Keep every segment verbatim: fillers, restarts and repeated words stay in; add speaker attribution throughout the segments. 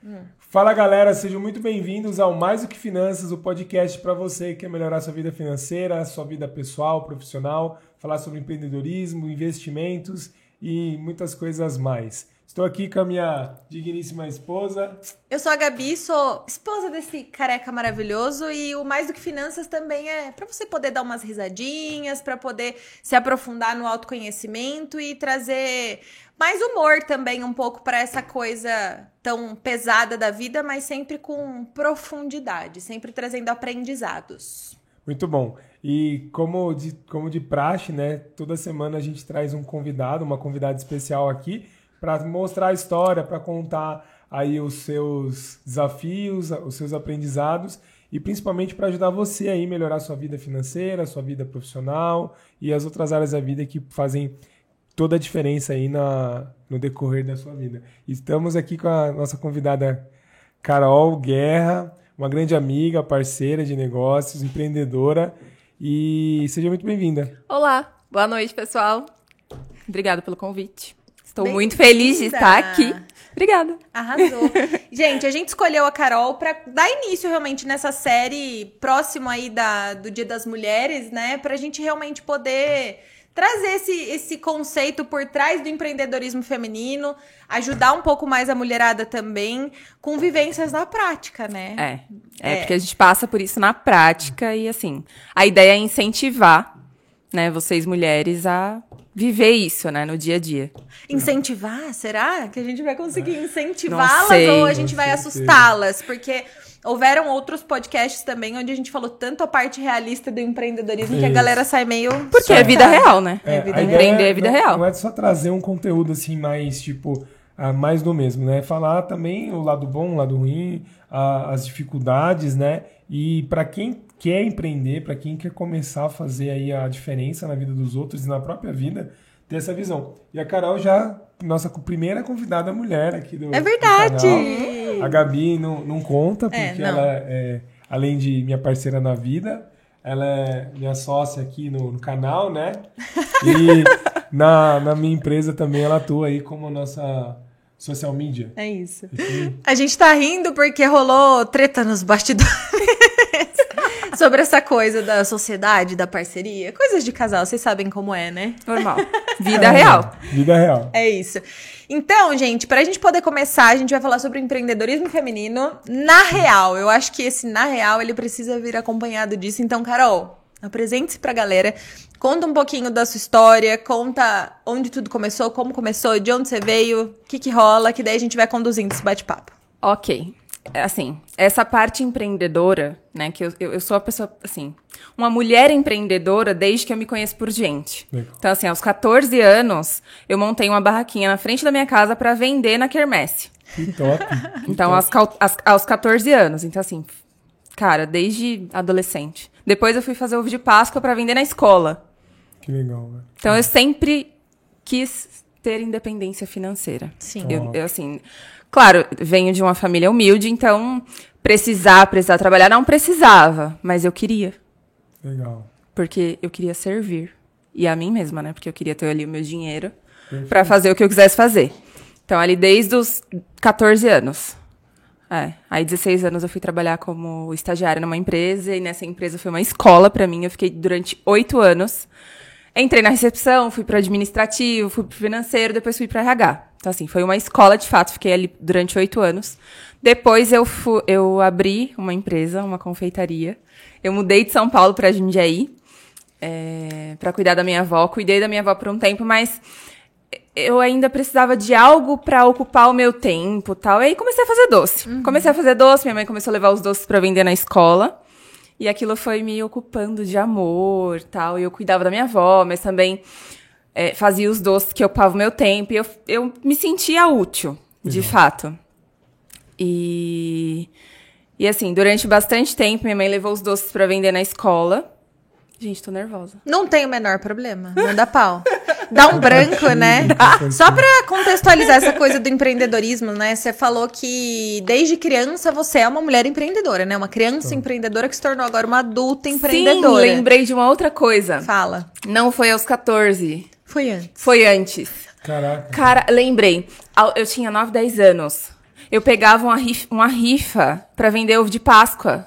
Speaker 1: Hum.
Speaker 2: Fala galera, sejam muito bem-vindos ao Mais Do Que Finanças, o podcast para você que quer melhorar sua vida financeira, sua vida pessoal, profissional, falar sobre empreendedorismo, investimentos e muitas coisas mais. Estou aqui com a minha digníssima esposa.
Speaker 1: Eu sou a Gabi, sou esposa desse careca maravilhoso e o Mais Do Que Finanças também é para você poder dar umas risadinhas, para poder se aprofundar no autoconhecimento e trazer mais humor também um pouco para essa coisa tão pesada da vida, mas sempre com profundidade, sempre trazendo aprendizados.
Speaker 2: Muito bom. E como de, como de praxe, né, toda semana a gente traz um convidado, uma convidada especial aqui, para mostrar a história, para contar aí os seus desafios, os seus aprendizados e principalmente para ajudar você aí a melhorar a sua vida financeira, a sua vida profissional e as outras áreas da vida que fazem toda a diferença aí na, no decorrer da sua vida. Estamos aqui com a nossa convidada Carol Guerra, uma grande amiga, parceira de negócios, empreendedora, e seja muito bem-vinda.
Speaker 3: Olá, boa noite, pessoal. Obrigada pelo convite. Estou Bem muito feliz de estar aqui. Obrigada.
Speaker 1: Arrasou. Gente, a gente escolheu a Carol para dar início realmente nessa série próximo aí da, do Dia das Mulheres, né? Pra gente realmente poder trazer esse, esse conceito por trás do empreendedorismo feminino, ajudar um pouco mais a mulherada também, com vivências na prática, né?
Speaker 3: É, é, é. porque a gente passa por isso na prática e, assim, a ideia é incentivar, né, vocês mulheres a viver isso, né, no dia a dia.
Speaker 1: Incentivar? Será que a gente vai conseguir incentivá-las ou a gente vai assustá-las? Porque houveram outros podcasts também onde a gente falou tanto a parte realista do empreendedorismo isso. que a galera sai meio...
Speaker 3: Porque é vida real, né?
Speaker 2: É,
Speaker 3: é vida Empreender é vida
Speaker 2: não,
Speaker 3: real.
Speaker 2: Não é só trazer um conteúdo assim mais, tipo, ah, mais do mesmo, né? Falar também o lado bom, o lado ruim, ah, as dificuldades, né? E para quem quer empreender, para quem quer começar a fazer aí a diferença na vida dos outros e na própria vida, ter essa visão. E a Carol já, nossa primeira convidada mulher aqui do,
Speaker 1: é verdade.
Speaker 2: do canal. A Gabi não, não conta, porque é, não. ela é, além de minha parceira na vida, ela é minha sócia aqui no, no canal, né? E na, na minha empresa também ela atua aí como nossa social media.
Speaker 1: É isso. E, a gente tá rindo porque rolou treta nos bastidores. Sobre essa coisa da sociedade, da parceria. Coisas de casal, vocês sabem como é, né?
Speaker 3: Normal. Vida é, real.
Speaker 2: Vida real.
Speaker 1: É isso. Então, gente, pra gente poder começar, a gente vai falar sobre o empreendedorismo feminino na real. Eu acho que esse na real, ele precisa vir acompanhado disso. Então, Carol, apresente-se pra galera. Conta um pouquinho da sua história. Conta onde tudo começou, como começou, de onde você veio, o que que rola, que daí a gente vai conduzindo esse bate-papo.
Speaker 3: Ok. Assim, essa parte empreendedora, né, que eu, eu, eu sou a pessoa, assim, uma mulher empreendedora desde que eu me conheço por gente. Legal. Então, assim, aos catorze anos, eu montei uma barraquinha na frente da minha casa pra vender na quermesse.
Speaker 2: Que top.
Speaker 3: Então, aos, aos, aos catorze anos. Então, assim, cara, desde adolescente. Depois eu fui fazer ovo de Páscoa pra vender na escola.
Speaker 2: Que legal, né?
Speaker 3: Então, eu sempre quis ter independência financeira.
Speaker 1: Sim.
Speaker 3: Eu, eu assim... Claro, venho de uma família humilde, então precisar, precisar trabalhar, não precisava, mas eu queria.
Speaker 2: Legal.
Speaker 3: Porque eu queria servir. E a mim mesma, né? Porque eu queria ter ali o meu dinheiro para fazer o que eu quisesse fazer. Então, ali desde os catorze anos. É, aí dezesseis anos eu fui trabalhar como estagiária numa empresa, e nessa empresa foi uma escola para mim. Eu fiquei durante oito anos. Entrei na recepção, fui para administrativo, fui para financeiro, depois fui para R H. Então, assim, foi uma escola, de fato. Fiquei ali durante oito anos. Depois, eu, fu- eu abri uma empresa, uma confeitaria. Eu mudei de São Paulo para Jundiaí, é, para cuidar da minha avó. Cuidei da minha avó por um tempo, mas eu ainda precisava de algo para ocupar o meu tempo, tal. E aí, comecei a fazer doce. Uhum. Comecei a fazer doce. Minha mãe começou a levar os doces para vender na escola. E aquilo foi me ocupando de amor, tal. E eu cuidava da minha avó, mas também... É, fazia os doces que ocupava o meu tempo. E eu, eu me sentia útil, de uhum. fato. E, e, assim, durante bastante tempo, minha mãe levou os doces pra vender na escola. Gente, tô nervosa.
Speaker 1: Não tem o menor problema. Manda pau. Dá um branco, né? Só pra contextualizar essa coisa do empreendedorismo, né? Você falou que desde criança você é uma mulher empreendedora, né? Uma criança então. empreendedora que se tornou agora uma adulta empreendedora.
Speaker 3: Sim, lembrei de uma outra coisa.
Speaker 1: Fala.
Speaker 3: Não foi aos catorze.
Speaker 1: Foi antes.
Speaker 3: Foi antes.
Speaker 2: Caraca.
Speaker 3: Cara, lembrei. Eu tinha nove, dez anos. Eu pegava uma rifa, uma rifa pra vender ovo de Páscoa.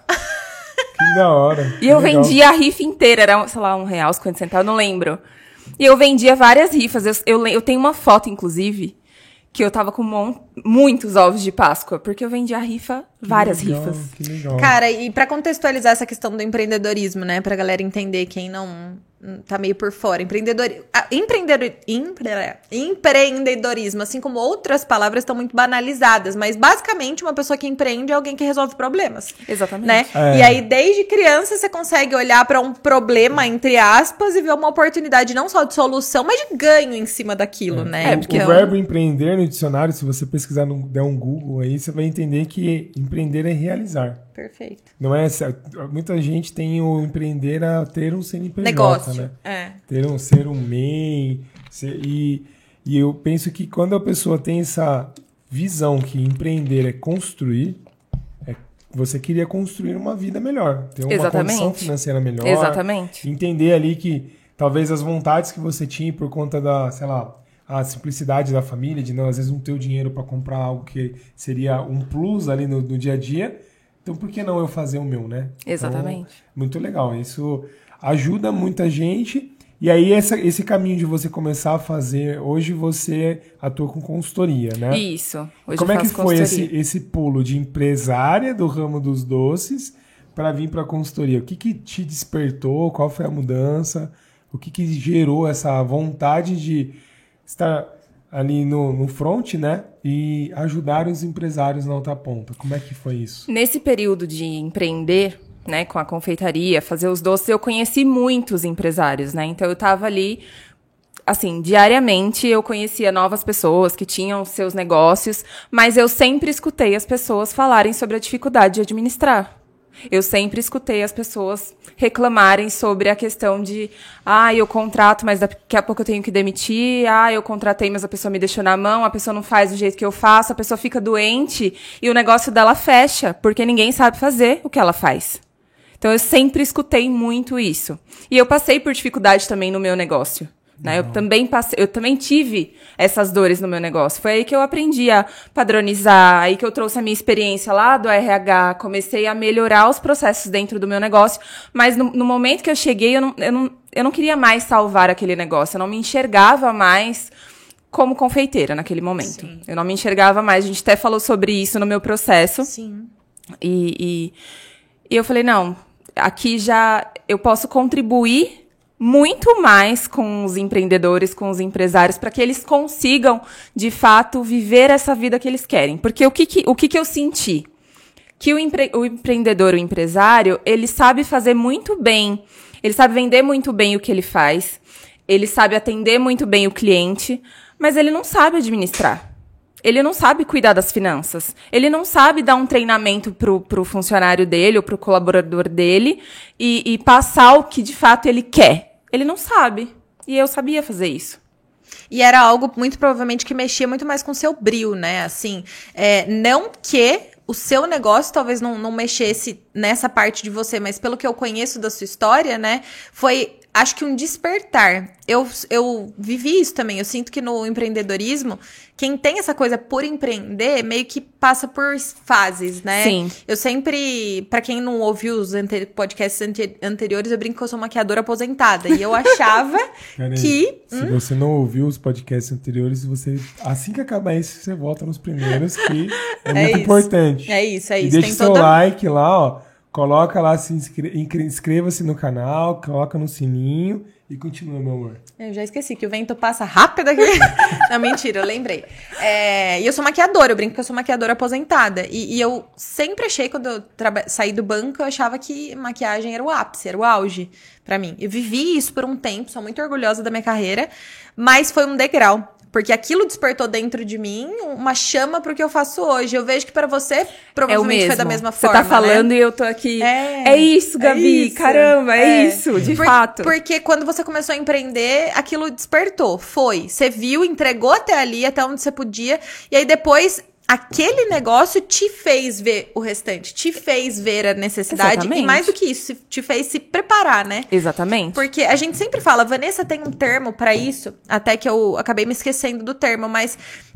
Speaker 2: Que da hora.
Speaker 3: E eu
Speaker 2: legal.
Speaker 3: vendia a rifa inteira. Era, sei lá, um real, cinquenta centavos, não lembro. E eu vendia várias rifas. Eu, eu, eu tenho uma foto, inclusive, que eu tava com mon- muitos ovos de Páscoa. Porque eu vendia a rifa, várias
Speaker 2: que legal,
Speaker 3: rifas.
Speaker 2: Que legal.
Speaker 1: Cara, e pra contextualizar essa questão do empreendedorismo, né? Pra galera entender, quem não tá meio por fora. Empreendedor, ah, empreendedor, empre, empreendedorismo, assim como outras palavras, estão muito banalizadas. Mas, basicamente, uma pessoa que empreende é alguém que resolve problemas.
Speaker 3: Exatamente.
Speaker 1: Né?
Speaker 2: É.
Speaker 1: E aí, desde criança, você consegue olhar pra um problema, entre aspas, e ver uma oportunidade não só de solução, mas de ganho em cima daquilo,
Speaker 2: É.
Speaker 1: né?
Speaker 3: É,
Speaker 2: O,
Speaker 3: porque
Speaker 2: o
Speaker 3: é um-
Speaker 2: verbo empreender no dicionário, se você pesquisar, no, der um Google aí, você vai entender que empreender é realizar.
Speaker 1: Perfeito.
Speaker 2: Não é, muita gente tem o empreender a ter um C N P J,
Speaker 1: Negócio.
Speaker 2: né?
Speaker 1: É.
Speaker 2: Ter um, ser um M E I. Ser, e, e eu penso que quando a pessoa tem essa visão que empreender é construir, é, você queria construir uma vida melhor, ter uma
Speaker 3: Exatamente.
Speaker 2: condição financeira melhor.
Speaker 3: Exatamente.
Speaker 2: Entender ali que talvez as vontades que você tinha por conta da, sei lá, a simplicidade da família, de não, às vezes não ter o dinheiro para comprar algo que seria um plus ali no, no dia a dia. Então, por que não eu fazer o meu, né?
Speaker 3: Exatamente.
Speaker 2: Então, muito legal. Isso ajuda muita gente. E aí, essa, esse caminho de você começar a fazer... Hoje, você atua com consultoria, né?
Speaker 3: Isso. Hoje
Speaker 2: Como
Speaker 3: eu
Speaker 2: é que
Speaker 3: faço
Speaker 2: foi esse,
Speaker 3: consultoria.
Speaker 2: esse pulo de empresária do ramo dos doces para vir para a consultoria? O que, que te despertou? Qual foi a mudança? O que, que gerou essa vontade de estar ali no, no front, né? E ajudar os empresários na outra ponta. Como é que foi isso?
Speaker 3: Nesse período de empreender, né, com a confeitaria, fazer os doces, eu conheci muitos empresários, né? Então eu tava ali, assim, diariamente eu conhecia novas pessoas que tinham seus negócios, mas eu sempre escutei as pessoas falarem sobre a dificuldade de administrar. Eu sempre escutei as pessoas reclamarem sobre a questão de ah, eu contrato, mas daqui a pouco eu tenho que demitir, ah, eu contratei, mas a pessoa me deixou na mão, a pessoa não faz do jeito que eu faço, a pessoa fica doente e o negócio dela fecha, porque ninguém sabe fazer o que ela faz. Então, eu sempre escutei muito isso. E eu passei por dificuldade também no meu negócio. Né? Eu também passei, eu também tive essas dores no meu negócio. Foi aí que eu aprendi a padronizar, aí que eu trouxe a minha experiência lá do R H, comecei a melhorar os processos dentro do meu negócio, mas no, no momento que eu cheguei, eu não, eu, não, eu não queria mais salvar aquele negócio, eu não me enxergava mais como confeiteira naquele momento. Sim. Eu não me enxergava mais, a gente até falou sobre isso no meu processo.
Speaker 1: Sim.
Speaker 3: E, e, e eu falei, não, aqui já eu posso contribuir muito mais com os empreendedores, com os empresários, para que eles consigam, de fato, viver essa vida que eles querem. Porque o que, que, o que, que eu senti? Que o, empre, o empreendedor, o empresário, ele sabe fazer muito bem, ele sabe vender muito bem o que ele faz, ele sabe atender muito bem o cliente, mas ele não sabe administrar. Ele não sabe cuidar das finanças. Ele não sabe dar um treinamento pro, pro funcionário dele ou pro colaborador dele e, e passar o que, de fato, ele quer. Ele não sabe. E eu sabia fazer isso.
Speaker 1: E era algo, muito provavelmente, que mexia muito mais com o seu brio, né? Assim, é, não que o seu negócio talvez não, não mexesse nessa parte de você, mas pelo que eu conheço da sua história, né? Foi... Acho que um despertar. Eu, eu vivi isso também. Eu sinto que no empreendedorismo, quem tem essa coisa por empreender, meio que passa por fases, né?
Speaker 3: Sim.
Speaker 1: Eu sempre, pra quem não ouviu os ante- podcasts ante- anteriores, eu brinco que eu sou maquiadora aposentada. E eu achava que...
Speaker 2: Se
Speaker 1: hum?
Speaker 2: você não ouviu os podcasts anteriores, você assim que acabar esse, você volta nos primeiros, que é,
Speaker 1: É
Speaker 2: muito
Speaker 1: isso.
Speaker 2: importante.
Speaker 1: É isso, é
Speaker 2: E
Speaker 1: isso.
Speaker 2: deixa
Speaker 1: Tem
Speaker 2: seu
Speaker 1: toda...
Speaker 2: like lá, ó. Coloca lá, se inscre- inscreva-se no canal, coloca no sininho e continua, meu amor.
Speaker 1: Eu já esqueci que o vento passa rápido aqui. Não, mentira, eu lembrei. É, e eu sou maquiadora, eu brinco que eu sou maquiadora aposentada. E, e eu sempre achei, quando eu traba- saí do banco, eu achava que maquiagem era o ápice, era o auge pra mim. Eu vivi isso por um tempo, sou muito orgulhosa da minha carreira, mas foi um degrau. Porque aquilo despertou dentro de mim uma chama pro que eu faço hoje. Eu vejo que pra você, provavelmente
Speaker 3: é
Speaker 1: foi da mesma forma,
Speaker 3: Você tá falando,
Speaker 1: né?
Speaker 3: e eu tô aqui.
Speaker 1: É,
Speaker 3: é isso, Gabi.
Speaker 1: é isso.
Speaker 3: Caramba, é,
Speaker 1: É.
Speaker 3: isso, de
Speaker 1: Por-
Speaker 3: fato.
Speaker 1: Porque quando você começou a empreender, aquilo despertou. Foi. Você viu, entregou até ali, até onde você podia. E aí depois... Aquele negócio te fez ver o restante, te fez ver a necessidade.
Speaker 3: Exatamente.
Speaker 1: E mais do que isso, te fez se preparar, né?
Speaker 3: Exatamente.
Speaker 1: Porque a gente sempre fala, Vanessa tem um termo pra isso, até que eu acabei me esquecendo do termo, mas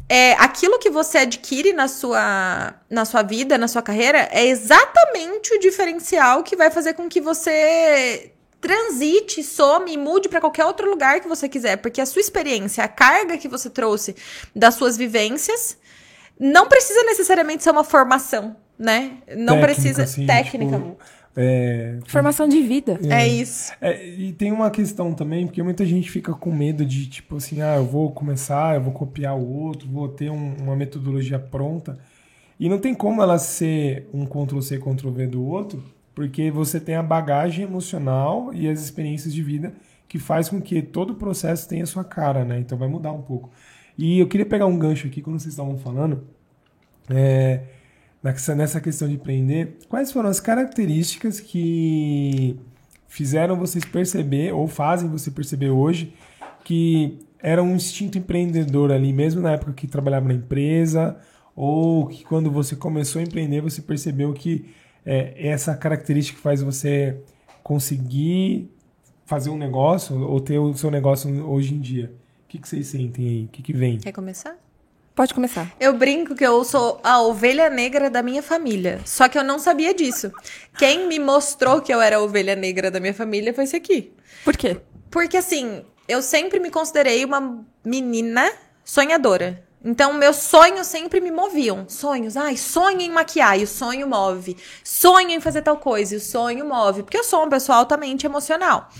Speaker 1: é, aquilo que você adquire na sua, na sua vida, na sua carreira, é exatamente o diferencial que vai fazer com que você transite, some e mude para qualquer outro lugar que você quiser. Porque a sua experiência, a carga que você trouxe das suas vivências, não precisa necessariamente ser uma formação, né? Não
Speaker 2: Técnica,
Speaker 1: precisa...
Speaker 2: assim,
Speaker 1: técnica.
Speaker 2: Tipo, é,
Speaker 3: Formação de vida.
Speaker 1: É, é isso.
Speaker 2: É, e tem uma questão também, porque muita gente fica com medo de, tipo assim, ah, eu vou começar, eu vou copiar o outro, vou ter um, uma metodologia pronta. E não tem como ela ser um control C, control V do outro, porque você tem a bagagem emocional e as experiências de vida que faz com que todo o processo tenha a sua cara, né? Então vai mudar um pouco. E eu queria pegar um gancho aqui, quando vocês estavam falando, é... Nessa, nessa questão de empreender, quais foram as características que fizeram vocês perceber, ou fazem você perceber hoje, que era um instinto empreendedor ali, mesmo na época que trabalhava na empresa, ou que quando você começou a empreender, você percebeu que é, essa característica faz você conseguir fazer um negócio, ou ter o seu negócio hoje em dia? O que, que vocês sentem aí? O que, que vem?
Speaker 1: Quer começar?
Speaker 3: Pode começar.
Speaker 1: Eu brinco que eu sou a ovelha negra da minha família. Só que eu não sabia disso. Quem me mostrou que eu era a ovelha negra da minha família foi esse aqui.
Speaker 3: Por quê?
Speaker 1: Porque, assim, eu sempre me considerei uma menina sonhadora. Então, meus sonhos sempre me moviam. Sonhos. Ai, sonho em maquiar e o sonho move. Sonho em fazer tal coisa e o sonho move. Porque eu sou uma pessoa altamente emocional.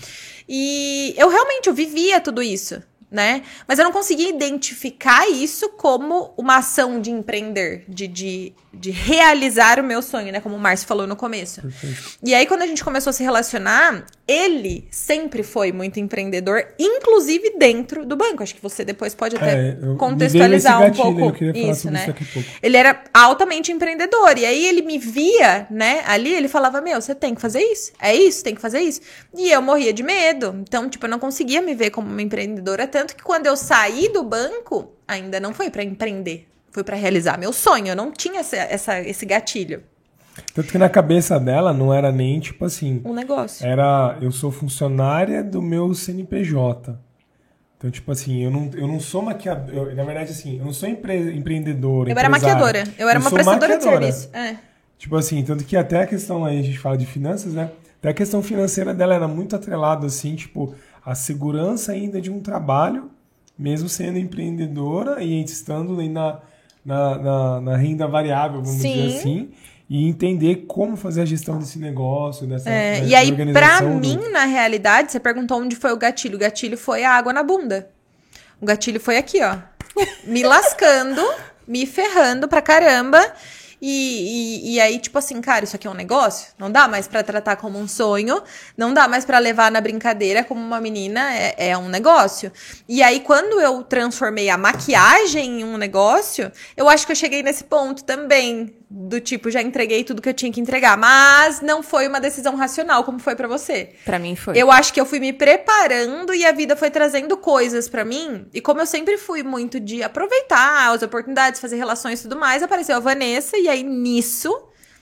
Speaker 1: E eu realmente, eu vivia tudo isso, né? Mas eu não conseguia identificar isso como uma ação de empreender, de, de, de realizar o meu sonho, né? Como o Márcio falou no começo.
Speaker 2: Perfeito.
Speaker 1: E aí, quando a gente começou a se relacionar, ele sempre foi muito empreendedor, inclusive dentro do banco. Acho que você depois pode até
Speaker 2: É, eu-
Speaker 1: contextualizar
Speaker 2: me veio
Speaker 1: um
Speaker 2: esse gatilho,
Speaker 1: pouco
Speaker 2: eu queria falar
Speaker 1: isso,
Speaker 2: sobre
Speaker 1: né?
Speaker 2: isso daqui a pouco.
Speaker 1: Ele era altamente empreendedor. E aí ele me via, né, ali, ele falava, meu, você tem que fazer isso. É isso, tem que fazer isso. E eu morria de medo. Então, tipo, eu não conseguia me ver como uma empreendedora. Tanto que quando eu saí do banco, ainda não foi pra empreender. Foi pra realizar meu sonho. Eu não tinha essa, essa, esse gatilho.
Speaker 2: Tanto que na cabeça dela não era nem tipo assim,
Speaker 1: Um negócio.
Speaker 2: era eu sou funcionária do meu C N P J. Então, tipo assim, eu não, eu não sou maquiador. eu- na verdade, assim, eu não sou empre, empreendedora.
Speaker 1: Eu era
Speaker 2: empresária.
Speaker 1: maquiadora. Eu era uma
Speaker 2: sou
Speaker 1: prestadora de
Speaker 2: maquiadora.
Speaker 1: serviço. É.
Speaker 2: Tipo assim, tanto que até a questão aí, a gente fala de finanças, né? Até a questão financeira dela era muito atrelada, assim, tipo, a segurança ainda de um trabalho, mesmo sendo empreendedora e estando aí na, na, na, na renda variável, vamos
Speaker 1: Sim.
Speaker 2: dizer assim, e entender como fazer a gestão desse negócio, dessa,
Speaker 1: É,
Speaker 2: dessa
Speaker 1: e aí, pra
Speaker 2: organização do-
Speaker 1: mim, na realidade, você perguntou onde foi o gatilho. O gatilho foi a água na bunda. O gatilho foi aqui, ó. Me lascando, me ferrando pra caramba. E, e, e aí, tipo assim, cara, isso aqui é um negócio? Não dá mais pra tratar como um sonho. Não dá mais pra levar na brincadeira como uma menina. É, é um negócio. E aí, quando eu transformei a maquiagem em um negócio, eu acho que eu cheguei nesse ponto também. Do tipo, já entreguei tudo que eu tinha que entregar. Mas não foi uma decisão racional, como foi pra você.
Speaker 3: Pra mim foi.
Speaker 1: Eu acho que eu fui me preparando e a vida foi trazendo coisas pra mim. E como eu sempre fui muito de aproveitar as oportunidades, fazer relações e tudo mais, apareceu a Vanessa. E aí, nisso,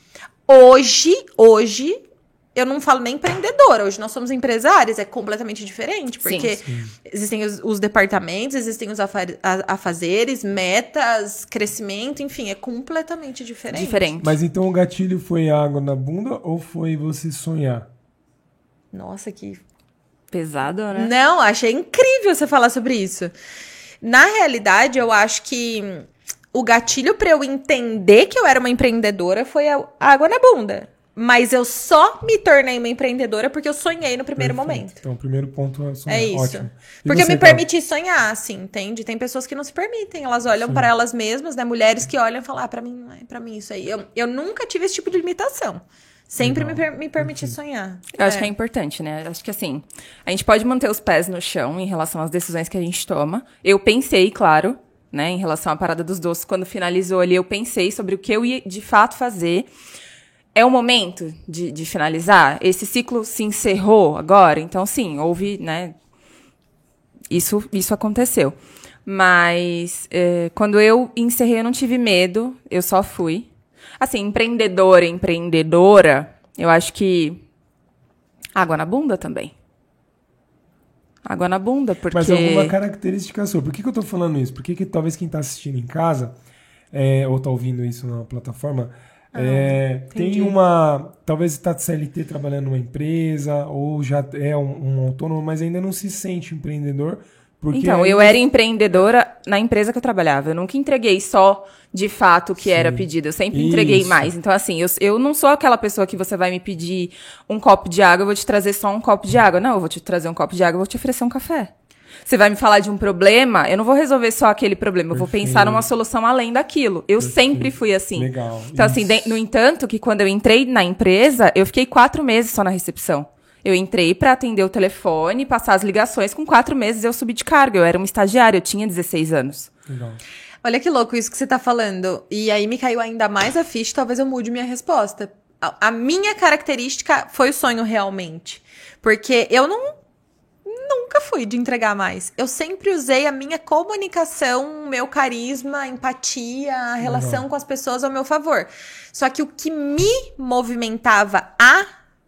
Speaker 1: hoje, hoje, eu não falo nem empreendedora. Hoje nós somos empresárias, é completamente diferente. Porque
Speaker 3: Sim.
Speaker 1: existem os, os departamentos, existem os afa a- afazeres, metas, crescimento, enfim, é completamente diferente.
Speaker 3: Diferente.
Speaker 2: Mas então o gatilho foi água na bunda ou foi você sonhar?
Speaker 1: Nossa, que
Speaker 3: Pesado, né?
Speaker 1: Não, achei incrível você falar sobre isso. Na realidade, eu acho que o gatilho pra eu entender que eu era uma empreendedora foi a água na bunda. Mas eu só me tornei uma empreendedora porque eu sonhei no primeiro
Speaker 2: Perfeito.
Speaker 1: momento.
Speaker 2: Então o primeiro ponto é sonhar.
Speaker 1: É isso.
Speaker 2: Ótimo. E
Speaker 1: Porque eu
Speaker 2: você,
Speaker 1: me
Speaker 2: Paulo?
Speaker 1: permiti sonhar, assim, entende? Tem pessoas que não se permitem, elas olham para elas mesmas, né? Mulheres que olham e falam, ah, pra mim não é pra mim isso aí. Eu, eu nunca tive esse tipo de limitação. Sempre me, per me permiti sonhar.
Speaker 3: Eu acho que é importante, né? Eu acho que assim, a gente pode manter os pés no chão em relação às decisões que a gente toma. Eu pensei, claro, né, em relação à parada dos doces, quando finalizou ali, eu pensei sobre o que eu ia de fato fazer. É o momento de, de finalizar? Esse ciclo se encerrou agora? Então, sim, houve, né? Isso, isso aconteceu. Mas é, quando eu encerrei, eu não tive medo, eu só fui. Assim, empreendedora, empreendedora, eu acho que água na bunda também. Água na bunda, porque...
Speaker 2: Mas alguma característica sua. Por que, que eu tô falando isso? Porque que talvez quem tá assistindo em casa, é, ou tá ouvindo isso na plataforma, ah, é, tem uma... Talvez está de C L T trabalhando numa empresa, ou já é um, um autônomo, mas ainda não se sente empreendedor. Porque
Speaker 3: então,
Speaker 2: aí...
Speaker 3: eu era empreendedora na empresa que eu trabalhava. Eu nunca entreguei só, de fato, o que Sim. era pedido. Eu sempre Isso. entreguei mais. Então, assim, eu, eu não sou aquela pessoa que você vai me pedir um copo de água, eu vou te trazer só um copo de água. Não, eu vou te trazer um copo de água, eu vou te oferecer um café. Você vai me falar de um problema, eu não vou resolver só aquele problema. Eu Perfeito. vou pensar numa solução além daquilo. Eu Perfeito. sempre fui assim.
Speaker 2: Legal.
Speaker 3: Então, Isso. assim, de, no entanto, que quando eu entrei na empresa, eu fiquei quatro meses só na recepção. Eu entrei para atender o telefone, passar as ligações. Com quatro meses eu subi de cargo. Eu era uma estagiária, eu tinha dezesseis anos.
Speaker 2: Legal.
Speaker 1: Olha que louco isso que você tá falando. E aí me caiu ainda mais a ficha, talvez eu mude minha resposta. A, a minha característica foi o sonho realmente. Porque eu não... Nunca fui de entregar mais. Eu sempre usei a minha comunicação, meu carisma, empatia, a relação uhum. com as pessoas ao meu favor. Só que o que me movimentava a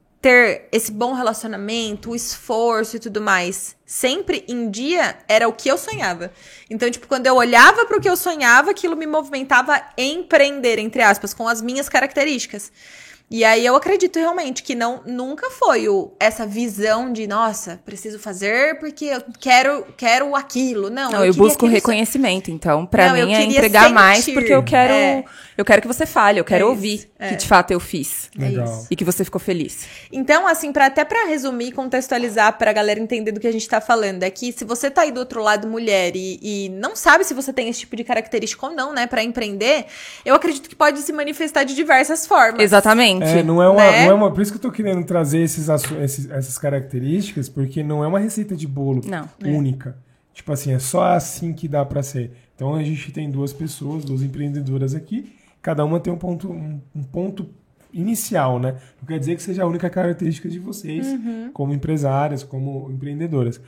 Speaker 1: ter esse bom relacionamento, o esforço e tudo mais, sempre em dia, era o que eu sonhava. Então, tipo, quando eu olhava para o que eu sonhava, aquilo me movimentava a empreender, entre aspas, com as minhas características. E aí eu acredito realmente que não, nunca foi o, essa visão de, nossa, preciso fazer porque eu quero, quero aquilo. Não,
Speaker 3: não eu,
Speaker 1: eu
Speaker 3: busco reconhecimento,
Speaker 1: so...
Speaker 3: então, pra
Speaker 1: não,
Speaker 3: mim é entregar
Speaker 1: sentir.
Speaker 3: mais porque eu quero,
Speaker 1: é.
Speaker 3: eu quero que você fale, eu quero
Speaker 1: é
Speaker 3: ouvir
Speaker 1: é.
Speaker 3: que de fato eu fiz.
Speaker 2: Legal.
Speaker 3: E que você ficou feliz.
Speaker 1: Então, assim, pra, até pra resumir e contextualizar pra galera entender do que a gente tá falando, é que se você tá aí do outro lado, mulher, e, e não sabe se você tem esse tipo de característica ou não, né, pra empreender, eu acredito que pode se manifestar de diversas formas.
Speaker 3: Exatamente.
Speaker 2: É, não é uma...
Speaker 1: Né?
Speaker 2: Não é uma, por isso que eu tô querendo trazer esses, esses, essas características, porque não é uma receita de bolo
Speaker 3: não,
Speaker 2: única. É. Tipo assim, é só assim que dá pra ser. Então a gente tem duas pessoas, duas empreendedoras aqui, cada uma tem um ponto, um, um ponto inicial, né? Não quer dizer que seja a única característica de vocês,
Speaker 1: uhum.
Speaker 2: como empresárias, como empreendedoras.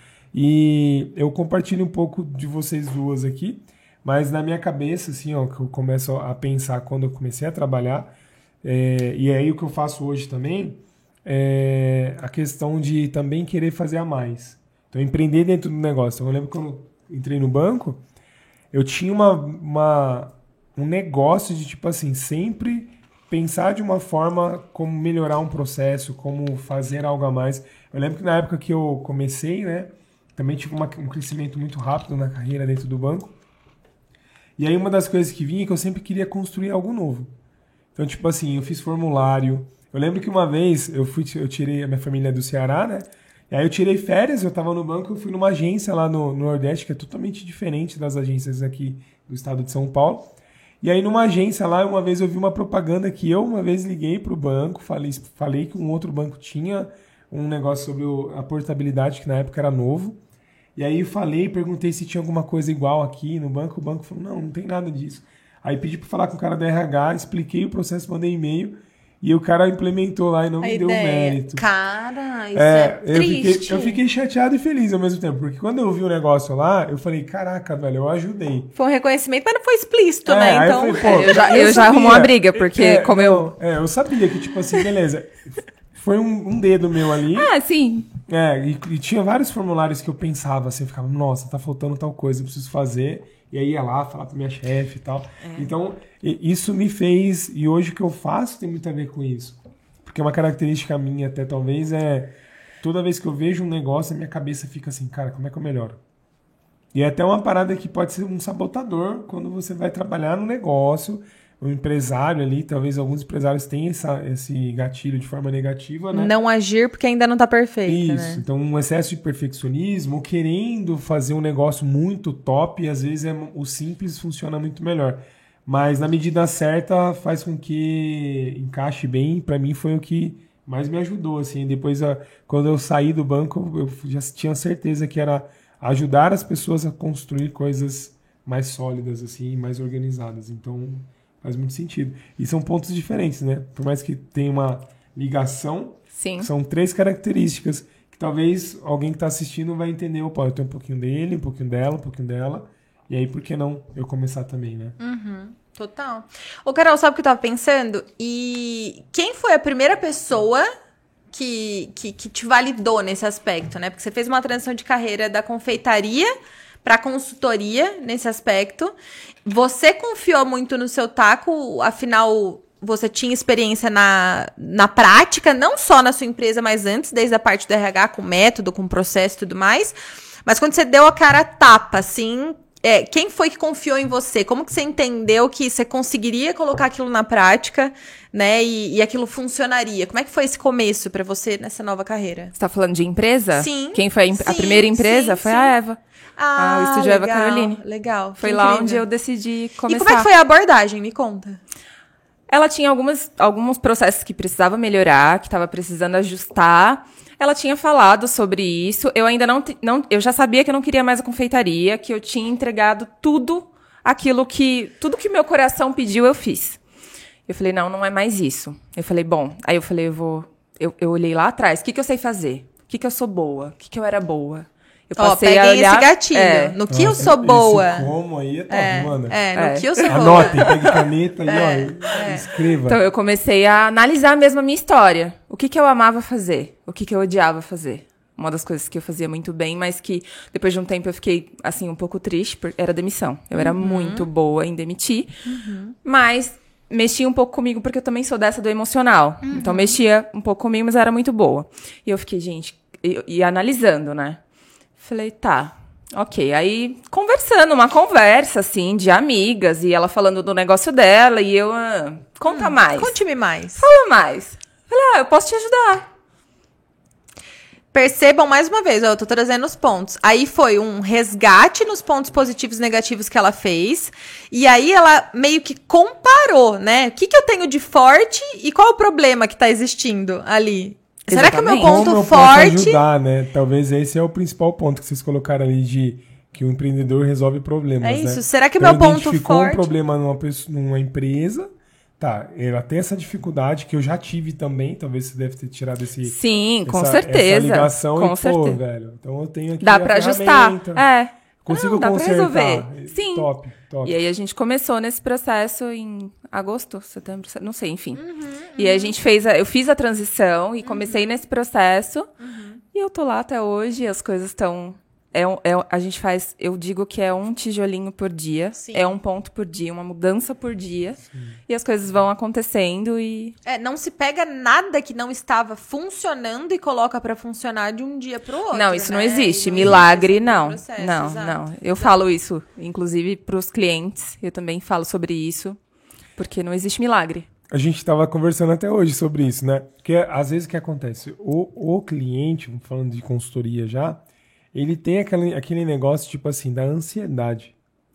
Speaker 2: E eu compartilho um pouco de vocês duas aqui, mas na minha cabeça, assim, ó, que eu começo a pensar quando eu comecei a trabalhar, É, e aí o que eu faço hoje também é a questão de também querer fazer a mais. Então, empreender dentro do negócio. Eu lembro quando eu entrei no banco, eu tinha uma, uma, um negócio de, tipo assim, sempre pensar de uma forma como melhorar um processo, como fazer algo a mais. Eu lembro que na época que eu comecei, né, também tive uma, um crescimento muito rápido na carreira dentro do banco. E aí uma das coisas que vinha é que eu sempre queria construir algo novo. Então, tipo assim, eu fiz formulário. Eu lembro que uma vez eu fui, eu tirei a minha família é do Ceará, né? E aí eu tirei férias, eu tava no banco, eu fui numa agência lá no, no Nordeste, que é totalmente diferente das agências aqui do estado de São Paulo. E aí numa agência lá, uma vez eu vi uma propaganda que eu uma vez liguei pro banco, falei, falei que um outro banco tinha um negócio sobre o, a portabilidade, que na época era novo. E aí eu falei, perguntei se tinha alguma coisa igual aqui no banco. O banco falou, não, não tem nada disso. Aí pedi para falar com o cara da R H, expliquei o processo, mandei e-mail e o cara implementou lá e não
Speaker 1: a
Speaker 2: me
Speaker 1: ideia.
Speaker 2: deu mérito.
Speaker 1: Cara, isso
Speaker 2: é,
Speaker 1: é
Speaker 2: eu
Speaker 1: triste.
Speaker 2: Fiquei, eu fiquei chateado e feliz ao mesmo tempo, porque quando eu vi o negócio lá, eu falei, caraca, velho, eu ajudei.
Speaker 1: Foi um reconhecimento, mas não foi explícito,
Speaker 2: é,
Speaker 1: né? Então,
Speaker 2: eu, falei,
Speaker 3: eu já, eu eu já arrumo uma briga, porque
Speaker 2: é,
Speaker 3: como eu...
Speaker 2: É, eu sabia que, tipo assim, beleza, foi um, um dedo meu ali.
Speaker 3: Ah, sim.
Speaker 2: É, e, e tinha vários formulários que eu pensava assim, eu ficava, nossa, tá faltando tal coisa, eu preciso fazer. E aí ia lá falar pra minha chefe e tal. É. Então, isso me fez... E hoje o que eu faço tem muito a ver com isso. Porque uma característica minha até talvez é... Toda vez que eu vejo um negócio, a minha cabeça fica assim, cara, como é que eu melhoro? E é até uma parada que pode ser um sabotador quando você vai trabalhar no negócio. O empresário ali, talvez alguns empresários tenham essa, esse gatilho de forma negativa, né?
Speaker 1: Não agir porque ainda não tá perfeito,
Speaker 2: Isso,
Speaker 1: né?
Speaker 2: Então um excesso de perfeccionismo, querendo fazer um negócio muito top, e às vezes é, o simples funciona muito melhor. Mas na medida certa faz com que encaixe bem, pra mim foi o que mais me ajudou, assim. Depois, quando eu saí do banco, eu já tinha certeza que era ajudar as pessoas a construir coisas mais sólidas, assim, mais organizadas. Então... faz muito sentido. E são pontos diferentes, né? Por mais que tenha uma ligação,
Speaker 3: Sim.
Speaker 2: são três características que talvez alguém que está assistindo vai entender. Opa, eu tenho um pouquinho dele, um pouquinho dela, um pouquinho dela. E aí, por que não eu começar também, né?
Speaker 1: Uhum, total. Ô, Carol, sabe o que eu tava pensando? E quem foi a primeira pessoa que, que, que te validou nesse aspecto, né? Porque você fez uma transição de carreira da confeitaria para consultoria nesse aspecto. Você confiou muito no seu taco, afinal, você tinha experiência na, na prática, não só na sua empresa, mas antes, desde a parte do R H, com método, com processo e tudo mais. Mas quando você deu a cara a tapa, assim, é, quem foi que confiou em você? Como que você entendeu que você conseguiria colocar aquilo na prática, né? E, e aquilo funcionaria? Como é que foi esse começo para você nessa nova carreira?
Speaker 3: Você tá falando de empresa?
Speaker 1: Sim.
Speaker 3: Quem foi a,
Speaker 1: sim,
Speaker 3: a primeira empresa?
Speaker 1: sim,
Speaker 3: foi
Speaker 1: sim.
Speaker 3: a Eva.
Speaker 1: Ah,
Speaker 3: o estúdio
Speaker 1: legal,
Speaker 3: Eva Caroline.
Speaker 1: Legal.
Speaker 3: Foi
Speaker 1: que
Speaker 3: lá
Speaker 1: incrível.
Speaker 3: onde eu decidi começar.
Speaker 1: E como é que foi a abordagem? Me conta.
Speaker 3: Ela tinha algumas, alguns processos que precisava melhorar, que estava precisando ajustar. Ela tinha falado sobre isso. Eu ainda não, não... Eu já sabia que eu não queria mais a confeitaria, que eu tinha entregado tudo aquilo que... Tudo que meu coração pediu, eu fiz. Eu falei, não, não é mais isso. Eu falei, bom... Aí eu falei, eu vou... Eu, eu olhei lá atrás. O que, que eu sei fazer? O que, que eu sou boa? O que, que eu era boa? Eu
Speaker 1: passei Ó, peguem a olhar... esse gatilho. É. No que Nossa, eu sou boa.
Speaker 2: Esse como aí é top,
Speaker 1: é,
Speaker 2: mano.
Speaker 1: É, no é. que eu sou boa.
Speaker 2: Anotem, pegue caneta e é, ó, é. escreva.
Speaker 3: Então eu comecei a analisar mesmo a minha história. O que, que eu amava fazer? O que, que eu odiava fazer? Uma das coisas que eu fazia muito bem, mas que depois de um tempo eu fiquei, assim, um pouco triste, porque era demissão. Eu era uhum. muito boa em demitir, uhum. mas mexia um pouco comigo, porque eu também sou dessa do emocional. Uhum. Então mexia um pouco comigo, mas era muito boa. E eu fiquei, gente, e, e analisando, né? Falei, tá, ok. Aí, conversando, uma conversa, assim, de amigas, e ela falando do negócio dela, e eu, ah, conta hum, mais.
Speaker 1: Conte-me mais.
Speaker 3: Fala mais. Falei, ah, eu posso te ajudar.
Speaker 1: Percebam mais uma vez, ó, eu tô trazendo os pontos. Aí foi um resgate nos pontos positivos e negativos que ela fez. E aí ela meio que comparou, né? O que, que eu tenho de forte e qual o problema que tá existindo ali? Exatamente. Será que o meu ponto
Speaker 2: Como eu
Speaker 1: forte...
Speaker 2: posso ajudar, né? Talvez esse é o principal ponto que vocês colocaram ali de que o empreendedor resolve problemas,
Speaker 1: É isso.
Speaker 2: Né?
Speaker 1: Será que o
Speaker 2: então,
Speaker 1: meu ponto
Speaker 2: identificou
Speaker 1: forte...
Speaker 2: um problema numa, pessoa, numa empresa... Tá, ela tem essa dificuldade que eu já tive também, talvez você deve ter tirado esse,
Speaker 3: Sim,
Speaker 2: essa,
Speaker 3: com certeza.
Speaker 2: essa ligação
Speaker 3: com
Speaker 2: e,
Speaker 3: certeza.
Speaker 2: pô, velho, então eu tenho aqui
Speaker 3: dá
Speaker 2: a
Speaker 3: pra ajustar. É.
Speaker 2: Consigo
Speaker 3: Não, dá
Speaker 2: consertar.
Speaker 3: pra resolver. Sim.
Speaker 2: Top, top.
Speaker 3: E aí a gente começou nesse processo em agosto, setembro, não sei, enfim.
Speaker 1: Uhum, uhum.
Speaker 3: E aí a gente fez, a, eu fiz a transição e comecei
Speaker 1: uhum.
Speaker 3: nesse processo.
Speaker 1: Uhum.
Speaker 3: E eu tô lá até hoje, as coisas estão... É, é, a gente faz, eu digo que é um tijolinho por dia, Sim. é um ponto por dia, uma mudança por dia, Sim. e as coisas vão acontecendo e...
Speaker 1: É, não se pega nada que não estava funcionando e coloca pra funcionar de um dia pro outro,
Speaker 3: Não, isso
Speaker 1: né?
Speaker 3: não existe,
Speaker 1: não
Speaker 3: milagre
Speaker 1: existe
Speaker 3: não,
Speaker 1: processo,
Speaker 3: não,
Speaker 1: exato.
Speaker 3: não. Eu
Speaker 1: exato.
Speaker 3: falo isso, inclusive pros clientes, eu também falo sobre isso, porque não existe milagre.
Speaker 2: A gente estava conversando até hoje sobre isso, né? Porque às vezes o que acontece, o, o cliente, falando de consultoria já, ele tem aquele, aquele negócio, tipo assim, da ansiedade.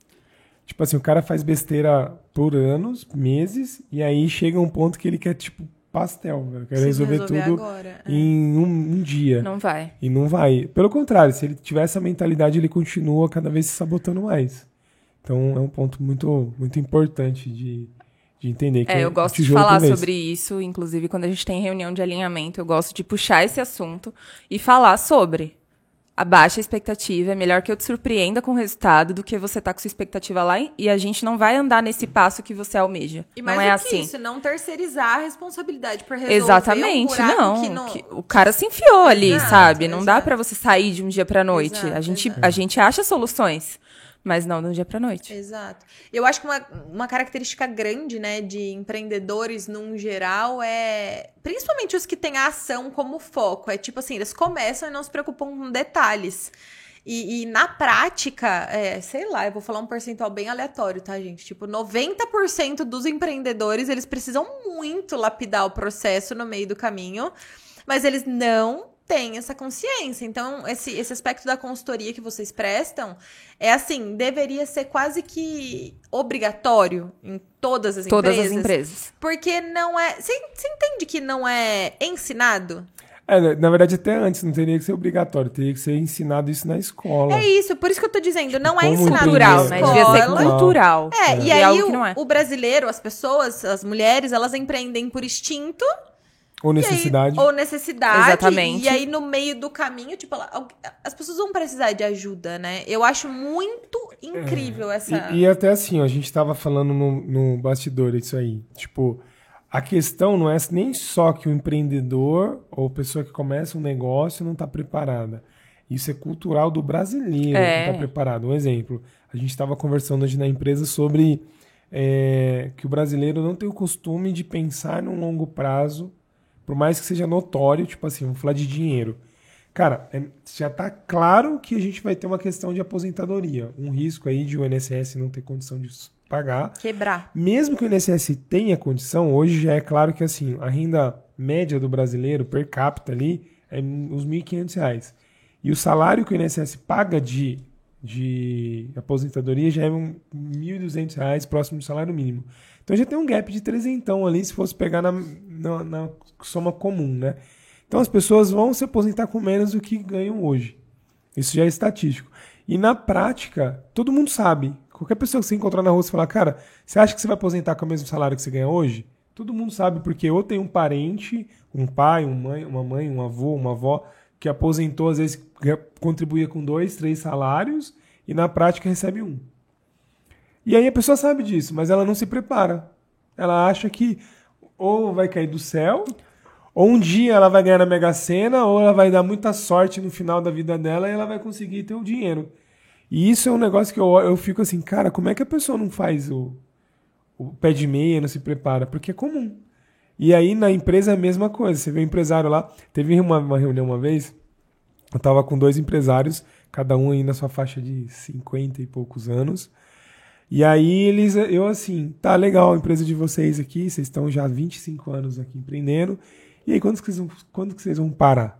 Speaker 2: Tipo assim, o cara faz besteira por anos, meses, e aí chega um ponto que ele quer, tipo, pastel. Ele quer resolver, resolver tudo
Speaker 1: agora, é.
Speaker 2: em um, um dia.
Speaker 3: Não vai.
Speaker 2: E não vai. Pelo contrário, se ele tiver essa mentalidade, ele continua cada vez se sabotando mais. Então, é um ponto muito, muito importante de, de entender. Que
Speaker 3: é,
Speaker 2: é
Speaker 3: eu gosto de falar sobre isso, inclusive quando a gente tem reunião de alinhamento, eu gosto de puxar esse assunto e falar sobre... Abaixa a expectativa, é melhor que eu te surpreenda com o resultado do que você tá com sua expectativa lá e a gente não vai andar nesse passo que você almeja.
Speaker 1: E mais
Speaker 3: não é
Speaker 1: do
Speaker 3: assim.
Speaker 1: que isso, não terceirizar a responsabilidade por resolver
Speaker 3: Exatamente,
Speaker 1: um buraco
Speaker 3: não.
Speaker 1: que não...
Speaker 3: Que o cara se enfiou ali,
Speaker 1: exato,
Speaker 3: sabe? Não
Speaker 1: exato.
Speaker 3: dá pra você sair de um dia pra noite.
Speaker 1: Exato,
Speaker 3: a, gente,
Speaker 1: exato.
Speaker 3: a gente acha soluções, mas não de um dia pra noite.
Speaker 1: Exato. Eu acho que uma, uma característica grande, né, de empreendedores num geral é... Principalmente os que têm a ação como foco. É tipo assim, eles começam e não se preocupam com detalhes. E, e na prática, é, sei lá, eu vou falar um percentual bem aleatório, tá, gente? Tipo, noventa por cento dos empreendedores, eles precisam muito lapidar o processo no meio do caminho, mas eles não têm essa consciência. Então, esse, esse aspecto da consultoria que vocês prestam, é assim, deveria ser quase que obrigatório em todas as
Speaker 3: Todas
Speaker 1: empresas.
Speaker 3: as empresas.
Speaker 1: Porque não é... Você entende que não é ensinado?
Speaker 2: É, na verdade, até antes, não teria que ser obrigatório, teria que ser ensinado isso na escola.
Speaker 1: É isso, por isso que eu tô dizendo,
Speaker 2: tipo,
Speaker 1: não é ensinado
Speaker 3: cultural,
Speaker 1: na
Speaker 3: né?
Speaker 1: escola.
Speaker 3: Devia ser cultural.
Speaker 1: É,
Speaker 3: é.
Speaker 1: e
Speaker 3: E
Speaker 1: aí
Speaker 3: algo
Speaker 1: o,
Speaker 3: que não é.
Speaker 1: o brasileiro, as pessoas, as mulheres, elas empreendem por instinto.
Speaker 2: Ou necessidade.
Speaker 1: Aí, ou necessidade.
Speaker 3: Exatamente.
Speaker 1: E aí, no meio do caminho, tipo, as pessoas vão precisar de ajuda, né? Eu acho muito incrível
Speaker 2: é.
Speaker 1: essa...
Speaker 2: E, e até assim, ó, a gente tava falando no, no bastidor isso aí, tipo... a questão não é nem só que o empreendedor ou a pessoa que começa um negócio não está preparada. Isso é cultural do brasileiro
Speaker 3: É.
Speaker 2: que não está preparado. Um exemplo, a gente estava conversando hoje na empresa sobre é, que o brasileiro não tem o costume de pensar num longo prazo, por mais que seja notório, tipo assim, vamos falar de dinheiro. Cara, é, já está claro que a gente vai ter uma questão de aposentadoria, um risco aí de o I N S S não ter condição de pagar.
Speaker 1: Quebrar.
Speaker 2: Mesmo que o I N S S tenha condição, hoje já é claro que assim, a renda média do brasileiro, per capita ali, é uns mil e quinhentos reais. E o salário que o I N S S paga de, de aposentadoria já é um mil e duzentos reais, próximo do salário mínimo. Então já tem um gap de trezentão ali, se fosse pegar na, na, na soma comum, né? Então as pessoas vão se aposentar com menos do que ganham hoje. Isso já é estatístico. E na prática, todo mundo sabe. Qualquer pessoa que você encontrar na rua e falar, cara, você acha que você vai aposentar com o mesmo salário que você ganha hoje? Todo mundo sabe, porque ou tem um parente, um pai, um mãe, uma mãe, um avô, uma avó, que aposentou, às vezes contribuía com dois, três salários e na prática recebe um. E aí a pessoa sabe disso, mas ela não se prepara. Ela acha que ou vai cair do céu, ou um dia ela vai ganhar na Mega Sena, ou ela vai dar muita sorte no final da vida dela e ela vai conseguir ter o dinheiro. E isso é um negócio que eu, eu fico assim, cara, como é que a pessoa não faz o, o pé de meia, não se prepara? Porque é comum. E aí na empresa é a mesma coisa. Você vê o empresário lá, teve uma, uma reunião uma vez, eu tava com dois empresários, cada um aí na sua faixa de cinquenta e poucos anos. E aí eles, eu assim, tá legal a empresa de vocês aqui, vocês estão já há vinte e cinco anos aqui empreendendo. E aí, quando que vocês vão, quando que vocês vão parar?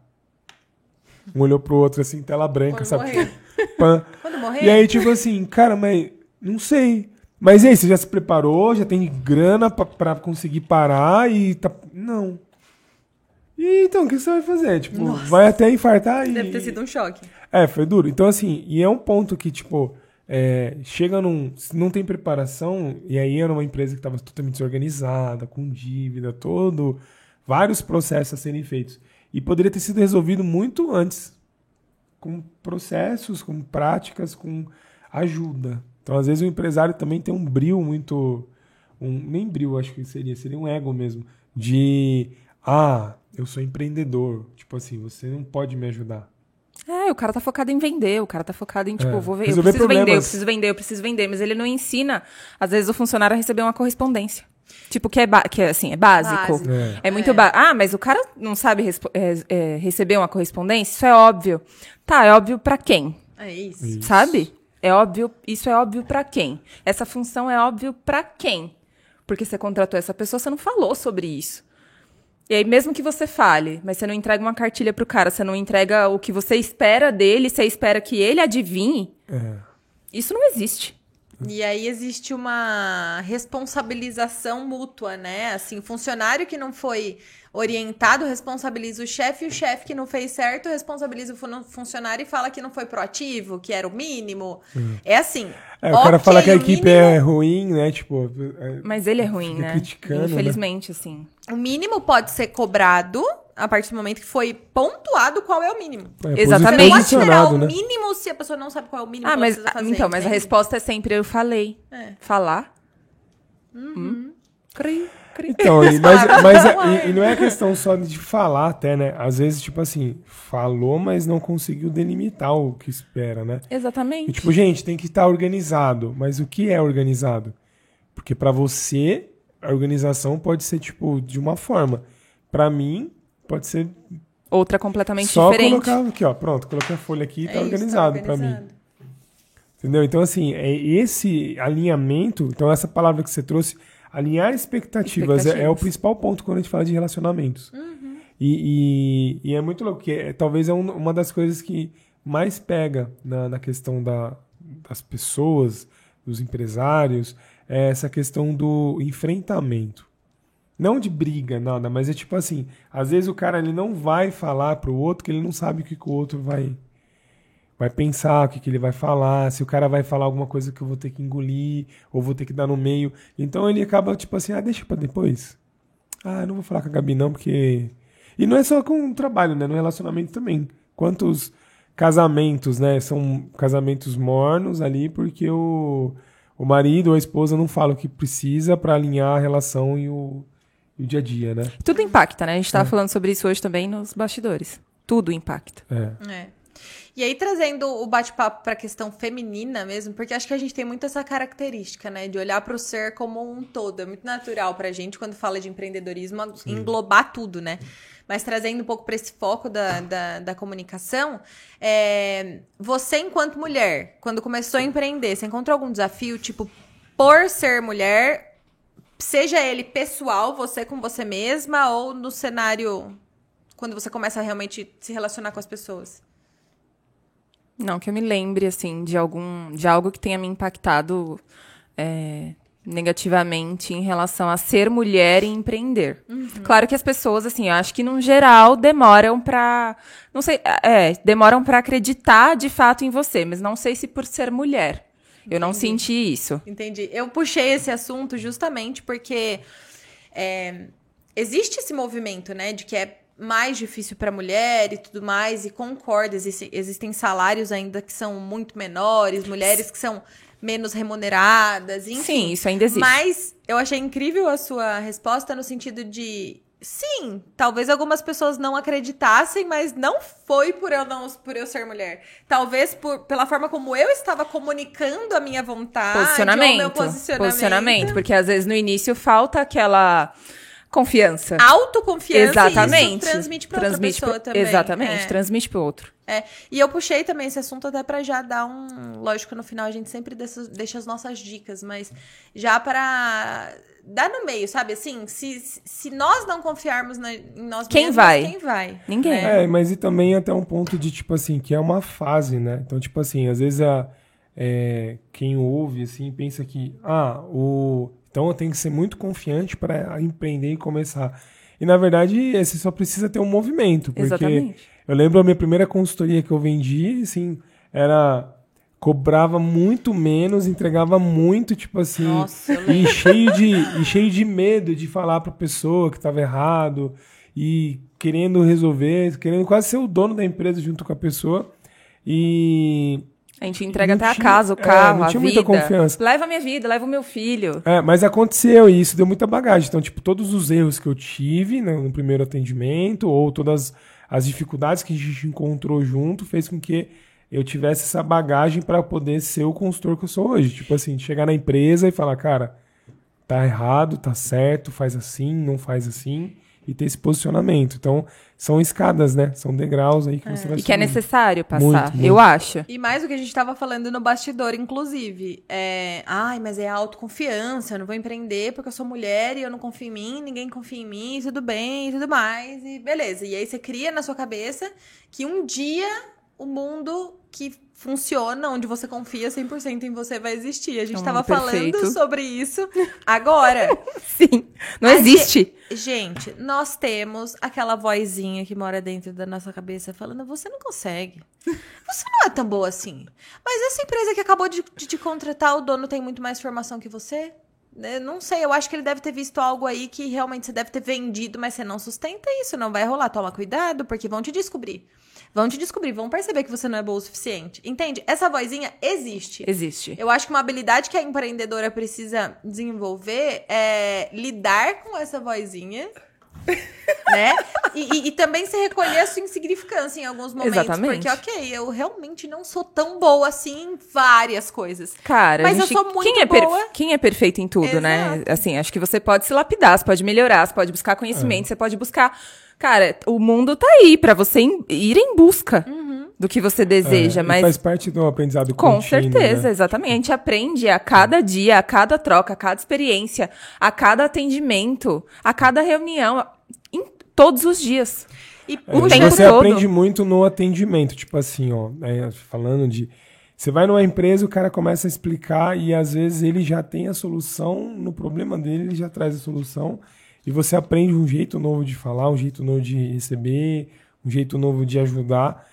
Speaker 2: Um olhou pro outro assim, tela branca,
Speaker 1: Quando
Speaker 2: sabe?
Speaker 1: morrer.
Speaker 2: Pã.
Speaker 1: Quando morrer?
Speaker 2: E aí, tipo assim, cara, mas não sei. Mas e aí, você já se preparou? Já tem grana pra, pra conseguir parar e tá. Não. E então, o que você vai fazer? Tipo,
Speaker 1: Nossa.
Speaker 2: vai até infartar e.
Speaker 1: Deve ter sido um choque.
Speaker 2: É, foi duro. Então, assim, e é um ponto que, tipo, é, chega num. Se não tem preparação, e aí era uma empresa que estava totalmente desorganizada, com dívida, todo. Vários processos a serem feitos. E poderia ter sido resolvido muito antes. Com processos, com práticas, com ajuda. Então, às vezes, o empresário também tem um brio muito... Um, nem brio, acho que seria. Seria um ego mesmo. De... Ah, eu sou empreendedor. Tipo assim, você não pode me ajudar.
Speaker 3: É, o cara tá focado em vender, o cara tá focado em, tipo,
Speaker 2: É.
Speaker 3: vou ver, eu
Speaker 2: Resolver
Speaker 3: preciso
Speaker 2: problemas.
Speaker 3: vender, eu preciso vender, eu preciso vender. Mas ele não ensina, às vezes, o funcionário a receber uma correspondência. Tipo, que é, ba- que é assim, é básico.
Speaker 1: Básico.
Speaker 2: É.
Speaker 3: É muito
Speaker 1: É.
Speaker 3: básico. Ah, mas o cara não sabe respo- é, é, receber uma correspondência? Isso é óbvio. Tá, é óbvio pra quem?
Speaker 1: É isso.
Speaker 2: Isso.
Speaker 3: Sabe? É óbvio, isso é óbvio pra quem? Essa função é óbvio pra quem? Porque você contratou essa pessoa, você não falou sobre isso. E aí, mesmo que você fale, mas você não entrega uma cartilha pro cara, você não entrega o que você espera dele, você espera que ele adivinhe,
Speaker 2: É.
Speaker 3: isso não existe.
Speaker 1: E aí existe uma responsabilização mútua, né? Assim, o funcionário que não foi orientado responsabiliza o chefe, e o chefe que não fez certo responsabiliza o fun- funcionário e fala que não foi proativo, que era o mínimo. É assim.
Speaker 2: É, o cara
Speaker 1: ok,
Speaker 2: fala que a
Speaker 1: o
Speaker 2: equipe
Speaker 1: mínimo-
Speaker 2: é ruim, né? Tipo... é-
Speaker 3: Mas ele é ruim,
Speaker 2: Fica
Speaker 3: né?
Speaker 2: criticando, né?
Speaker 3: Infelizmente, assim.
Speaker 1: O mínimo pode ser cobrado a partir do momento que foi pontuado qual é o mínimo.
Speaker 2: é
Speaker 3: Exatamente.
Speaker 1: Pode esperar
Speaker 2: posicionado,
Speaker 1: o
Speaker 2: né?
Speaker 1: mínimo se a pessoa não sabe qual é o mínimo
Speaker 3: Ah,
Speaker 1: que
Speaker 3: mas
Speaker 1: ela precisa fazer.
Speaker 3: então, mas a
Speaker 1: entende?
Speaker 3: resposta é sempre eu falei.
Speaker 1: É.
Speaker 3: Falar? Hum. Cri, cri.
Speaker 2: Então, e, mas,
Speaker 1: palavras
Speaker 2: mas
Speaker 1: não
Speaker 2: é-
Speaker 1: é.
Speaker 2: e, e não é questão só de falar até, né? Às vezes, tipo assim, falou, mas não conseguiu delimitar o que espera, né? E,
Speaker 3: Exatamente.
Speaker 2: tipo, gente, tem que estar organizado. Mas o que é organizado? Porque pra você, a organização pode ser, tipo, de uma forma. Pra mim, pode ser
Speaker 3: Outra completamente
Speaker 2: só
Speaker 3: diferente.
Speaker 2: colocar aqui, ó. Pronto, coloquei a folha aqui e
Speaker 1: É
Speaker 2: tá
Speaker 1: isso,
Speaker 2: organizado
Speaker 1: tá
Speaker 2: pra mim.
Speaker 1: organizado.
Speaker 2: Entendeu? Então, assim, é esse alinhamento, então essa palavra que você trouxe, alinhar expectativas, é- É, o
Speaker 3: Expectativas.
Speaker 2: principal ponto quando a gente fala de relacionamentos. E, e- e é muito louco, que é- talvez é um- uma das coisas que mais pega na, na questão da, das pessoas, dos empresários, é essa questão do enfrentamento. Não de briga, nada, mas é tipo assim, às vezes o cara ele não vai falar pro outro que ele não sabe o que, que o outro vai... vai pensar o que, que ele vai falar, se o cara vai falar alguma coisa que eu vou ter que engolir, ou vou ter que dar no meio. Então ele acaba tipo assim, ah, deixa pra depois. Ah, eu não vou falar com a Gabi não, porque... E não é só com o trabalho, né? No relacionamento também. Quantos casamentos, né? São casamentos mornos ali porque o, o marido ou a esposa não fala o que precisa pra alinhar a relação e o, e o dia a dia, né?
Speaker 3: Tudo impacta, né? A gente tava
Speaker 2: É.
Speaker 3: falando sobre isso hoje também nos bastidores. Tudo impacta.
Speaker 2: É.
Speaker 1: É. E aí, trazendo o bate-papo para a questão feminina mesmo, porque acho que a gente tem muito essa característica, né? De olhar para o ser como um todo. É muito natural pra gente, quando fala de empreendedorismo, englobar tudo, né? Mas trazendo um pouco para esse foco da, da, da comunicação, é, você, enquanto mulher, quando começou a empreender, você encontrou algum desafio, tipo, por ser mulher, seja ele pessoal, você com você mesma, ou no cenário, quando você começa a realmente se relacionar com as pessoas?
Speaker 3: Não, que eu me lembre, assim, de algum, de algo que tenha me impactado é, negativamente em relação a ser mulher e empreender. Uhum. Claro que as pessoas, assim, eu acho que, no geral, demoram pra... Não sei, é, demoram pra acreditar, de fato, em você, mas não sei se por ser mulher. Eu Entendi. Não senti isso.
Speaker 1: Entendi. Eu puxei esse assunto justamente porque é, existe esse movimento, né, de que é mais difícil para mulher e tudo mais, e concordo, existe, existem salários ainda que são muito menores, mulheres que são menos remuneradas, enfim.
Speaker 3: Sim, isso ainda existe.
Speaker 1: Mas eu achei incrível a sua resposta no sentido de, sim, talvez algumas pessoas não acreditassem, mas não foi por eu não por eu ser mulher. Talvez por, pela forma como eu estava comunicando a minha vontade,
Speaker 3: posicionamento,
Speaker 1: ou meu posicionamento.
Speaker 3: Posicionamento, porque às vezes no início falta aquela... Confiança.
Speaker 1: Autoconfiança.
Speaker 3: Exatamente.
Speaker 1: E isso transmite pra
Speaker 3: transmite
Speaker 1: outra pessoa
Speaker 3: pro...
Speaker 1: também.
Speaker 3: Exatamente,
Speaker 1: é.
Speaker 3: transmite pro outro.
Speaker 1: É. E eu puxei também esse assunto até pra já dar um... Lógico que no final a gente sempre deixa, deixa as nossas dicas, mas já para dar no meio, sabe? Assim, se, se nós não confiarmos na, em nós
Speaker 3: quem
Speaker 1: mesmos,
Speaker 3: vai?
Speaker 1: quem vai?
Speaker 3: Ninguém.
Speaker 2: É. é, mas e também até um ponto de, tipo assim, que é uma fase, né? Então, tipo assim, às vezes a, é, quem ouve, assim, pensa que, ah, o... Então eu tenho que ser muito confiante para empreender e começar. E na verdade, você só precisa ter um movimento. Porque Exatamente. Eu lembro a minha primeira consultoria que eu vendi, assim, era... Cobrava muito menos, entregava muito, tipo assim...
Speaker 1: Nossa, eu
Speaker 2: e, cheio de, e cheio de medo de falar para a pessoa que estava errado. E querendo resolver, querendo quase ser o dono da empresa junto com a pessoa. E...
Speaker 3: A gente entrega
Speaker 2: não
Speaker 3: até
Speaker 2: tinha,
Speaker 3: a casa, o carro,
Speaker 2: é, não tinha
Speaker 3: a
Speaker 2: muita
Speaker 3: vida.
Speaker 2: Confiança.
Speaker 3: Leva a minha vida, leva o meu filho.
Speaker 2: É, mas aconteceu e isso deu muita bagagem. Então, tipo, todos os erros que eu tive no, no primeiro atendimento ou todas as dificuldades que a gente encontrou junto fez com que eu tivesse essa bagagem para poder ser o consultor que eu sou hoje. Tipo assim, chegar na empresa e falar, cara, tá errado, tá certo, faz assim, não faz assim. E ter esse posicionamento. Então, são escadas, né? São degraus aí que
Speaker 1: é.
Speaker 2: você vai
Speaker 3: E que é necessário passar,
Speaker 2: muito, muito.
Speaker 3: eu acho.
Speaker 1: E mais do que a gente estava falando no bastidor, inclusive. É, ai, mas é autoconfiança, eu não vou empreender porque eu sou mulher e eu não confio em mim, ninguém confia em mim, tudo bem, e tudo mais, e beleza. E aí você cria na sua cabeça que um dia o mundo que funciona, onde você confia cem por cento em você, vai existir. A gente estava falando sobre isso agora.
Speaker 3: Sim, não a existe.
Speaker 1: Gente, gente, nós temos aquela vozinha que mora dentro da nossa cabeça falando, você não consegue. Você não é tão boa assim. Mas essa empresa que acabou de, de te contratar, o dono tem muito mais formação que você? Eu não sei, eu acho que ele deve ter visto algo aí que realmente você deve ter vendido, mas você não sustenta isso, não vai rolar. Toma cuidado, porque vão te descobrir. Vão te descobrir, vão perceber que você não é boa o suficiente. Entende? Essa vozinha existe.
Speaker 3: Existe.
Speaker 1: Eu acho que uma habilidade que a empreendedora precisa desenvolver é lidar com essa vozinha, né? E, e, e também se recolher a sua insignificância em alguns momentos.
Speaker 3: Exatamente.
Speaker 1: Porque, ok, eu realmente não sou tão boa assim em várias coisas.
Speaker 3: Cara,
Speaker 1: mas
Speaker 3: gente,
Speaker 1: eu sou muito
Speaker 3: quem é
Speaker 1: boa.
Speaker 3: Per... Quem é perfeito em tudo,
Speaker 1: Exato.
Speaker 3: né? Assim, acho que você pode se lapidar, você pode melhorar, você pode buscar conhecimento, é. Você pode buscar... Cara, o mundo tá aí pra você ir em busca uhum. do que você deseja,
Speaker 2: é,
Speaker 3: mas...
Speaker 2: faz parte do aprendizado
Speaker 3: Com
Speaker 2: contínuo,
Speaker 3: certeza,
Speaker 2: né?
Speaker 3: exatamente. A gente aprende a cada dia, a cada troca, a cada experiência, a cada atendimento, a cada reunião, em todos os dias.
Speaker 1: E
Speaker 2: é,
Speaker 3: o tempo
Speaker 2: você
Speaker 3: todo.
Speaker 2: aprende muito no atendimento, tipo assim, ó, é, falando de... Você vai numa empresa, o cara começa a explicar e às vezes ele já tem a solução no problema dele, ele já traz a solução. E você aprende um jeito novo de falar, um jeito novo de receber, um jeito novo de ajudar.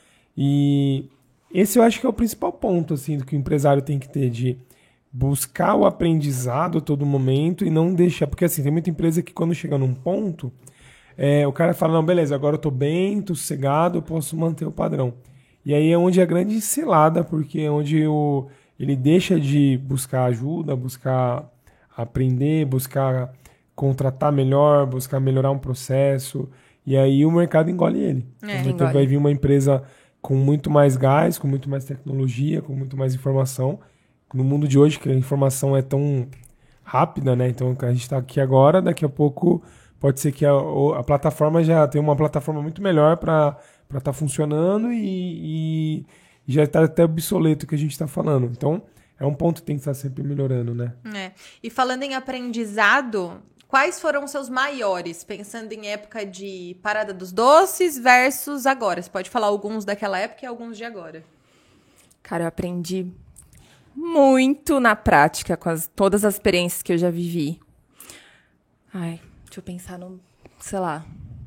Speaker 2: E esse eu acho que é o principal ponto, assim, do que o empresário tem que ter, de buscar o aprendizado a todo momento e não deixar... Porque, assim, tem muita empresa que quando chega num ponto, é, o cara fala, não, beleza, agora eu tô bem, tô sossegado, eu posso manter o padrão. E aí é onde é a grande cilada, porque é onde o, ele deixa de buscar ajuda, buscar aprender, buscar... contratar melhor, buscar melhorar um processo, e aí o mercado engole ele.
Speaker 1: É,
Speaker 2: então
Speaker 3: engole.
Speaker 2: vai vir uma empresa com muito mais gás, com muito mais tecnologia, com muito mais informação. No mundo de hoje, que a informação é tão rápida, né? Então a gente está aqui agora, daqui a pouco pode ser que a, a plataforma já tenha uma plataforma muito melhor para estar tá funcionando e, e já está até obsoleto o que a gente está falando. Então é um ponto que tem que estar sempre melhorando, né?
Speaker 1: É. E falando em aprendizado, quais foram os seus maiores, pensando em época de Parada dos Doces versus agora? Você pode falar alguns daquela época e alguns de agora.
Speaker 3: Cara, eu aprendi muito na prática com as, todas as experiências que eu já vivi. Ai, deixa eu pensar no, sei lá.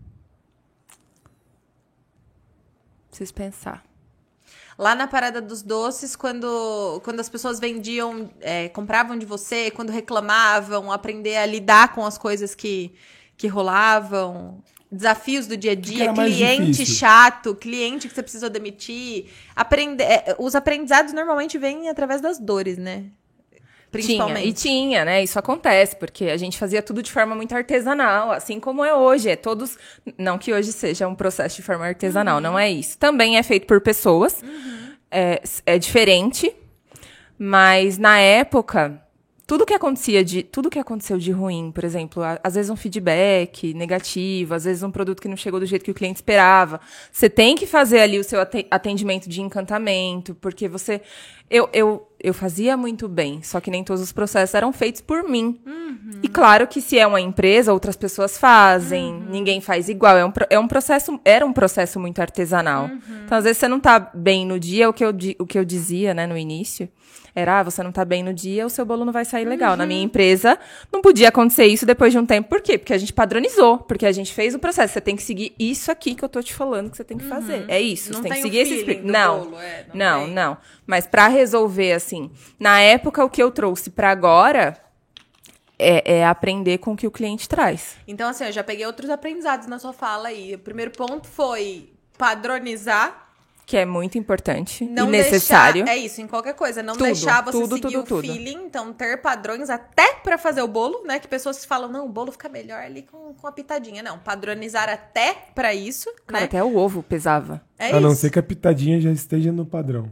Speaker 3: Preciso pensar.
Speaker 1: Lá na Parada dos Doces, quando, quando as pessoas vendiam, é, compravam de você, quando reclamavam, aprender a lidar com as coisas que, que rolavam, desafios do dia a dia,
Speaker 2: era mais
Speaker 1: cliente
Speaker 2: difícil?
Speaker 1: chato, cliente que você precisou demitir. Aprende, é, os aprendizados normalmente vêm através das dores, né? Principalmente.
Speaker 3: Tinha, e tinha, né? Isso acontece, porque a gente fazia tudo de forma muito artesanal, assim como é hoje. É todos. Não que hoje seja um processo de forma artesanal, uhum. Não é isso. Também é feito por pessoas. Uhum. É, é diferente, mas na época, tudo que acontecia de. Tudo que aconteceu de ruim, por exemplo, a, às vezes um feedback negativo, às vezes um produto que não chegou do jeito que o cliente esperava. Você tem que fazer ali o seu atendimento de encantamento, porque você. Eu, eu, eu fazia muito bem, só que nem todos os processos eram feitos por mim. Uhum. E claro que se é uma empresa, outras pessoas fazem, uhum. Ninguém faz igual. É um, é um processo, era um processo muito artesanal. Uhum. Então, às vezes, você não tá bem no dia, o que eu, o que eu dizia, né, no início, era, ah, você não tá bem no dia, o seu bolo não vai sair legal. Uhum. Na minha empresa, não podia acontecer isso depois de um tempo. Por quê? Porque a gente padronizou, porque a gente fez o processo. Você tem que seguir isso aqui que eu tô te falando que você tem que fazer. Uhum. É isso,
Speaker 1: não
Speaker 3: você tem
Speaker 1: tem
Speaker 3: que seguir esse script. Não,
Speaker 1: bolo, é,
Speaker 3: não,
Speaker 1: não,
Speaker 3: não. Mas pra resolver, assim, na época, o que eu trouxe pra agora é, é aprender com o que o cliente traz.
Speaker 1: Então, assim, eu já peguei outros aprendizados na sua fala aí. O primeiro ponto foi padronizar.
Speaker 3: Que é muito importante
Speaker 1: Não
Speaker 3: e necessário.
Speaker 1: Deixar, é isso, em qualquer coisa. Não
Speaker 3: tudo,
Speaker 1: deixar você
Speaker 3: tudo,
Speaker 1: seguir
Speaker 3: tudo,
Speaker 1: o
Speaker 3: tudo.
Speaker 1: feeling. Então, ter padrões até pra fazer o bolo, né? Que pessoas falam, não, o bolo fica melhor ali com, com a pitadinha. Não, padronizar até pra isso,
Speaker 3: Cara,
Speaker 1: né?
Speaker 3: até o ovo pesava.
Speaker 1: É
Speaker 2: a
Speaker 1: isso.
Speaker 2: não ser que a pitadinha já esteja no padrão.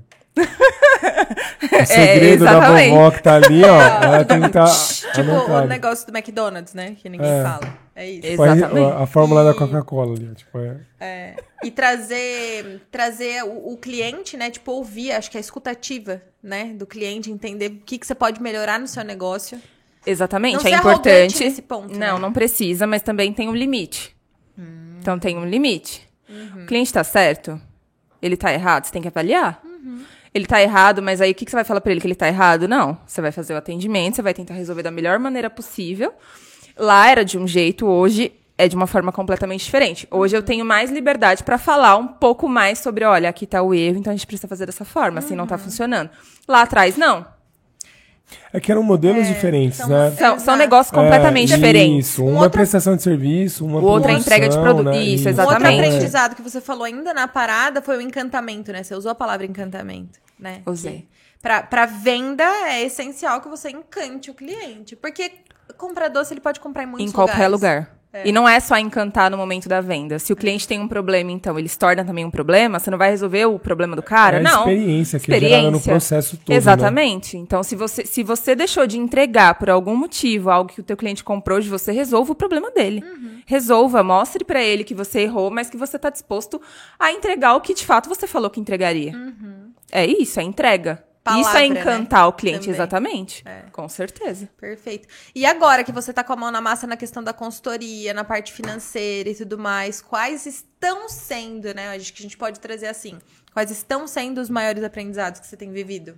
Speaker 3: É,
Speaker 2: O segredo da vovó que tá ali, ó, ela tem que estar
Speaker 1: Tipo
Speaker 2: anotado.
Speaker 1: o negócio do McDonald's, né? Que ninguém
Speaker 2: É.
Speaker 1: fala. É isso.
Speaker 2: Tipo, a-
Speaker 3: Exatamente.
Speaker 2: A, a fórmula
Speaker 1: E-
Speaker 2: da Coca-Cola ali, ó, tipo, é...
Speaker 1: É. E trazer, trazer o, o cliente, né? Tipo, ouvir, acho que a escutativa, né? Do cliente, entender o que, que você pode melhorar no seu negócio.
Speaker 3: Exatamente,
Speaker 1: Não
Speaker 3: é
Speaker 1: ser arrogante
Speaker 3: importante.
Speaker 1: nesse ponto,
Speaker 3: não,
Speaker 1: né?
Speaker 3: não precisa, mas também tem um limite.
Speaker 1: Hum.
Speaker 3: Então tem um limite.
Speaker 1: Uhum.
Speaker 3: O cliente tá certo? Ele tá errado? Você tem que avaliar. Uhum. Ele tá errado, mas aí o que, que você vai falar pra ele? Que ele tá errado? Não. Você vai fazer o atendimento, você vai tentar resolver da melhor maneira possível. Lá era de um jeito, hoje é de uma forma completamente diferente. Hoje eu tenho mais liberdade pra falar um pouco mais sobre, olha, aqui tá o erro, então a gente precisa fazer dessa forma, assim não tá funcionando. Lá atrás, não.
Speaker 2: É que eram modelos diferentes,
Speaker 1: são-
Speaker 2: né?
Speaker 3: São, são
Speaker 1: Exato.
Speaker 3: negócios completamente
Speaker 2: É,
Speaker 3: diferentes.
Speaker 2: Isso,
Speaker 1: Um
Speaker 2: uma
Speaker 1: outro-
Speaker 2: prestação de serviço, uma
Speaker 3: O outro é entrega de
Speaker 2: produção,
Speaker 3: produto.
Speaker 2: né?
Speaker 3: Isso,
Speaker 1: Um
Speaker 3: exatamente.
Speaker 1: outro aprendizado que você falou ainda na parada foi o encantamento, né? Você usou a palavra encantamento, né?
Speaker 3: Usei.
Speaker 1: Que Pra, pra venda é essencial que você encante o cliente. Porque comprar doce ele pode comprar em muitos
Speaker 3: Em qualquer
Speaker 1: lugares.
Speaker 3: lugar. E não é só encantar no momento da venda. Se o cliente tem um problema, então, ele se torna também um problema, você não vai resolver o problema do cara?
Speaker 2: É a
Speaker 3: não.
Speaker 2: experiência que é gerada no processo todo, né?
Speaker 3: Exatamente. Então, se você, se você deixou de entregar por algum motivo algo que o teu cliente comprou de você, resolva o problema dele.
Speaker 1: Uhum.
Speaker 3: Resolva, mostre pra ele que você errou, mas que você tá disposto a entregar o que de fato você falou que entregaria. É isso, é entrega. Isso
Speaker 1: Palavra,
Speaker 3: é encantar
Speaker 1: né?
Speaker 3: o cliente,
Speaker 1: Também.
Speaker 3: exatamente.
Speaker 1: É.
Speaker 3: Com certeza.
Speaker 1: Perfeito. E agora que você tá com a mão na massa na questão da consultoria, na parte financeira e tudo mais, quais estão sendo, né? Acho que a gente pode trazer assim. Quais estão sendo os maiores aprendizados que você tem vivido?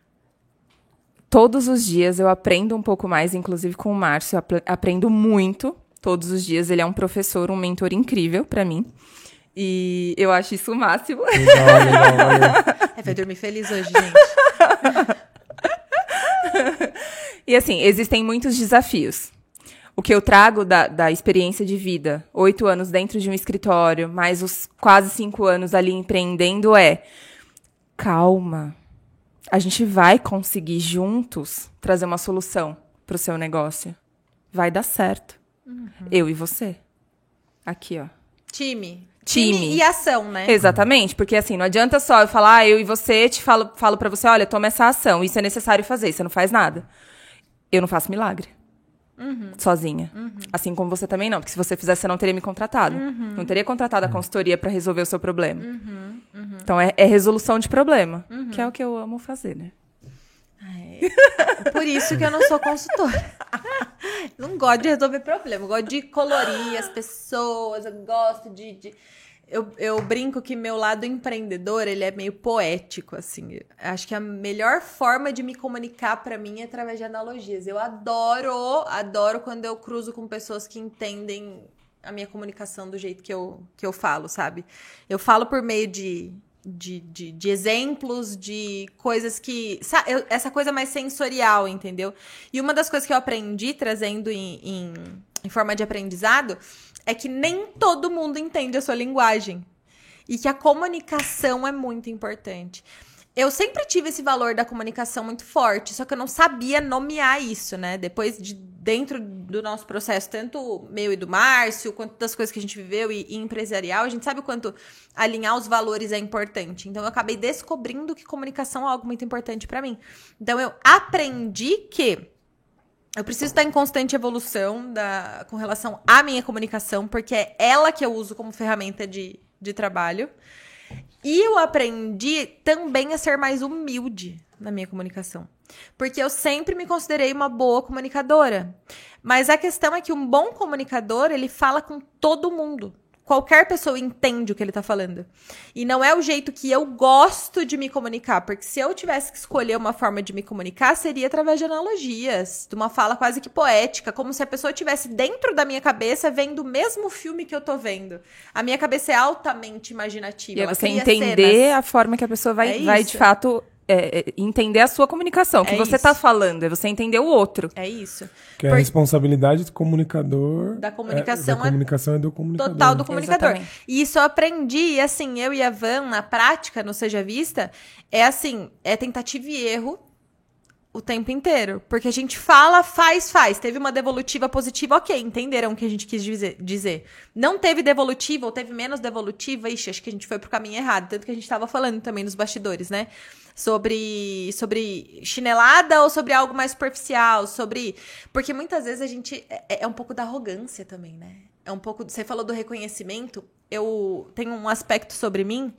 Speaker 3: Todos os dias eu aprendo um pouco mais, inclusive com o Márcio, eu ap- aprendo muito. Todos os dias ele é um professor, um mentor incrível pra mim. E eu acho isso o máximo.
Speaker 2: Legal, legal, valeu.
Speaker 1: É, vai dormir feliz hoje, gente.
Speaker 3: E assim, existem muitos desafios. O que eu trago da, da experiência de vida, oito anos dentro de um escritório, mais os quase cinco anos ali empreendendo, é calma. A gente vai conseguir juntos trazer uma solução para o seu negócio. Vai dar certo. Uhum. Eu e você. Aqui, ó.
Speaker 1: Time.
Speaker 3: Time.
Speaker 1: Time e ação, né?
Speaker 3: Exatamente, porque assim, não adianta só eu falar, ah, eu e você, te falo, falo pra você, olha, toma essa ação, isso é necessário fazer, você não faz nada. Eu não faço milagre. Uhum. Sozinha. Uhum. Assim como você também não, porque se você fizesse, você não teria me contratado. Uhum. Não teria contratado a consultoria pra resolver o seu problema. Uhum. Uhum. Então, é, é resolução de problema, uhum. que é o que eu amo fazer, né?
Speaker 1: É. Por isso que eu não sou consultora. Não gosto de resolver problema, eu gosto de colorir as pessoas, eu gosto de... de... Eu, eu brinco que meu lado empreendedor, ele é meio poético, assim. Acho que a melhor forma de me comunicar pra mim é através de analogias. Eu adoro, adoro quando eu cruzo com pessoas que entendem a minha comunicação do jeito que eu, que eu falo, sabe? Eu falo por meio de... De, de, de exemplos, de coisas que... Sabe, eu, essa coisa mais sensorial, entendeu? E uma das coisas que eu aprendi, trazendo em, em, em forma de aprendizado, é que nem todo mundo entende a sua linguagem. E que a comunicação é muito importante. Eu sempre tive esse valor da comunicação muito forte, só que eu não sabia nomear isso, né? Depois de dentro do nosso processo, tanto meu e do Márcio, quanto das coisas que a gente viveu e, e empresarial, a gente sabe o quanto alinhar os valores é importante. Então, eu acabei descobrindo que comunicação é algo muito importante pra mim. Então, eu aprendi que eu preciso estar em constante evolução da, com relação à minha comunicação, porque é ela que eu uso como ferramenta de, de trabalho. E eu aprendi também a ser mais humilde na minha comunicação. Porque eu sempre me considerei uma boa comunicadora. Mas a questão é que um bom comunicador, ele fala com todo mundo. Qualquer pessoa entende o que ele tá falando. E não é o jeito que eu gosto de me comunicar. Porque se eu tivesse que escolher uma forma de me comunicar, seria através de analogias. De uma fala quase que poética. Como se a pessoa estivesse dentro da minha cabeça vendo o mesmo filme que eu tô vendo. A minha cabeça é altamente imaginativa.
Speaker 3: E é você entender cenas. A forma que a pessoa vai, é vai de fato... É, é, entender a sua comunicação, o que é você está falando, é você entender o outro.
Speaker 1: É isso.
Speaker 2: Que é a responsabilidade do comunicador.
Speaker 1: Da comunicação.
Speaker 2: É, da comunicação é, é do comunicador.
Speaker 1: Total do comunicador.
Speaker 3: Exatamente.
Speaker 1: E isso eu aprendi, e assim, eu e a Van, na prática, no Seja Vista, é assim, é tentativa e erro o tempo inteiro. Porque a gente fala, faz, faz. Teve uma devolutiva positiva, ok, entenderam o que a gente quis dizer. Não teve devolutiva, ou teve menos devolutiva, ixi, acho que a gente foi pro caminho errado. Tanto que a gente tava falando também nos bastidores, né? Sobre, sobre chinelada ou sobre algo mais superficial, sobre... Porque muitas vezes a gente... É, é um pouco da arrogância também, né? É um pouco... Você falou do reconhecimento. Eu tenho um aspecto sobre mim...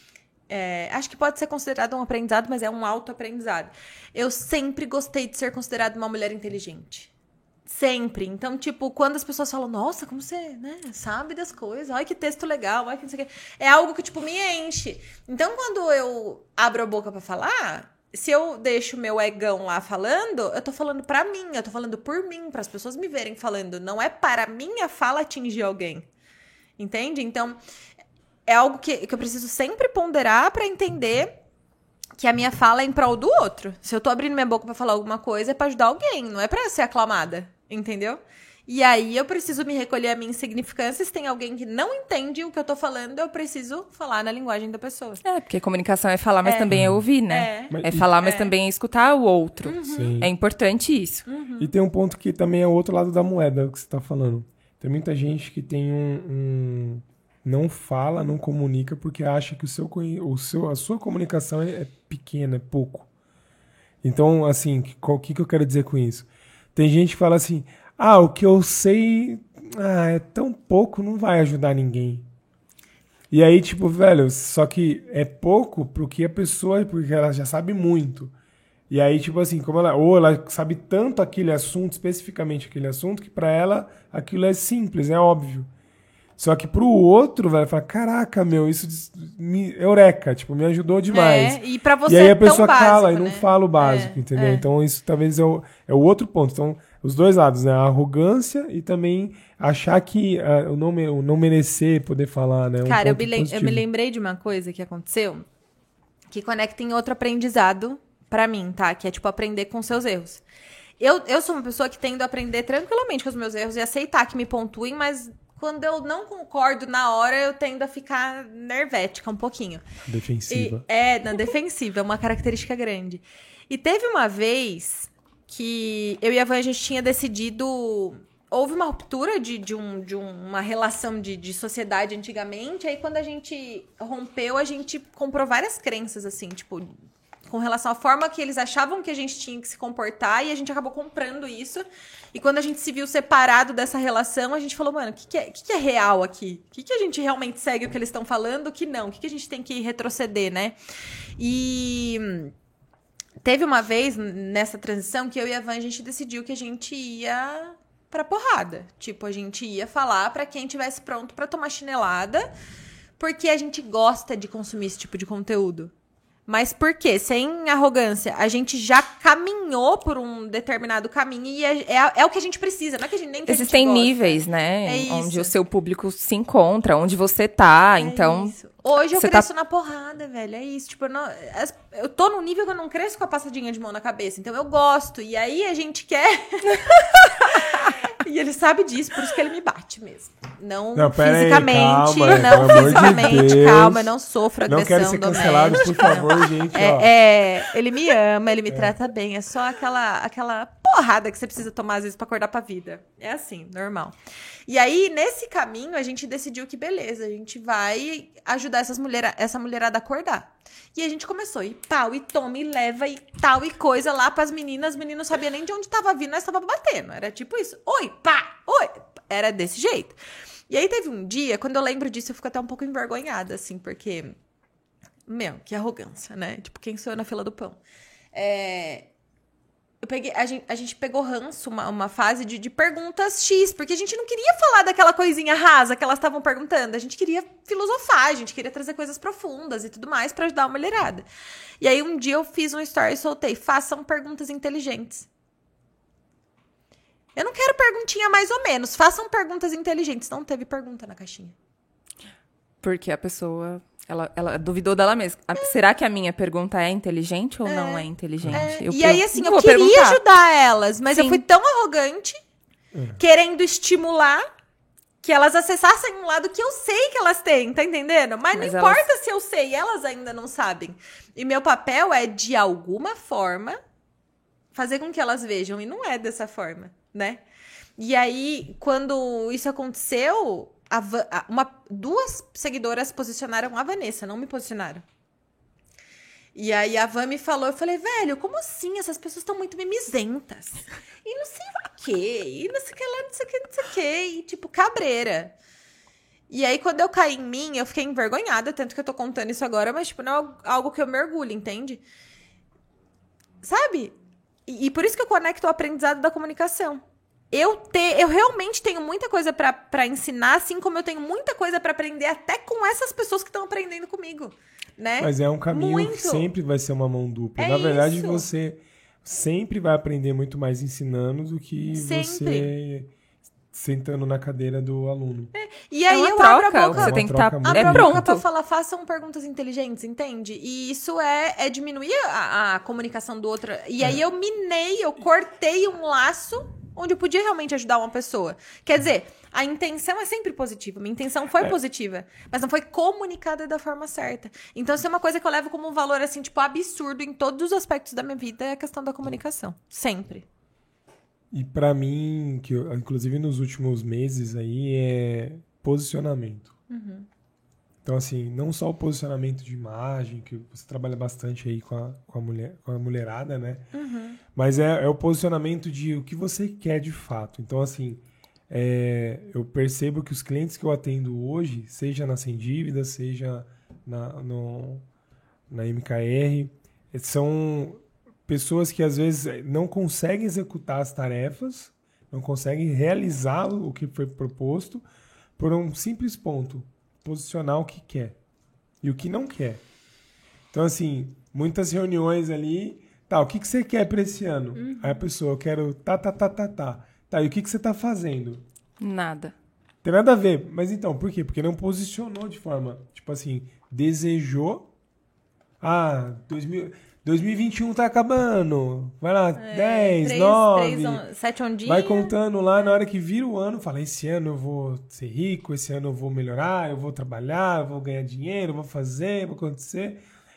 Speaker 1: É, acho que pode ser considerado um aprendizado, mas é um autoaprendizado. Eu sempre gostei de ser considerada uma mulher inteligente. Sempre. Então, tipo, quando as pessoas falam, nossa, como você, né, sabe das coisas, olha que texto legal, olha que não sei o que. É algo que, tipo, me enche. Então, quando eu abro a boca pra falar, se eu deixo o meu egão lá falando, eu tô falando pra mim, eu tô falando por mim, para as pessoas me verem falando. Não é para minha fala atingir alguém. Entende? Então... É algo que, que eu preciso sempre ponderar pra entender que a minha fala é em prol do outro. Se eu tô abrindo minha boca pra falar alguma coisa, é pra ajudar alguém, não é pra ser aclamada, entendeu? E aí eu preciso me recolher a minha insignificância. Se tem alguém que não entende o que eu tô falando, eu preciso falar na linguagem da pessoa.
Speaker 3: É, porque comunicação é falar, mas é. também é ouvir, né? É, é falar, mas é. também é escutar o outro.
Speaker 2: Uhum.
Speaker 3: É importante isso.
Speaker 2: Uhum. E tem um ponto que também é o outro lado da moeda, que você tá falando. Tem muita gente que tem um... um... não fala, não comunica, porque acha que o seu, o seu, a sua comunicação é, é pequena, é pouco. Então, assim, o que, que eu quero dizer com isso? Tem gente que fala assim, ah, o que eu sei ah, é tão pouco, não vai ajudar ninguém. E aí, tipo, velho, só que é pouco pro que a pessoa, porque ela já sabe muito. E aí, tipo assim, como ela, ou ela sabe tanto aquele assunto, especificamente aquele assunto, que pra ela aquilo é simples, é óbvio. Só que pro outro, velho, fala, caraca, meu, isso me eureka, tipo, me ajudou demais.
Speaker 1: É, e pra você
Speaker 2: e aí
Speaker 1: é
Speaker 2: a pessoa
Speaker 1: tão
Speaker 2: cala
Speaker 1: básico,
Speaker 2: e não
Speaker 1: né?
Speaker 2: fala o básico,
Speaker 1: é,
Speaker 2: entendeu?
Speaker 1: É.
Speaker 2: Então isso talvez é o, é o outro ponto. Então, os dois lados, né? A arrogância e também achar que uh, o, não, o não merecer poder falar, né? Um
Speaker 1: Cara, eu
Speaker 2: ponto
Speaker 1: me, lem- eu me lembrei de uma coisa que aconteceu que conecta em outro aprendizado pra mim, tá? Que é, tipo, aprender com seus erros. Eu, eu sou uma pessoa que tendo a aprender tranquilamente com os meus erros e aceitar que me pontuem, mas... Quando eu não concordo na hora, eu tendo a ficar nervética um pouquinho.
Speaker 2: Defensiva.
Speaker 1: E, é, na defensiva, é uma característica grande. E teve uma vez que eu e a Van, a gente tinha decidido houve uma ruptura de, de, um, de um, uma relação de, de sociedade antigamente. Aí, quando a gente rompeu, a gente comprou várias crenças, assim, tipo, com relação à forma que eles achavam que a gente tinha que se comportar. E a gente acabou comprando isso. E quando a gente se viu separado dessa relação, a gente falou, mano, o que, que, é, que, que é real aqui? O que, que a gente realmente segue o que eles estão falando, o que não? O que, que a gente tem que retroceder, né? E... Teve uma vez, nessa transição, que eu e a Van, a gente decidiu que a gente ia pra porrada. Tipo, a gente ia falar pra quem tivesse pronto pra tomar chinelada, porque a gente gosta de consumir esse tipo de conteúdo. Mas por quê? Sem arrogância. A gente já caminhou por um determinado caminho e é, é, é o que a gente precisa, não é que a gente nem que
Speaker 3: Existem
Speaker 1: a gente
Speaker 3: níveis, né?
Speaker 1: É
Speaker 3: onde
Speaker 1: isso.
Speaker 3: o seu público se encontra, onde você tá,
Speaker 1: É
Speaker 3: então...
Speaker 1: isso. Hoje eu
Speaker 3: você
Speaker 1: cresço
Speaker 3: tá...
Speaker 1: na porrada, velho. É isso. Tipo, eu, não, eu tô num nível que eu não cresço com a passadinha de mão na cabeça. Então eu gosto. E aí a gente quer... E ele sabe disso, por isso que ele me bate mesmo. Não,
Speaker 2: não
Speaker 1: fisicamente,
Speaker 2: aí, calma,
Speaker 1: não
Speaker 2: pelo
Speaker 1: fisicamente,
Speaker 2: amor de Deus.
Speaker 1: calma, eu não sofro agressão
Speaker 2: Não quero ser cancelado,
Speaker 1: doméstica.
Speaker 2: por favor, gente.
Speaker 1: É,
Speaker 2: ó.
Speaker 1: é, ele me ama, ele me é. trata bem. É só aquela, aquela porrada que você precisa tomar, às vezes, pra acordar pra vida. É assim, normal. E aí, nesse caminho, a gente decidiu que, beleza, a gente vai ajudar essas mulher, essa mulherada a acordar. E a gente começou, e tal, e toma, e leva, e tal, e coisa lá pras meninas. As meninas não sabiam nem de onde tava vindo, nós tava batendo. Era tipo isso. Oi, pá, oi. Era desse jeito. E aí teve um dia, quando eu lembro disso, eu fico até um pouco envergonhada, assim, porque... Meu, que arrogância, né? Tipo, quem sou eu na fila do pão? É... Eu peguei, a, gente, a gente pegou ranço, uma, uma fase de, de perguntas X, porque a gente não queria falar daquela coisinha rasa que elas estavam perguntando. A gente queria filosofar, a gente queria trazer coisas profundas e tudo mais pra ajudar a mulherada. E aí um dia eu fiz um story e soltei, façam perguntas inteligentes. Eu não quero perguntinha mais ou menos, façam perguntas inteligentes. Não teve pergunta na caixinha.
Speaker 3: Porque a pessoa, ela, ela duvidou dela mesma. A, é. Será que a minha pergunta é inteligente ou é. não é inteligente?
Speaker 1: É.
Speaker 3: Eu,
Speaker 1: e
Speaker 3: eu,
Speaker 1: aí, assim, eu,
Speaker 3: eu
Speaker 1: queria
Speaker 3: perguntar.
Speaker 1: ajudar elas, mas Sim. eu fui tão arrogante,
Speaker 2: é.
Speaker 1: querendo estimular, que elas acessassem um lado que eu sei que elas têm, tá entendendo? Mas, mas não elas... importa se eu sei, elas ainda não sabem. E meu papel é, de alguma forma, fazer com que elas vejam. E não é dessa forma, né? E aí, quando isso aconteceu... A Van, uma, duas seguidoras posicionaram a Vanessa, não me posicionaram. E aí a Van me falou, eu falei, velho, como assim? Essas pessoas estão muito mimizentas. E não sei o quê, e não sei o que lá, não sei o que, não sei o quê. E tipo, cabreira. E aí quando eu caí em mim, eu fiquei envergonhada, tanto que eu tô contando isso agora, mas tipo, não é algo que eu me orgulho, entende? Sabe? E, e por isso que eu conecto o aprendizado da comunicação. Eu, te, eu realmente tenho muita coisa pra, pra ensinar, assim como eu tenho muita coisa pra aprender até com essas pessoas que estão aprendendo comigo, né?
Speaker 2: Mas é um caminho
Speaker 1: muito.
Speaker 2: que sempre vai ser uma mão dupla.
Speaker 1: É
Speaker 2: Na verdade,
Speaker 1: isso.
Speaker 2: você sempre vai aprender muito mais ensinando do que sempre. Você sentando na cadeira do aluno.
Speaker 1: É. E aí
Speaker 3: é
Speaker 1: eu
Speaker 3: troca,
Speaker 1: abro a boca,
Speaker 3: você tem que estar
Speaker 1: tá,
Speaker 3: é pronto
Speaker 1: pra falar, façam perguntas inteligentes, entende? E isso é, é diminuir a, a comunicação do outro. E aí é. eu minei, eu cortei um laço onde eu podia realmente ajudar uma pessoa. Quer dizer, a intenção é sempre positiva. Minha intenção foi é. positiva, mas não foi comunicada da forma certa. Então, isso é uma coisa que eu levo como um valor, assim, tipo, absurdo em todos os aspectos da minha vida, é a questão da comunicação. Sempre.
Speaker 2: E pra mim, que eu, inclusive nos últimos meses aí, é posicionamento.
Speaker 1: Uhum.
Speaker 2: Então, assim, não só o posicionamento de imagem, que você trabalha bastante aí com a, com a, mulher, com a mulherada, né?
Speaker 1: Uhum.
Speaker 2: Mas é, é o posicionamento de o que você quer de fato. Então, assim, é, eu percebo que os clientes que eu atendo hoje, seja na Sem Dívida, seja na, no, na M K R, são pessoas que às vezes não conseguem executar as tarefas, não conseguem realizar o que foi proposto por um simples ponto. Posicionar o que quer e o que não quer. Então, assim, muitas reuniões ali, tá, o que, que você quer para esse ano? Uhum. Aí a pessoa, eu quero tá, tá, tá, tá, tá. Tá, e o que, que você tá fazendo?
Speaker 3: Nada.
Speaker 2: Tem nada a ver. Mas então, por quê? Porque não posicionou de forma, tipo assim, desejou, ah, dois mil, dois mil e vinte e um tá acabando, vai lá, é, dez, três, nove,
Speaker 1: três on, sete ondinhas.
Speaker 2: Vai contando lá, na hora que vira o ano, fala, esse ano eu vou ser rico, esse ano eu vou melhorar, eu vou trabalhar, eu vou ganhar dinheiro, eu vou fazer, vai acontecer.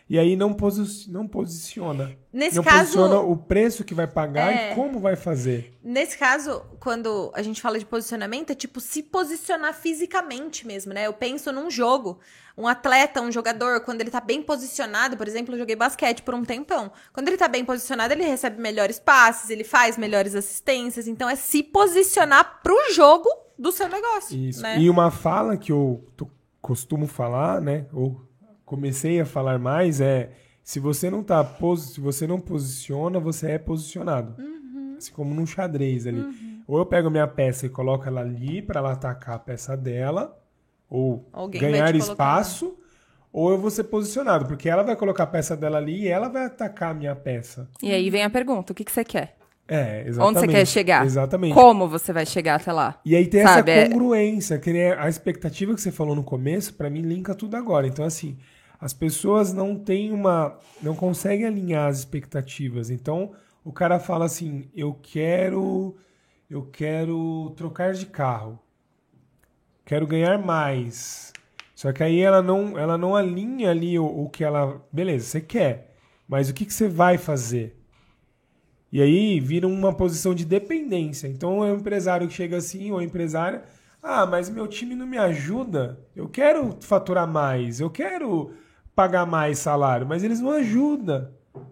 Speaker 2: e aí não, posi- não posiciona.
Speaker 1: Nesse
Speaker 2: não
Speaker 1: caso,
Speaker 2: posiciona o preço que vai pagar
Speaker 1: é,
Speaker 2: e como vai fazer.
Speaker 1: Nesse caso, quando a gente fala de posicionamento, é tipo se posicionar fisicamente mesmo, né? Eu penso num jogo, um atleta, um jogador, quando ele tá bem posicionado, por exemplo, eu joguei basquete por um tempão. Quando ele tá bem posicionado, ele recebe melhores passes, ele faz melhores assistências, então é se posicionar pro jogo do seu negócio.
Speaker 2: Isso.
Speaker 1: Né?
Speaker 2: E uma fala que eu tô, costumo falar, né? Ou comecei a falar mais é: se você não tá pos- se você não posiciona, você é posicionado. Uhum. Assim como num xadrez ali. Uhum. Ou eu pego a minha peça e coloco ela ali para ela atacar a peça dela, ou
Speaker 1: Alguém
Speaker 2: ganhar espaço, ou eu vou ser posicionado, porque ela vai colocar a peça dela ali e ela vai atacar a minha peça.
Speaker 3: E aí vem a pergunta: o que, que você quer?
Speaker 2: É, exatamente.
Speaker 3: Onde você quer chegar?
Speaker 2: Exatamente.
Speaker 3: Como você vai chegar até lá?
Speaker 2: E aí tem
Speaker 3: Sabe,
Speaker 2: essa
Speaker 3: é-
Speaker 2: congruência, que nem a expectativa que você falou no começo, pra mim linka tudo agora. Então, assim, as pessoas não têm uma. Não conseguem alinhar as expectativas. Então, o cara fala assim: eu quero. Eu quero trocar de carro. Quero ganhar mais. Só que aí ela não, ela não alinha ali o, o que ela. Beleza, você quer. Mas o que, que você vai fazer? E aí vira uma posição de dependência. Então é um empresário que chega assim, ou a empresária, ah, mas meu time não me ajuda. Eu quero faturar mais, eu quero pagar mais salário, mas eles não ajudam.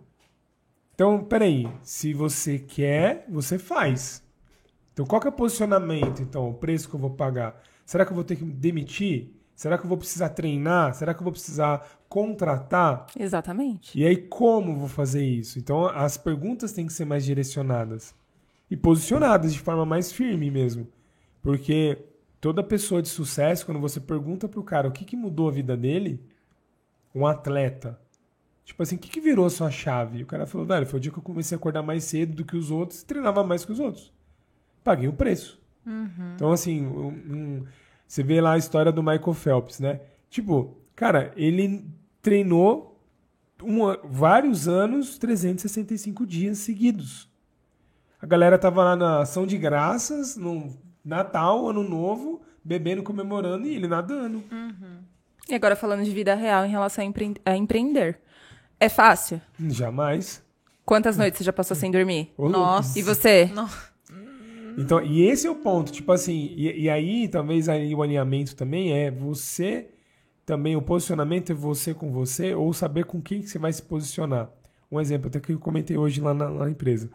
Speaker 2: Então, peraí, se você quer, você faz. Então qual que é o posicionamento, então, o preço que eu vou pagar? Será que eu vou ter que demitir? Será que eu vou precisar treinar? Será que eu vou precisar contratar?
Speaker 3: Exatamente.
Speaker 2: E aí, como eu vou fazer isso? Então, as perguntas têm que ser mais direcionadas. E posicionadas de forma mais firme mesmo. Porque toda pessoa de sucesso, quando você pergunta pro cara o que, que mudou a vida dele, um atleta, tipo assim, o que, que virou a sua chave? E o cara falou, velho, foi o dia que eu comecei a acordar mais cedo do que os outros e treinava mais que os outros. Paguei o preço. Uhum. Então, assim, um, um, você vê lá a história do Michael Phelps, né? Tipo, cara, ele treinou uma, vários anos, trezentos e sessenta e cinco dias seguidos. A galera tava lá na ação de graças, no Natal, Ano Novo, bebendo, comemorando e ele nadando.
Speaker 3: Uhum. E agora falando de vida real em relação a, empre- a empreender. É fácil?
Speaker 2: Jamais.
Speaker 3: Quantas noites você já passou sem dormir?
Speaker 2: Ô,
Speaker 1: Nossa.
Speaker 3: E você?
Speaker 1: Não.
Speaker 2: Então, e esse é o ponto, tipo assim, e, e aí talvez aí o alinhamento também é você, também o posicionamento é você com você, ou saber com quem que você vai se posicionar. Um exemplo, até que eu comentei hoje lá na, na empresa.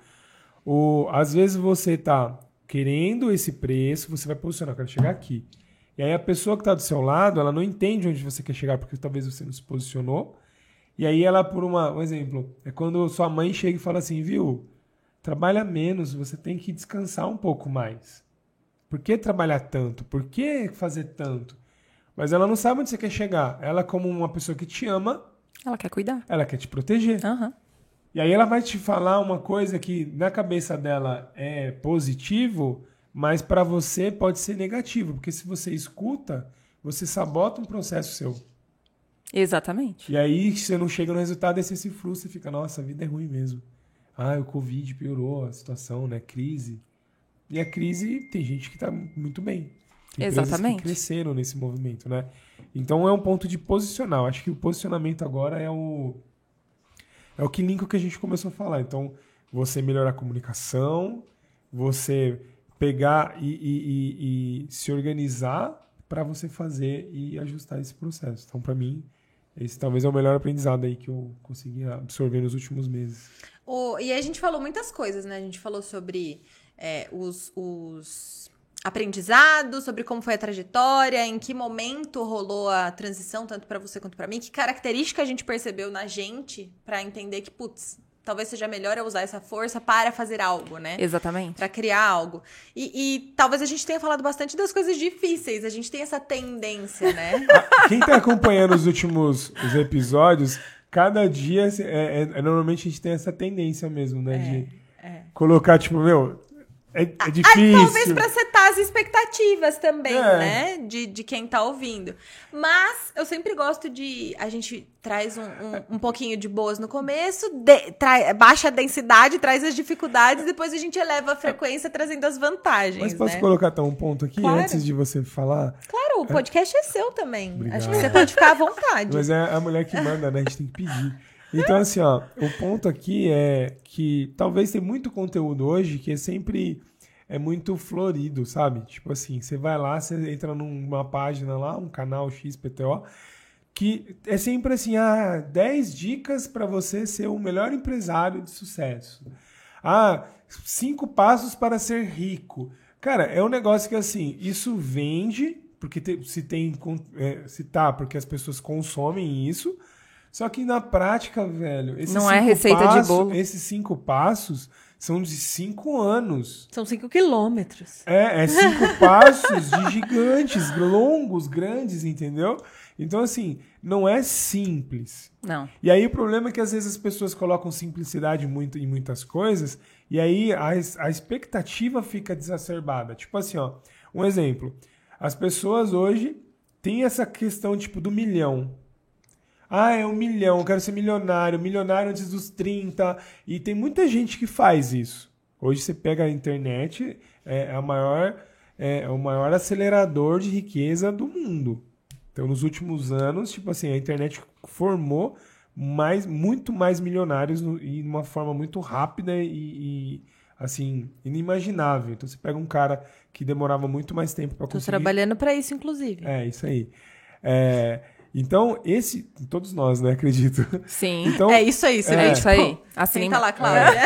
Speaker 2: O, às vezes você tá querendo esse preço, você vai posicionar, eu quero chegar aqui. E aí a pessoa que tá do seu lado, ela não entende onde você quer chegar, porque talvez você não se posicionou. E aí ela, por uma, um exemplo, é quando sua mãe chega e fala assim, viu, trabalha menos, você tem que descansar um pouco mais. Por que trabalhar tanto? Por que fazer tanto? Mas ela não sabe onde você quer chegar. Ela, como uma pessoa que te ama,
Speaker 3: Ela quer cuidar.
Speaker 2: ela quer te proteger.
Speaker 3: Aham.
Speaker 2: E aí ela vai te falar uma coisa que na cabeça dela é positivo, mas para você pode ser negativo. Porque se você escuta, você sabota um processo seu.
Speaker 3: Exatamente.
Speaker 2: E aí você não chega no resultado e você se frustra e fica, nossa, a vida é ruim mesmo. Ah, o Covid piorou a situação, né? Crise. E a crise tem gente que tá muito bem. Tem empresas
Speaker 3: Exatamente.
Speaker 2: que cresceram nesse movimento, né? Então é um ponto de posicionar. Eu acho que o posicionamento agora é o é o que linka o que a gente começou a falar. Então, você melhorar a comunicação, você pegar e, e, e, e se organizar para você fazer e ajustar esse processo. Então, para mim, esse talvez é o melhor aprendizado aí que eu consegui absorver nos últimos meses.
Speaker 1: O, e aí a gente falou muitas coisas, né? A gente falou sobre é, os, os aprendizados, sobre como foi a trajetória, em que momento rolou a transição, tanto pra você quanto pra mim, que característica a gente percebeu na gente pra entender que, putz, talvez seja melhor eu usar essa força para fazer algo, né?
Speaker 3: Exatamente.
Speaker 1: Pra criar algo. E, e talvez a gente tenha falado bastante das coisas difíceis, a gente tem essa tendência, né?
Speaker 2: Quem tá acompanhando os últimos os episódios, cada dia, é, é, é, normalmente a gente tem essa tendência mesmo, né?
Speaker 1: É,
Speaker 2: de
Speaker 1: é.
Speaker 2: colocar, tipo, meu, é, é
Speaker 1: Ah,
Speaker 2: difícil.
Speaker 1: talvez pra setar as expectativas também,
Speaker 2: É.
Speaker 1: né? De, de quem tá ouvindo. Mas eu sempre gosto de... A gente traz um, um, um pouquinho de boas no começo, de, tra, baixa a densidade, traz as dificuldades, depois a gente eleva a frequência trazendo as vantagens,
Speaker 2: Mas posso
Speaker 1: né?
Speaker 2: colocar até um ponto aqui,
Speaker 1: Claro.
Speaker 2: antes de você falar?
Speaker 1: Claro, o podcast é seu também.
Speaker 2: Obrigado.
Speaker 1: Acho que você pode ficar à vontade.
Speaker 2: Mas é a mulher que manda, né? A gente tem que pedir. Então, assim, ó, o ponto aqui é que talvez tem muito conteúdo hoje que é sempre é muito florido, sabe? Tipo assim, você vai lá, você entra numa página lá, um canal X P T O, que é sempre assim, ah, dez dicas para você ser o melhor empresário de sucesso. Ah, cinco passos para ser rico. Cara, é um negócio que, assim, isso vende, porque te, se tem, é, se tá, porque as pessoas consomem isso, só que na prática, velho, esses
Speaker 3: Não é
Speaker 2: cinco
Speaker 3: receita
Speaker 2: passos,
Speaker 3: de bolo.
Speaker 2: esses cinco passos são de cinco anos.
Speaker 1: São cinco quilômetros.
Speaker 2: É, é cinco passos de gigantes, longos, grandes, entendeu? Então, assim, não é simples.
Speaker 3: Não.
Speaker 2: E aí o problema é que às vezes as pessoas colocam simplicidade muito, em muitas coisas e aí a, a expectativa fica exacerbada. Tipo assim, ó, um exemplo. As pessoas hoje têm essa questão tipo do milhão. Ah, é um milhão, eu quero ser milionário, milionário antes dos trinta. E tem muita gente que faz isso. Hoje você pega a internet, é, a maior, é, é o maior acelerador de riqueza do mundo. Então, nos últimos anos, tipo assim, a internet formou mais, muito mais milionários no, e de uma forma muito rápida e, e, assim, inimaginável. Então, você pega um cara que demorava muito mais tempo para
Speaker 1: Tô
Speaker 2: conseguir...
Speaker 1: trabalhando pra isso, inclusive.
Speaker 2: É, isso aí. É, então, esse... Todos nós, né, acredito.
Speaker 3: Sim.
Speaker 2: Então,
Speaker 1: É isso aí, você
Speaker 3: É
Speaker 1: vê,
Speaker 3: isso
Speaker 1: tipo,
Speaker 3: aí. Assina
Speaker 1: senta lá,
Speaker 3: embaixo.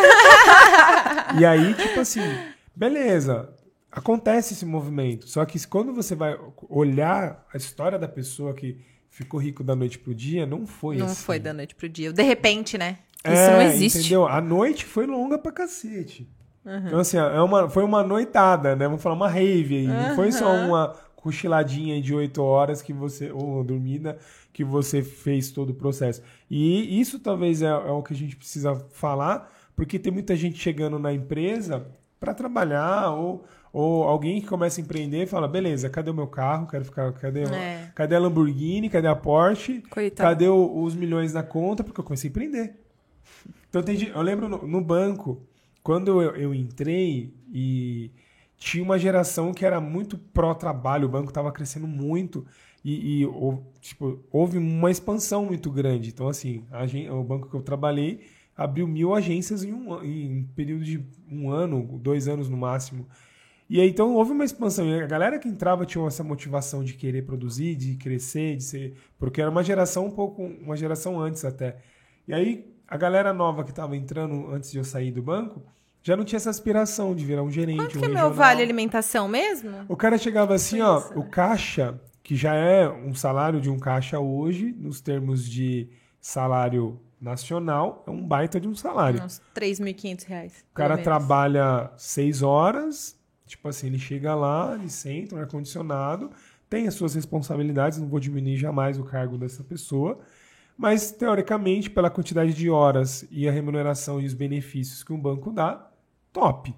Speaker 1: Cláudia.
Speaker 2: E aí, tipo assim, beleza, acontece esse movimento. Só que quando você vai olhar a história da pessoa que ficou rico da noite pro dia, não foi
Speaker 1: Não
Speaker 2: assim.
Speaker 1: foi da noite pro dia. De repente, né?
Speaker 3: Isso não existe.
Speaker 2: Entendeu? A noite foi longa pra cacete. Então, assim, é uma, foi uma noitada, né? Vamos falar uma rave aí. Não foi só uma cochiladinha de oito horas que você, ou dormida, que você fez todo o processo. E isso talvez é, é o que a gente precisa falar, porque tem muita gente chegando na empresa para trabalhar, ou, ou alguém que começa a empreender e fala, beleza, cadê o meu carro? Quero ficar, cadê,
Speaker 1: É.
Speaker 2: cadê a Lamborghini? Cadê a Porsche?
Speaker 3: Coitado.
Speaker 2: Cadê o- os milhões na conta? Porque eu comecei a empreender. Então, tem, gente- eu lembro no, no banco, quando eu, eu entrei e tinha uma geração que era muito pró-trabalho, o banco estava crescendo muito e, e houve, tipo, houve uma expansão muito grande. Então, assim, a agen- o banco que eu trabalhei abriu mil agências em um, an- em um período de um ano, dois anos no máximo. E aí, então, houve uma expansão. E a galera que entrava tinha essa motivação de querer produzir, de crescer, de ser... Porque era uma geração um pouco... Uma geração antes até. E aí, a galera nova que estava entrando antes de eu sair do banco já não tinha essa aspiração de virar um gerente,
Speaker 1: Quanto
Speaker 2: um
Speaker 1: que é meu
Speaker 2: regional.
Speaker 1: vale alimentação mesmo?
Speaker 2: O cara chegava assim, ó,
Speaker 1: Isso, né?
Speaker 2: o caixa, que já é um salário de um caixa hoje, nos termos de salário nacional, é um baita de um salário.
Speaker 1: Uns três mil e quinhentos reais.
Speaker 2: O cara
Speaker 1: pelo menos.
Speaker 2: trabalha seis horas, tipo assim, ele chega lá, ele senta, no ar-condicionado, tem as suas responsabilidades, não vou diminuir jamais o cargo dessa pessoa, mas, teoricamente, pela quantidade de horas e a remuneração e os benefícios que um banco dá, top.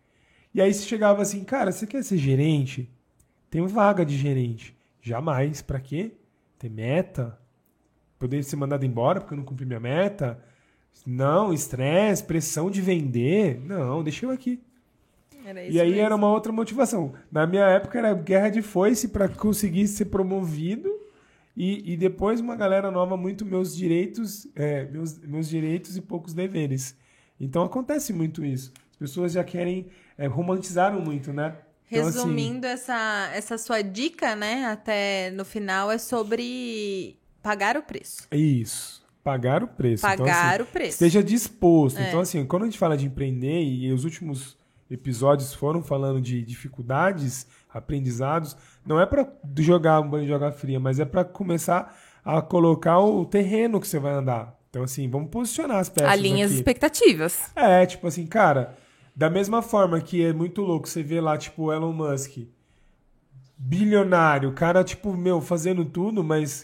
Speaker 2: E aí você chegava assim, cara, você quer ser gerente? Tem vaga de gerente. Jamais. Pra quê? Ter meta? Poder ser mandado embora porque eu não cumpri minha meta? Não, estresse, pressão de vender. Não, deixa eu aqui.
Speaker 1: Era
Speaker 2: E
Speaker 1: isso
Speaker 2: aí
Speaker 1: mesmo.
Speaker 2: era uma outra motivação. Na minha época era guerra de foice para conseguir ser promovido e, e depois uma galera nova muito meus direitos, é, meus, meus direitos e poucos deveres. Então acontece muito isso. As pessoas já querem, é, romantizaram muito, né? Então, assim,
Speaker 1: Resumindo, essa, essa sua dica, né, até no final, é sobre pagar o preço.
Speaker 2: é isso. Pagar o preço. Então,
Speaker 1: Pagar
Speaker 2: assim,
Speaker 1: o preço.
Speaker 2: esteja disposto.
Speaker 1: É.
Speaker 2: Então, assim, quando a gente fala de empreender, e os últimos episódios foram falando de dificuldades, aprendizados, não é para jogar um banho de água fria, mas é para começar a colocar o terreno que você vai andar. Então, assim, vamos posicionar as peças
Speaker 3: Alinha as
Speaker 2: aqui.
Speaker 3: expectativas.
Speaker 2: É, tipo assim, cara, da mesma forma que é muito louco você vê lá, tipo, o Elon Musk, bilionário, o cara, tipo, meu, fazendo tudo, mas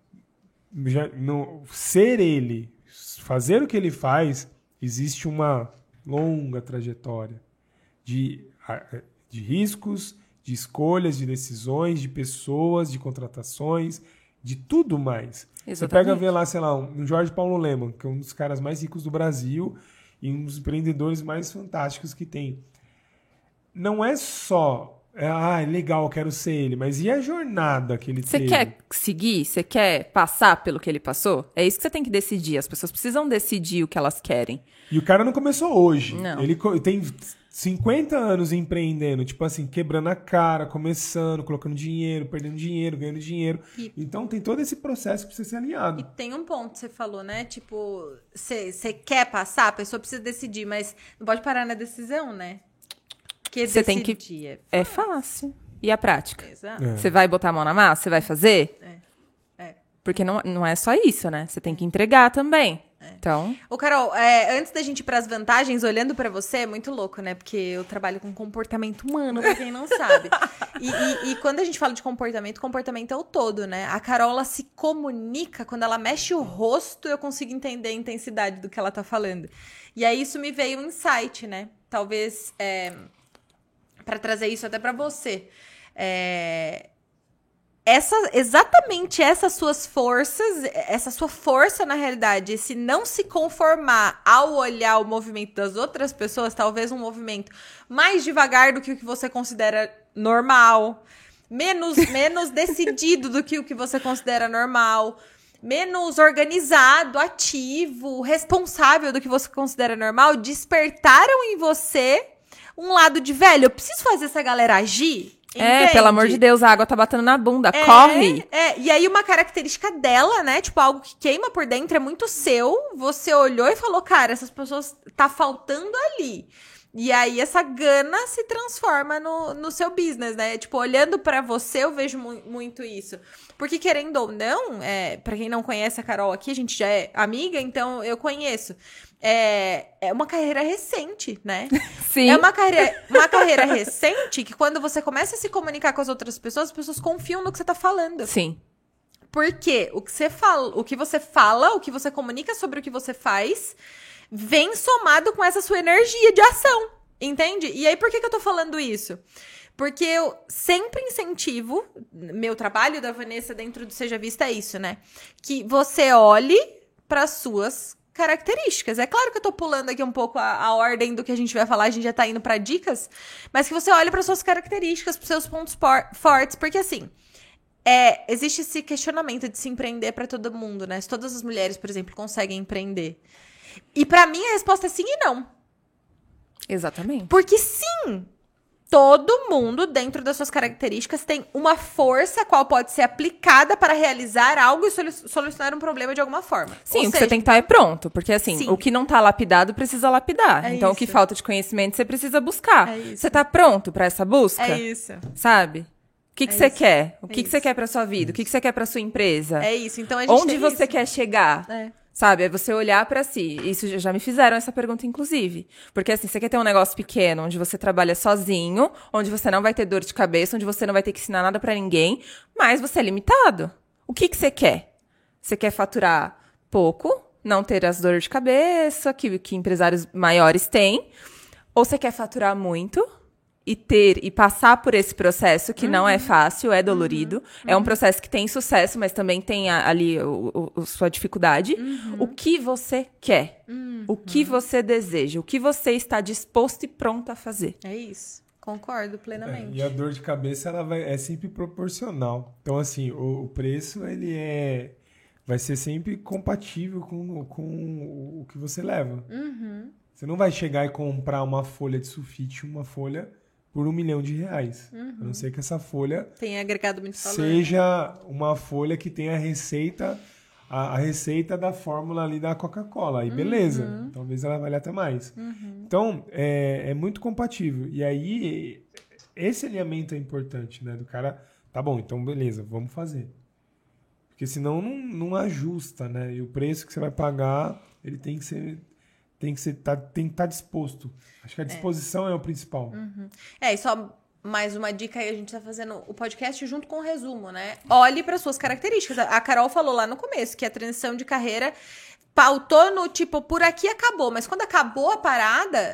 Speaker 2: já, não, ser ele, fazer o que ele faz, existe uma longa trajetória de a- de riscos, de escolhas, de decisões, de pessoas, de contratações, de tudo mais.
Speaker 3: Exatamente.
Speaker 2: Você pega ver lá, sei lá, um Jorge Paulo Lemann, que é um dos caras mais ricos do Brasil e um dos empreendedores mais fantásticos que tem. Não é só... Ah, legal, eu quero ser ele. Mas e a jornada que ele
Speaker 3: Você
Speaker 2: teve?
Speaker 3: quer seguir? Você quer passar pelo que ele passou? É isso que você tem que decidir. As pessoas precisam decidir o que elas querem.
Speaker 2: E o cara não começou hoje.
Speaker 3: Não.
Speaker 2: Ele co- tem cinquenta anos empreendendo. Tipo assim, quebrando a cara, começando, colocando dinheiro, perdendo dinheiro, ganhando dinheiro.
Speaker 1: E-
Speaker 2: Então tem todo esse processo que precisa ser alinhado.
Speaker 1: E tem um ponto que você falou, né? Tipo, você quer passar, a pessoa precisa decidir, mas não pode parar na decisão, né? Porque
Speaker 3: Você tem que-
Speaker 1: decidir é
Speaker 3: É fácil. E a prática?
Speaker 1: Exato.
Speaker 2: É.
Speaker 3: Você vai botar a mão na massa? Você vai fazer?
Speaker 1: É. É.
Speaker 3: Porque não, não é só isso, né? Você tem que entregar também. Então,
Speaker 1: Ô, Carol, é, antes da gente ir pras vantagens, olhando pra você, é muito louco, né? Porque eu trabalho com comportamento humano, pra quem não sabe. E, e- e quando a gente fala de comportamento, comportamento é o todo, né? A Carol, ela se comunica, quando ela mexe o rosto, eu consigo entender a intensidade do que ela tá falando. E aí isso me veio um insight, né? Talvez, é, pra trazer isso até pra você. É... Essa, exatamente essas suas forças, essa sua força na realidade, esse não se conformar ao olhar o movimento das outras pessoas, talvez um movimento mais devagar do que o que você considera normal, menos, menos decidido do que o que você considera normal, menos organizado, ativo, responsável do que você considera normal, despertaram em você um lado de, velho, eu preciso fazer essa galera agir.
Speaker 3: é,
Speaker 1: Entende?
Speaker 3: pelo amor de Deus, a água tá batendo na bunda.
Speaker 1: É,
Speaker 3: Corre!
Speaker 1: É, e aí uma característica dela, né? Tipo, algo que queima por dentro é muito seu. Você olhou e falou, cara, essas pessoas tá faltando ali. E aí essa gana se transforma no, no seu business, né? Tipo, olhando pra você, eu vejo mu- muito isso. Porque querendo ou não, é, para quem não conhece a Carol aqui, a gente já é amiga, então eu conheço. É, é uma carreira recente, né?
Speaker 3: Sim.
Speaker 1: É uma carreira, uma carreira recente que quando você começa a se comunicar com as outras pessoas, as pessoas confiam no que você tá falando.
Speaker 3: Sim.
Speaker 1: Porque o que você fala, o que você fala, o que você comunica sobre o que você faz, vem somado com essa sua energia de ação, entende? E aí, por que, que eu tô falando isso? Porque eu sempre incentivo, meu trabalho da Vanessa dentro do Seja Vista é isso, né? Que você olhe para as suas características. É claro que eu tô pulando aqui um pouco a, a ordem do que a gente vai falar, a gente já tá indo para dicas, mas que você olhe para suas características, para seus pontos por, fortes, porque assim, é, existe esse questionamento de se empreender para todo mundo, né? Se todas as mulheres, por exemplo, conseguem empreender. E pra mim a resposta é sim e não.
Speaker 3: Exatamente.
Speaker 1: Porque sim, todo mundo, dentro das suas características, tem uma força a qual pode ser aplicada para realizar algo e solu- solucionar um problema de alguma forma.
Speaker 3: Sim,
Speaker 1: Ou
Speaker 3: o que
Speaker 1: seja,
Speaker 3: você tem que estar é pronto. Porque, assim,
Speaker 1: Sim.
Speaker 3: o que não tá lapidado precisa lapidar.
Speaker 1: É
Speaker 3: então,
Speaker 1: isso.
Speaker 3: o que falta de conhecimento, você precisa buscar.
Speaker 1: É isso.
Speaker 3: Você tá pronto pra essa busca?
Speaker 1: É isso.
Speaker 3: Sabe? O que, que
Speaker 1: É
Speaker 3: você
Speaker 1: isso.
Speaker 3: quer? O
Speaker 1: É
Speaker 3: que, que você
Speaker 1: isso.
Speaker 3: quer pra sua vida? O que, que você quer pra sua empresa?
Speaker 1: É isso. Então a gente
Speaker 3: Onde
Speaker 1: tem
Speaker 3: você
Speaker 1: isso.
Speaker 3: quer chegar?
Speaker 1: É.
Speaker 3: Sabe? É você olhar pra si. Isso já- já me fizeram essa pergunta, inclusive. Porque, assim, você quer ter um negócio pequeno, onde você trabalha sozinho, onde você não vai ter dor de cabeça, onde você não vai ter que ensinar nada pra ninguém, mas você é limitado. O que, que você quer? Você quer faturar pouco, não ter as dores de cabeça que, que empresários maiores têm, ou você quer faturar muito e ter e passar por esse processo que não é fácil, é dolorido. É um processo que tem sucesso, mas também tem a- ali o, o- o- sua dificuldade. O que você quer? O que você deseja? O que você está disposto e pronto a fazer?
Speaker 1: É isso. Concordo
Speaker 2: É,
Speaker 1: plenamente.
Speaker 2: e a dor de cabeça ela vai, é sempre proporcional. Então, assim, o, o preço ele é, vai ser sempre compatível com, com o que você leva.
Speaker 1: Uhum.
Speaker 2: Você não vai chegar e comprar uma folha de sulfite, uma folha por um milhão de reais.
Speaker 1: Uhum.
Speaker 2: A não ser que essa folha
Speaker 1: Tem agregado muito valor.
Speaker 2: seja uma folha que tenha a receita, a, a receita da fórmula ali da Coca-Cola. Aí beleza,
Speaker 1: Uhum.
Speaker 2: talvez ela valha até mais. Então, é, é muito compatível. E aí, esse alinhamento é importante, né? Do cara, tá bom, então beleza, vamos fazer. Porque senão não, não ajusta, né? E o preço que você vai pagar, ele tem que ser... Tem que ser, tá, tem que estar disposto. Acho que a disposição é, é o principal.
Speaker 1: É, e só mais uma dica aí, a gente tá fazendo o podcast junto com o resumo, né? Olhe para suas características. A Carol falou lá no começo que a transição de carreira pautou no tipo, por aqui acabou. Mas quando acabou a parada,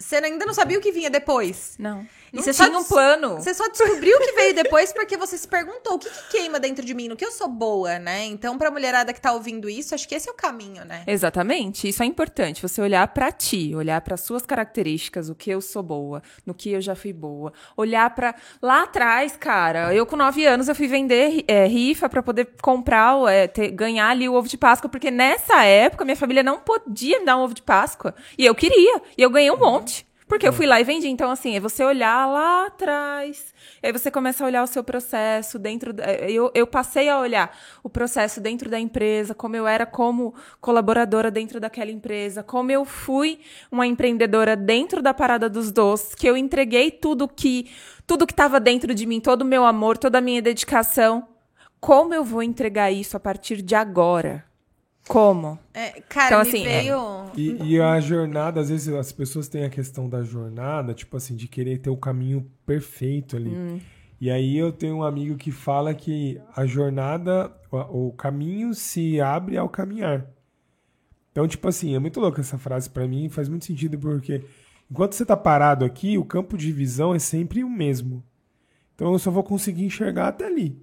Speaker 1: você ainda não sabia o que vinha depois.
Speaker 3: Não.
Speaker 1: E
Speaker 3: Não
Speaker 1: você
Speaker 3: tinha
Speaker 1: só
Speaker 3: um plano.
Speaker 1: Você só descobriu o que veio depois porque você se perguntou o que, que queima dentro de mim, no que eu sou boa, né? Então, pra mulherada que tá ouvindo isso, acho que esse é o caminho, né?
Speaker 3: Exatamente. Isso é importante. Você olhar pra ti, olhar para suas características, o que eu sou boa, no que eu já fui boa. Olhar pra lá atrás, cara. Eu com nove anos eu fui vender é, rifa pra poder comprar, é, ter, ganhar ali o ovo de Páscoa, porque nessa época minha família não podia me dar um ovo de Páscoa. E eu queria. E eu ganhei um monte. Porque eu fui lá e vendi. Então, assim, é você olhar lá atrás. Aí você começa a olhar o seu processo dentro... Da, eu, eu passei a olhar o processo dentro da empresa, como eu era como colaboradora dentro daquela empresa, como eu fui uma empreendedora dentro da Parada dos Doces, que eu entreguei tudo que tudo que estava dentro de mim, todo o meu amor, toda a minha dedicação. Como eu vou entregar isso a partir de agora? Como?
Speaker 1: É, cara,
Speaker 3: então,
Speaker 1: me
Speaker 3: assim,
Speaker 1: veio...
Speaker 2: E, e a jornada, às vezes as pessoas têm a questão da jornada, tipo assim, de querer ter o caminho perfeito ali. Hum. E aí eu tenho um amigo que fala que a jornada, o, o caminho se abre ao caminhar. Então, tipo assim, é muito louca essa frase pra mim, faz muito sentido porque enquanto você tá parado aqui, o campo de visão é sempre o mesmo. Então eu só vou conseguir enxergar até ali.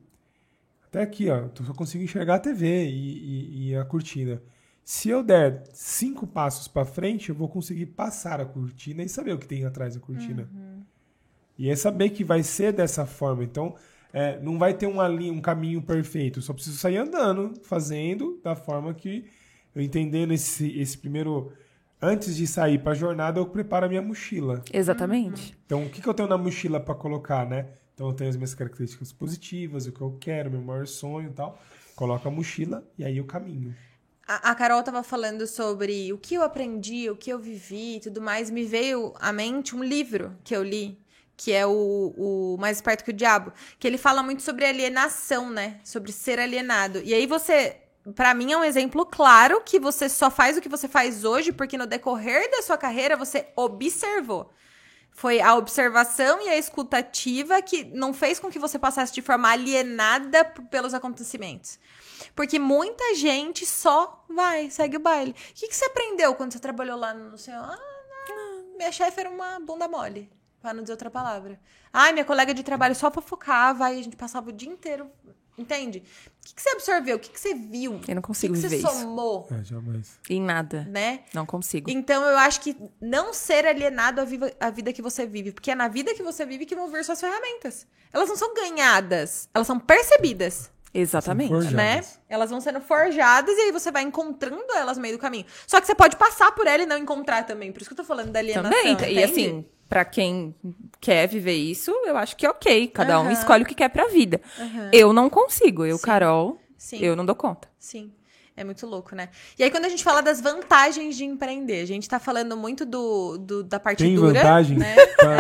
Speaker 2: Até aqui, ó, eu só consigo enxergar a T V e, e, e a cortina. Se eu der cinco passos para frente, eu vou conseguir passar a cortina e saber o que tem atrás da cortina. Uhum. E é saber que vai ser dessa forma. Então, é, não vai ter uma linha, um caminho perfeito. Eu só preciso sair andando, fazendo da forma que eu entendendo esse, esse primeiro... Antes de sair para a jornada, eu preparo a minha mochila.
Speaker 3: Exatamente.
Speaker 2: Então, o que, que eu tenho na mochila para colocar, né? Então, eu tenho as minhas características positivas, o que eu quero, meu maior sonho e tal. Coloco a mochila e aí eu caminho.
Speaker 1: A, a Carol tava falando sobre o que eu aprendi, o que eu vivi e tudo mais. Me veio à mente um livro que eu li, que é o, o Mais Esperto que o Diabo, que ele fala muito sobre alienação, né? Sobre ser alienado. E aí você... Pra mim é um exemplo claro que você só faz o que você faz hoje porque no decorrer da sua carreira você observou. Foi a observação e a escutativa que não fez com que você passasse de forma alienada pelos acontecimentos. Porque muita gente só vai, segue o baile. O que, que você aprendeu quando você trabalhou lá no seu... Ah, não, minha chefe era uma bunda mole, pra não dizer outra palavra. Ai, minha colega de trabalho só fofocava e a gente passava o dia inteiro... Entende? O que, que você absorveu? O que, que você viu?
Speaker 3: Eu não consigo
Speaker 1: viver isso.
Speaker 3: O que,
Speaker 1: que você somou?
Speaker 2: É, jamais.
Speaker 3: Em nada.
Speaker 1: Né?
Speaker 3: Não consigo.
Speaker 1: Então, eu acho que não ser alienado à, viva, à vida que você vive. Porque é na vida que você vive que vão vir suas ferramentas. Elas não são ganhadas. Elas são percebidas.
Speaker 3: Exatamente.
Speaker 1: Né? Elas vão sendo forjadas e aí você vai encontrando elas no meio do caminho. Só que você pode passar por ela e não encontrar também. Por isso que eu tô falando da alienação.
Speaker 3: Também.
Speaker 1: Entende?
Speaker 3: E assim... Pra quem quer viver isso, eu acho que é ok. Cada uhum. um escolhe o que quer pra vida. Uhum. Eu não consigo. Eu, Sim. Carol, Sim. eu não dou conta.
Speaker 1: Sim. É muito louco, né? E aí, quando a gente fala das vantagens de empreender, a gente tá falando muito do, do da parte
Speaker 2: Tem
Speaker 1: dura.
Speaker 2: vantagem?
Speaker 1: Né?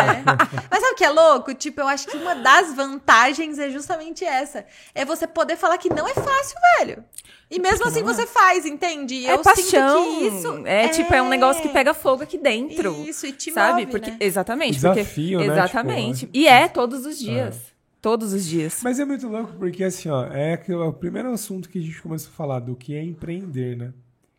Speaker 1: É. Mas sabe o que é louco? Tipo, eu acho que uma das vantagens é justamente essa. É você poder falar que não é fácil, velho. E mesmo assim você faz, entende?
Speaker 3: É
Speaker 1: eu
Speaker 3: paixão.
Speaker 1: Sinto que isso
Speaker 3: é,
Speaker 1: é
Speaker 3: tipo, é um negócio que pega fogo aqui dentro.
Speaker 1: Isso, e te
Speaker 3: sabe?
Speaker 1: move,
Speaker 3: Porque,
Speaker 1: né?
Speaker 3: Exatamente.
Speaker 2: Desafio,
Speaker 3: porque,
Speaker 2: né?
Speaker 3: Exatamente.
Speaker 2: Tipo,
Speaker 3: e é todos os dias. É. Todos os dias.
Speaker 2: Mas é muito louco porque, assim, ó, é o primeiro assunto que a gente começou a falar do que é empreender, né?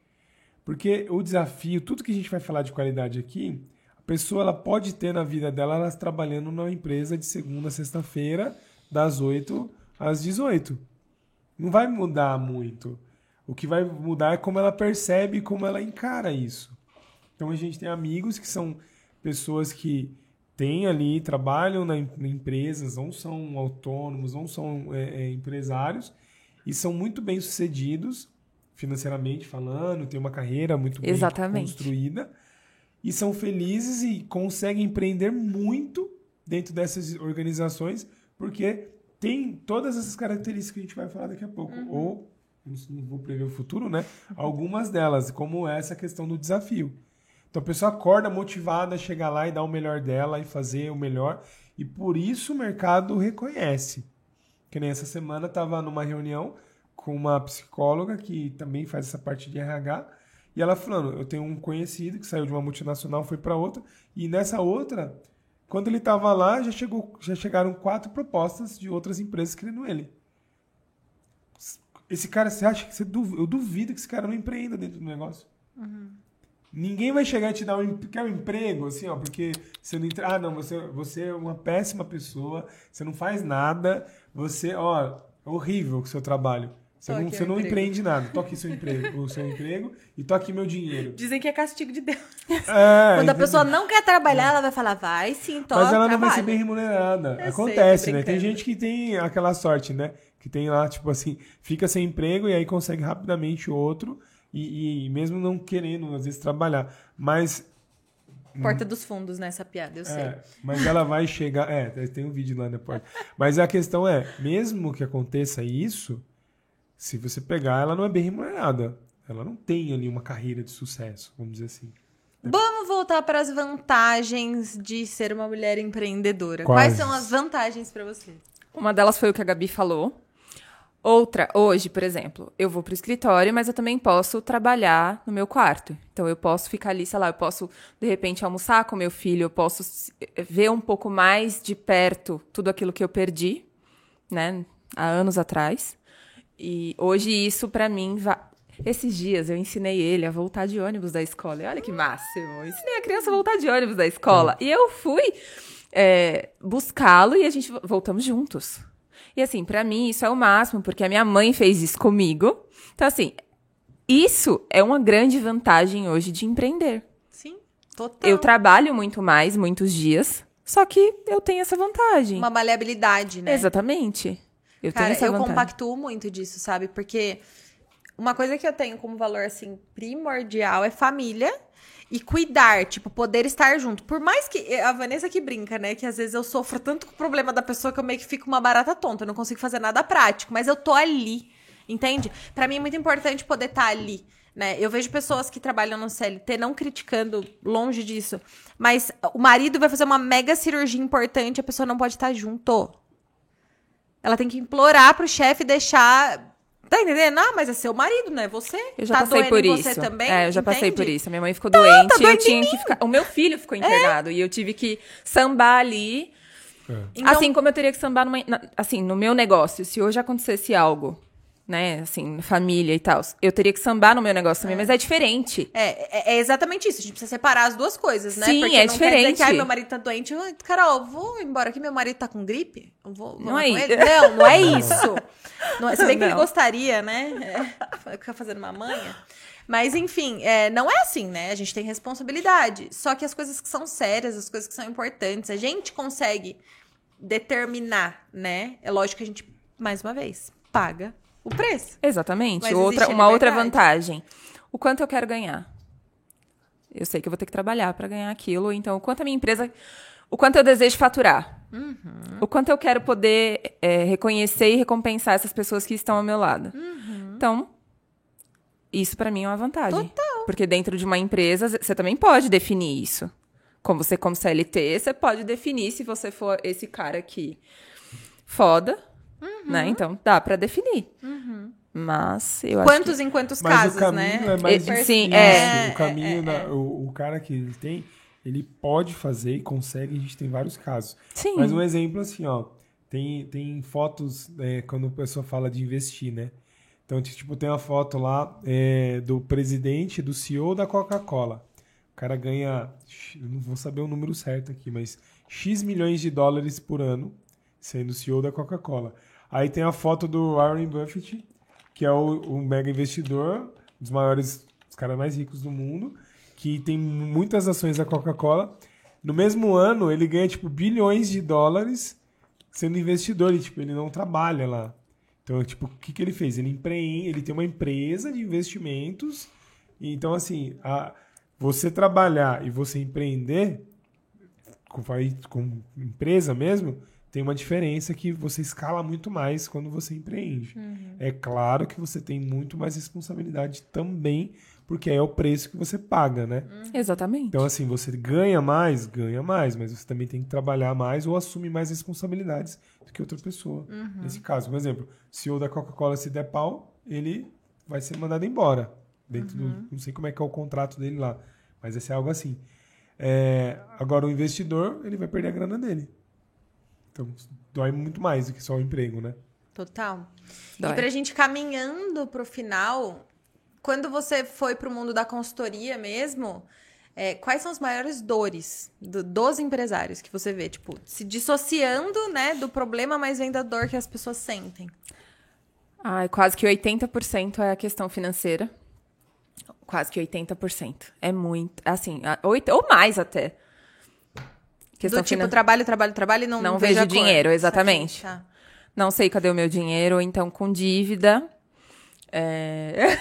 Speaker 2: Porque o desafio, tudo que a gente vai falar de qualidade aqui, a pessoa ela pode ter na vida dela, ela trabalhando numa empresa de segunda a sexta-feira, das oito às dezoito. Não vai mudar muito. O que vai mudar é como ela percebe e como ela encara isso. Então a gente tem amigos que são pessoas que têm ali, trabalham na, em empresas, não são autônomos, não são é, é, empresários, e são muito bem sucedidos, financeiramente falando, têm uma carreira muito bem
Speaker 3: Exatamente.
Speaker 2: construída, e são felizes e conseguem empreender muito dentro dessas organizações, porque tem todas essas características que a gente vai falar daqui a pouco. Uhum. Ou, não vou prever o futuro, né? Algumas delas, como essa questão do desafio. Então a pessoa acorda motivada a chegar lá e dar o melhor dela e fazer o melhor. E por isso o mercado reconhece. Que nem essa semana estava numa reunião com uma psicóloga que também faz essa parte de R H. E ela falando, eu tenho um conhecido que saiu de uma multinacional, foi para outra. E nessa outra, quando ele estava lá, já, chegou, já chegaram quatro propostas de outras empresas querendo ele. Esse cara, você acha que... Você duv, eu duvido que esse cara não empreenda dentro do negócio. Uhum. Ninguém vai chegar e te dar um, quer um emprego, assim, ó, porque você não entra... Ah, não, você, você é uma péssima pessoa, você não faz nada, você, ó, é horrível o seu trabalho. Você não, você não empreende nada. Tô aqui seu emprego, o seu emprego e tô aqui meu dinheiro.
Speaker 1: Dizem que é castigo de Deus.
Speaker 2: É,
Speaker 1: Quando
Speaker 2: entendeu?
Speaker 1: a pessoa não quer trabalhar, ela vai falar, vai sim, tô,
Speaker 2: Mas ela
Speaker 1: trabalho.
Speaker 2: não vai ser bem remunerada.
Speaker 1: Eu
Speaker 2: Acontece,
Speaker 1: sei, tô
Speaker 2: né? Tem
Speaker 1: brincando.
Speaker 2: gente que tem aquela sorte, né? Que tem lá, tipo assim, fica sem emprego e aí consegue rapidamente outro e, e mesmo não querendo, às vezes, trabalhar. Mas...
Speaker 1: Porta dos fundos nessa piada, eu sei.
Speaker 2: É, mas ela vai chegar... É, tem um vídeo lá na porta. Mas a questão é, mesmo que aconteça isso, se você pegar, ela não é bem remunerada. Ela não tem ali uma carreira de sucesso, vamos dizer assim.
Speaker 1: Vamos voltar para as vantagens de ser uma mulher empreendedora.
Speaker 2: Quais?
Speaker 1: Quais são as vantagens para você?
Speaker 3: Uma delas foi o que a Gabi falou. Outra, hoje, por exemplo, eu vou pro escritório, mas eu também posso trabalhar no meu quarto. Então, eu posso ficar ali, sei lá, eu posso, de repente, almoçar com meu filho, eu posso ver um pouco mais de perto tudo aquilo que eu perdi, né, há anos atrás. E hoje isso, pra mim, va... esses dias eu ensinei ele a voltar de ônibus da escola. E olha que máximo, eu ensinei a criança a voltar de ônibus da escola. E eu fui é, buscá-lo e a gente voltamos juntos. E assim, pra mim isso é o máximo, porque a minha mãe fez isso comigo. Então assim, isso é uma grande vantagem hoje de empreender.
Speaker 1: Sim, total.
Speaker 3: Eu trabalho muito mais, muitos dias, só que eu tenho essa vantagem.
Speaker 1: Uma maleabilidade, né?
Speaker 3: Exatamente. Eu
Speaker 1: Cara,
Speaker 3: tenho essa
Speaker 1: eu
Speaker 3: vantagem.
Speaker 1: compactuo muito disso, sabe? Porque uma coisa que eu tenho como valor, assim, primordial é família e cuidar, tipo, poder estar junto. Por mais que... A Vanessa que brinca, né? Que às vezes eu sofro tanto com o problema da pessoa que eu meio que fico uma barata tonta. Eu não consigo fazer nada prático, mas eu tô ali, entende? Pra mim é muito importante poder estar ali, né? Eu vejo pessoas que trabalham no C L T, não criticando, longe disso, mas o marido vai fazer uma mega cirurgia importante, a pessoa não pode estar junto. Ela tem que implorar pro chefe deixar... Tá entendendo? Ah, mas é seu marido, não é você?
Speaker 3: Eu já
Speaker 1: tá
Speaker 3: passei
Speaker 1: doendo
Speaker 3: por
Speaker 1: em
Speaker 3: isso.
Speaker 1: você também?
Speaker 3: É, eu já
Speaker 1: Entende?
Speaker 3: passei por isso. A minha mãe ficou doente
Speaker 1: tá
Speaker 3: e eu
Speaker 1: doendo
Speaker 3: tinha
Speaker 1: em
Speaker 3: que
Speaker 1: mim.
Speaker 3: ficar... O meu filho ficou internado e eu tive que sambar ali.
Speaker 2: É.
Speaker 1: Então-
Speaker 3: Assim como eu teria que sambar numa, na- assim, no meu negócio. Se hoje acontecesse algo, né, assim, família e tal, eu teria que sambar no meu negócio também, mas é diferente.
Speaker 1: É, é, é exatamente isso. A gente precisa separar as duas coisas, né?
Speaker 3: Sim,
Speaker 1: Porque
Speaker 3: é
Speaker 1: não quer dizer
Speaker 3: diferente.
Speaker 1: que, ai, meu marido tá doente. Ai, Carol, vou embora aqui, meu marido tá com gripe. Eu vou, vou
Speaker 3: Não
Speaker 1: lá
Speaker 3: é
Speaker 1: com
Speaker 3: isso.
Speaker 1: ele. Não, não é isso. Não é, se bem que ele
Speaker 3: Não.
Speaker 1: gostaria, né? É, ficar fazendo uma manha. Mas, enfim, é, não é assim, né? A gente tem responsabilidade. Só que as coisas que são sérias, as coisas que são importantes, a gente consegue determinar, né? É lógico que a gente, mais uma vez, paga o preço.
Speaker 3: Exatamente.
Speaker 1: Mas
Speaker 3: Outra,
Speaker 1: existe
Speaker 3: uma outra
Speaker 1: liberdade.
Speaker 3: vantagem. O quanto eu quero ganhar. Eu sei que eu vou ter que trabalhar para ganhar aquilo. Então, o quanto a minha empresa... O quanto eu desejo faturar.
Speaker 1: Uhum.
Speaker 3: O quanto eu quero poder é, reconhecer e recompensar essas pessoas que estão ao meu lado.
Speaker 1: Uhum.
Speaker 3: Então, isso para mim é uma vantagem.
Speaker 1: Total.
Speaker 3: Porque dentro de uma empresa, você também pode definir isso. Como você, como C L T, você pode definir se você for esse cara aqui foda,
Speaker 1: Uhum.
Speaker 3: né? Então, dá para definir. Mas eu
Speaker 1: Quantos
Speaker 3: acho
Speaker 1: em quantos
Speaker 2: Mas
Speaker 1: casos,
Speaker 2: o caminho
Speaker 1: né?
Speaker 2: é mais
Speaker 3: E-
Speaker 2: difícil.
Speaker 3: sim, é.
Speaker 2: O caminho, da- o, o cara que ele tem, ele pode fazer e consegue, a gente tem vários casos.
Speaker 3: que... Sim.
Speaker 2: Mas um exemplo assim, ó, tem, tem fotos, é, quando a pessoa fala de investir, né? Então, tipo, tem uma foto lá é, do presidente, do C E O da Coca-Cola. O cara ganha, eu não vou saber o número certo aqui, mas X milhões de dólares por ano, sendo C E O da Coca-Cola. Aí tem a foto do Warren Buffett, que é o, o mega investidor, um dos maiores, os caras mais ricos do mundo, que tem muitas ações da Coca-Cola. No mesmo ano, ele ganha, tipo, bilhões de dólares sendo investidor. E, tipo, ele não trabalha lá. Então, tipo, o que, que ele fez? Ele, empre... ele tem uma empresa de investimentos. E, então, assim, a... você trabalhar e você empreender com, com empresa mesmo, tem uma diferença que você escala muito mais quando você empreende.
Speaker 1: Uhum.
Speaker 2: É claro que você tem muito mais responsabilidade também, porque é o preço que você paga, né?
Speaker 3: Exatamente.
Speaker 2: Então, assim, você ganha mais, ganha mais, mas você também tem que trabalhar mais ou assumir mais responsabilidades do que outra pessoa.
Speaker 1: Uhum.
Speaker 2: Nesse caso, por exemplo, se o C E O da Coca-Cola se der pau, ele vai ser mandado embora. Dentro
Speaker 1: Uhum.
Speaker 2: do, não sei como é que é o contrato dele lá, mas vai ser algo assim. É, agora, o investidor, ele vai perder a grana dele. Então, dói muito mais do que só o emprego, né?
Speaker 1: Total.
Speaker 3: Dói.
Speaker 1: E pra gente caminhando pro final, quando você foi pro mundo da consultoria mesmo, é, quais são as maiores dores do, dos empresários que você vê? Tipo, se dissociando, né, do problema, mas vem da dor que as pessoas sentem.
Speaker 3: Ai, quase que oitenta por cento é a questão financeira. Quase que oitenta por cento. É muito, assim, oito, ou mais até. Questão
Speaker 1: do tipo,
Speaker 3: finan...
Speaker 1: trabalho, trabalho, trabalho e não,
Speaker 3: não
Speaker 1: vejo
Speaker 3: vejo dinheiro, exatamente.
Speaker 1: Tá.
Speaker 3: Não sei cadê o meu dinheiro, ou então com dívida. É...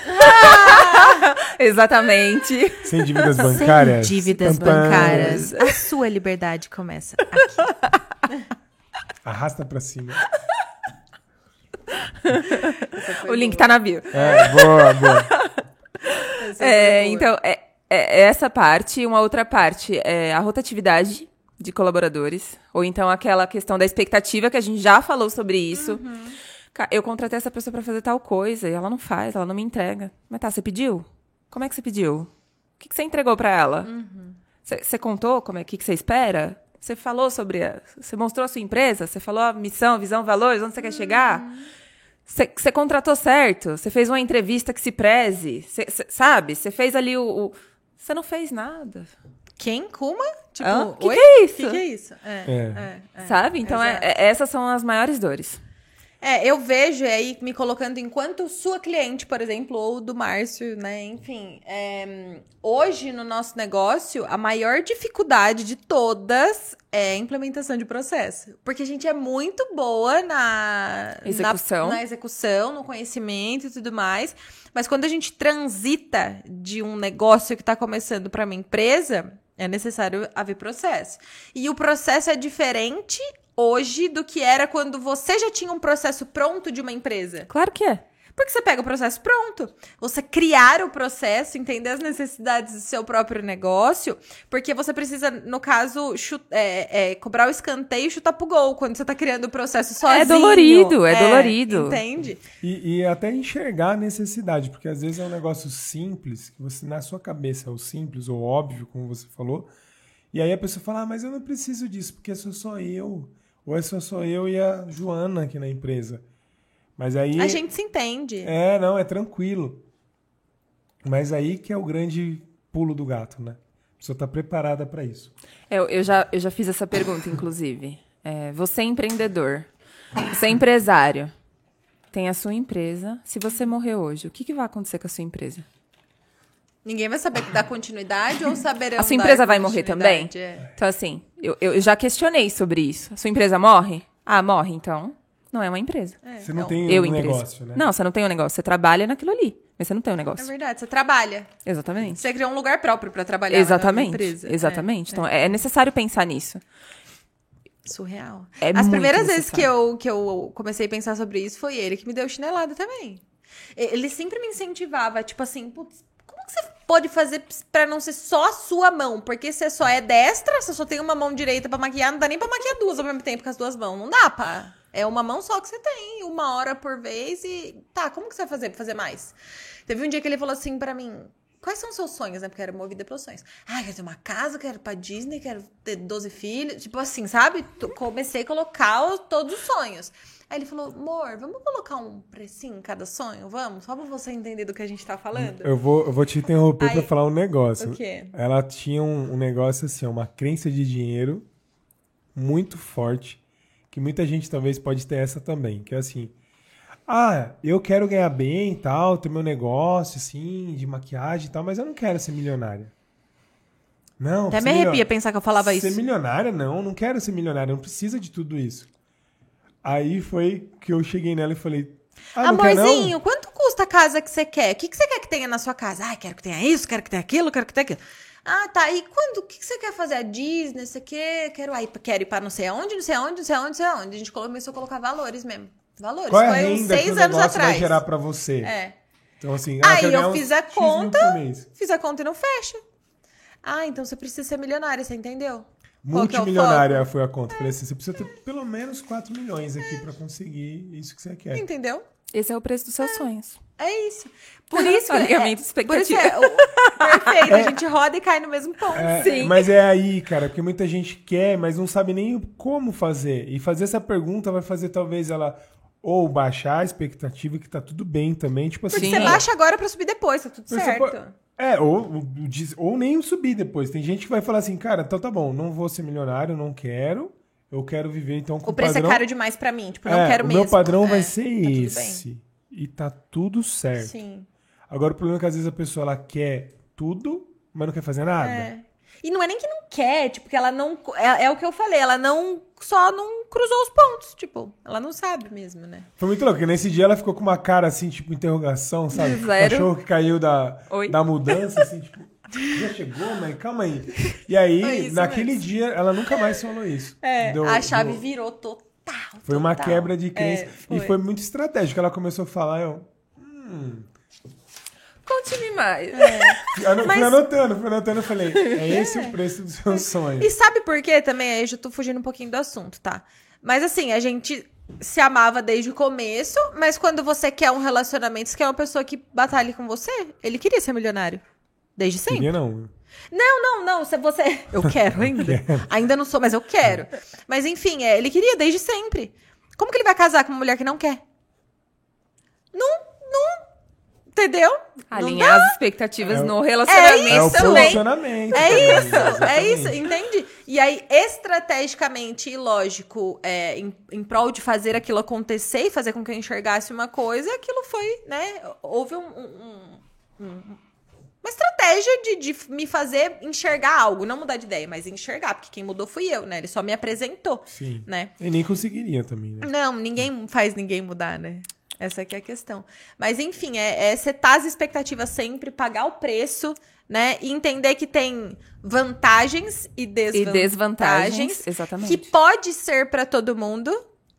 Speaker 3: Exatamente.
Speaker 2: Sem dívidas bancárias.
Speaker 1: Sem dívidas
Speaker 2: Tampam.
Speaker 1: bancárias. A sua liberdade começa aqui.
Speaker 2: Arrasta pra cima.
Speaker 3: O link tá na bio.
Speaker 2: É, boa, boa.
Speaker 3: É, então, é, é essa parte. Uma outra parte é a rotatividade de colaboradores. Ou então aquela questão da expectativa, que a gente já falou sobre isso.
Speaker 1: Uhum.
Speaker 3: Eu contratei essa pessoa pra fazer tal coisa e ela não faz, ela não me entrega. Mas tá, você pediu? Como é que você pediu? O que, que você entregou pra ela? Você uhum. contou como é que, que você espera? Você falou sobre... A, você mostrou a sua empresa? Você falou a missão, visão, valores, onde você quer chegar? Você, você contratou certo? Você fez uma entrevista que se preze? Você, você, sabe? Você fez ali o, o... Você não fez nada.
Speaker 1: Quem? Kuma? Tipo,
Speaker 3: o que,
Speaker 1: oi?
Speaker 3: que é isso?
Speaker 1: O que, que é isso? É,
Speaker 2: É.
Speaker 1: é, é,
Speaker 3: sabe? Então, é, é, essas são as maiores dores.
Speaker 1: É, eu vejo aí, me colocando enquanto sua cliente, por exemplo, ou do Márcio, né? Enfim, é, hoje no nosso negócio, a maior dificuldade de todas é a implementação de processo. Porque a gente é muito boa na
Speaker 3: execução,
Speaker 1: na, na execução, no conhecimento e tudo mais. Mas quando a gente transita de um negócio que está começando para uma empresa, é necessário haver processo. E o processo é diferente hoje do que era quando você já tinha um processo pronto de uma empresa.
Speaker 3: Claro que é.
Speaker 1: Porque você pega o processo pronto. Você criar o processo, entender as necessidades do seu próprio negócio, porque você precisa, no caso, chut- é, é, cobrar o escanteio e chutar pro gol quando você tá criando o processo sozinho.
Speaker 3: É dolorido, é, é dolorido.
Speaker 1: Entende?
Speaker 2: E, e até enxergar a necessidade, porque às vezes é um negócio simples, que você na sua cabeça é o simples ou óbvio, como você falou, e aí a pessoa fala, ah, mas eu não preciso disso, porque sou só eu. Ou é só sou eu e a Joana aqui na empresa. Mas aí...
Speaker 1: A gente se entende.
Speaker 2: É, não, é tranquilo. Mas aí que é o grande pulo do gato, né? A pessoa está preparada para isso.
Speaker 3: Eu, eu, já, eu já fiz essa pergunta, inclusive. É, você é empreendedor, você é empresário, tem a sua empresa. Se você morrer hoje, o que, que vai acontecer com a sua empresa?
Speaker 1: Ninguém vai saber dar continuidade ou saberão
Speaker 3: A sua empresa
Speaker 1: dar
Speaker 3: vai morrer também?
Speaker 1: É.
Speaker 3: Então, assim, eu, eu já questionei sobre isso. A sua empresa morre? Ah, morre, então não é uma empresa.
Speaker 1: É,
Speaker 2: Você não
Speaker 1: então,
Speaker 2: tem
Speaker 3: eu,
Speaker 2: um
Speaker 3: empresa.
Speaker 2: negócio, né?
Speaker 3: Não, você não tem um negócio. Você trabalha naquilo ali, mas você não tem um
Speaker 1: É
Speaker 3: negócio.
Speaker 1: verdade, você trabalha.
Speaker 3: Exatamente.
Speaker 1: Você criou um lugar próprio para trabalhar
Speaker 3: Exatamente.
Speaker 1: na empresa.
Speaker 3: Exatamente.
Speaker 1: É,
Speaker 3: Então,
Speaker 1: é.
Speaker 3: é necessário pensar nisso.
Speaker 1: Surreal.
Speaker 3: É
Speaker 1: As
Speaker 3: muito
Speaker 1: primeiras vezes que
Speaker 3: necessário.
Speaker 1: eu, que eu comecei a pensar sobre isso, foi ele que me deu chinelada também. Ele sempre me incentivava, tipo assim, putz, como que você pode fazer pra não ser só a sua mão? Porque você só é destra, você só tem uma mão direita pra maquiar, não dá nem pra maquiar duas ao mesmo tempo com as duas mãos. Não dá, pá. É uma mão só que você tem, uma hora por vez e... Tá, como que você vai fazer pra fazer mais? Teve um dia que ele falou assim pra mim... Quais são os seus sonhos, né? Porque era movida pelos sonhos. Ah, quero ter uma casa, quero ir pra Disney, quero ter doze filhos. Tipo assim, sabe? Comecei a colocar os, todos os sonhos. Aí ele falou, amor, vamos colocar um precinho em cada sonho? Vamos? Só pra você entender do que a gente tá falando.
Speaker 2: Eu vou, eu vou te interromper
Speaker 1: Aí,
Speaker 2: pra falar um negócio.
Speaker 1: o quê?
Speaker 2: Ela tinha um, um negócio assim, uma crença de dinheiro muito forte, que muita gente talvez pode ter essa também, que é assim, ah, eu quero ganhar bem e tal, ter meu negócio, assim, de maquiagem e tal, mas eu não quero ser milionária. Não.
Speaker 1: Até
Speaker 2: ser
Speaker 1: me arrepia
Speaker 2: milio-
Speaker 1: pensar que eu falava
Speaker 2: Ser
Speaker 1: isso.
Speaker 2: milionária, não, não quero ser milionária, não precisa de tudo isso. Aí foi que eu cheguei nela e falei, ah, não quer não?
Speaker 1: Amorzinho, quanto custa a casa que você quer? O que, que você quer que tenha na sua casa? Ah, quero que tenha isso, quero que tenha aquilo, quero que tenha aquilo. Ah, tá. E quando? O que, que você quer fazer? A Disney? Você quer? Quero, aí, quero ir pra não sei aonde, não sei aonde, não sei aonde, não sei aonde. A gente começou a colocar valores mesmo. Valores.
Speaker 2: Qual é a
Speaker 1: Foi uns
Speaker 2: renda que o
Speaker 1: seis anos
Speaker 2: negócio
Speaker 1: atrás.
Speaker 2: vai gerar pra você?
Speaker 1: É.
Speaker 2: Então, assim, ah,
Speaker 1: Aí
Speaker 2: quero
Speaker 1: eu
Speaker 2: ganhar uns
Speaker 1: fiz a
Speaker 2: X mil
Speaker 1: conta.
Speaker 2: por mês.
Speaker 1: Fiz a conta e não fecha. Ah, então você precisa ser milionária, você entendeu? Qual que é o
Speaker 2: Multimilionária foi a conta. Falei assim, você precisa ter pelo menos quatro milhões aqui pra conseguir isso que você quer.
Speaker 1: foco? Entendeu?
Speaker 3: Esse é o preço dos seus sonhos.
Speaker 1: É isso. Por isso que
Speaker 3: Alinhamento
Speaker 1: é,
Speaker 3: de
Speaker 1: por isso
Speaker 3: expectativa.
Speaker 1: é, o- perfeito, a gente roda e cai no mesmo ponto.
Speaker 2: É,
Speaker 3: Sim.
Speaker 2: Mas é aí, cara, porque muita gente quer, mas não sabe nem como fazer. E fazer essa pergunta vai fazer talvez ela ou baixar a expectativa que tá tudo bem também. Tipo assim,
Speaker 1: Porque você baixa agora pra subir depois, tá tudo
Speaker 2: Você
Speaker 1: certo.
Speaker 2: pode- É, ou, ou nem subir depois. Tem gente que vai falar assim, cara, então tá bom, não vou ser milionário, não quero. Eu quero viver então com
Speaker 1: O preço
Speaker 2: padrão...
Speaker 1: é caro demais pra mim, tipo, não
Speaker 2: É,
Speaker 1: quero
Speaker 2: o
Speaker 1: mesmo.
Speaker 2: meu padrão
Speaker 1: É,
Speaker 2: vai ser
Speaker 1: tá tudo bem.
Speaker 2: esse. E tá tudo certo.
Speaker 1: Sim.
Speaker 2: Agora o problema é que às vezes a pessoa ela quer tudo, mas não quer fazer nada.
Speaker 1: É. E não é nem que não quer, tipo, que ela não... É, é o que eu falei, ela não... Só não cruzou os pontos, tipo, ela não sabe mesmo, né?
Speaker 2: Foi muito louco, porque nesse dia ela ficou com uma cara assim, tipo, interrogação, sabe?
Speaker 3: De
Speaker 2: O
Speaker 3: zero.
Speaker 2: cachorro que caiu da,
Speaker 3: Oi.
Speaker 2: da mudança, assim, tipo, já chegou, mas calma aí. E aí,
Speaker 1: É isso
Speaker 2: naquele
Speaker 1: mesmo.
Speaker 2: dia, ela nunca mais falou isso.
Speaker 1: É,
Speaker 2: Do-
Speaker 1: a chave
Speaker 2: do-
Speaker 1: virou total.
Speaker 2: Foi uma
Speaker 1: total.
Speaker 2: quebra de crença.
Speaker 1: É, foi.
Speaker 2: E foi muito estratégico. Ela começou a falar, eu... Hum.
Speaker 3: Conte-me mais.
Speaker 2: Eu não-
Speaker 1: Mas-
Speaker 2: Fui anotando, fui anotando, eu falei, é esse o preço do seu sonho.
Speaker 1: E sabe por quê também? Aí eu já tô fugindo um pouquinho do assunto, tá? Mas assim, a gente se amava desde o começo, mas quando você quer um relacionamento, você quer uma pessoa que batalhe com você, ele queria ser milionário. Desde sempre.
Speaker 2: Queria não.
Speaker 1: Não, não, não. Se você. Eu quero ainda. Ainda não sou, mas eu quero. Mas enfim, é, ele queria desde sempre. Como que ele vai casar com uma mulher que não quer? Não, não. Entendeu? Não
Speaker 3: Alinhar as expectativas
Speaker 2: É o-
Speaker 3: no relacionamento
Speaker 2: É o
Speaker 3: também.
Speaker 2: posicionamento.
Speaker 1: É
Speaker 2: também,
Speaker 1: isso, é
Speaker 2: exatamente.
Speaker 1: isso, entende? E aí, estrategicamente e lógico, é, em, em prol de fazer aquilo acontecer e fazer com que eu enxergasse uma coisa, aquilo foi, né? Houve um, um- um- uma estratégia de, de me fazer enxergar algo, não mudar de ideia, mas enxergar, porque quem mudou fui eu, né? Ele só me apresentou,
Speaker 2: Sim.
Speaker 1: né?
Speaker 2: E nem conseguiria também, né?
Speaker 1: Não, ninguém faz ninguém mudar, né? Essa aqui é a questão. Mas, enfim, é, é setar as expectativas sempre, pagar o preço, né? E entender que tem vantagens e
Speaker 3: E
Speaker 1: desvantagens.
Speaker 3: desvantagens, exatamente.
Speaker 1: Que pode ser pra todo mundo,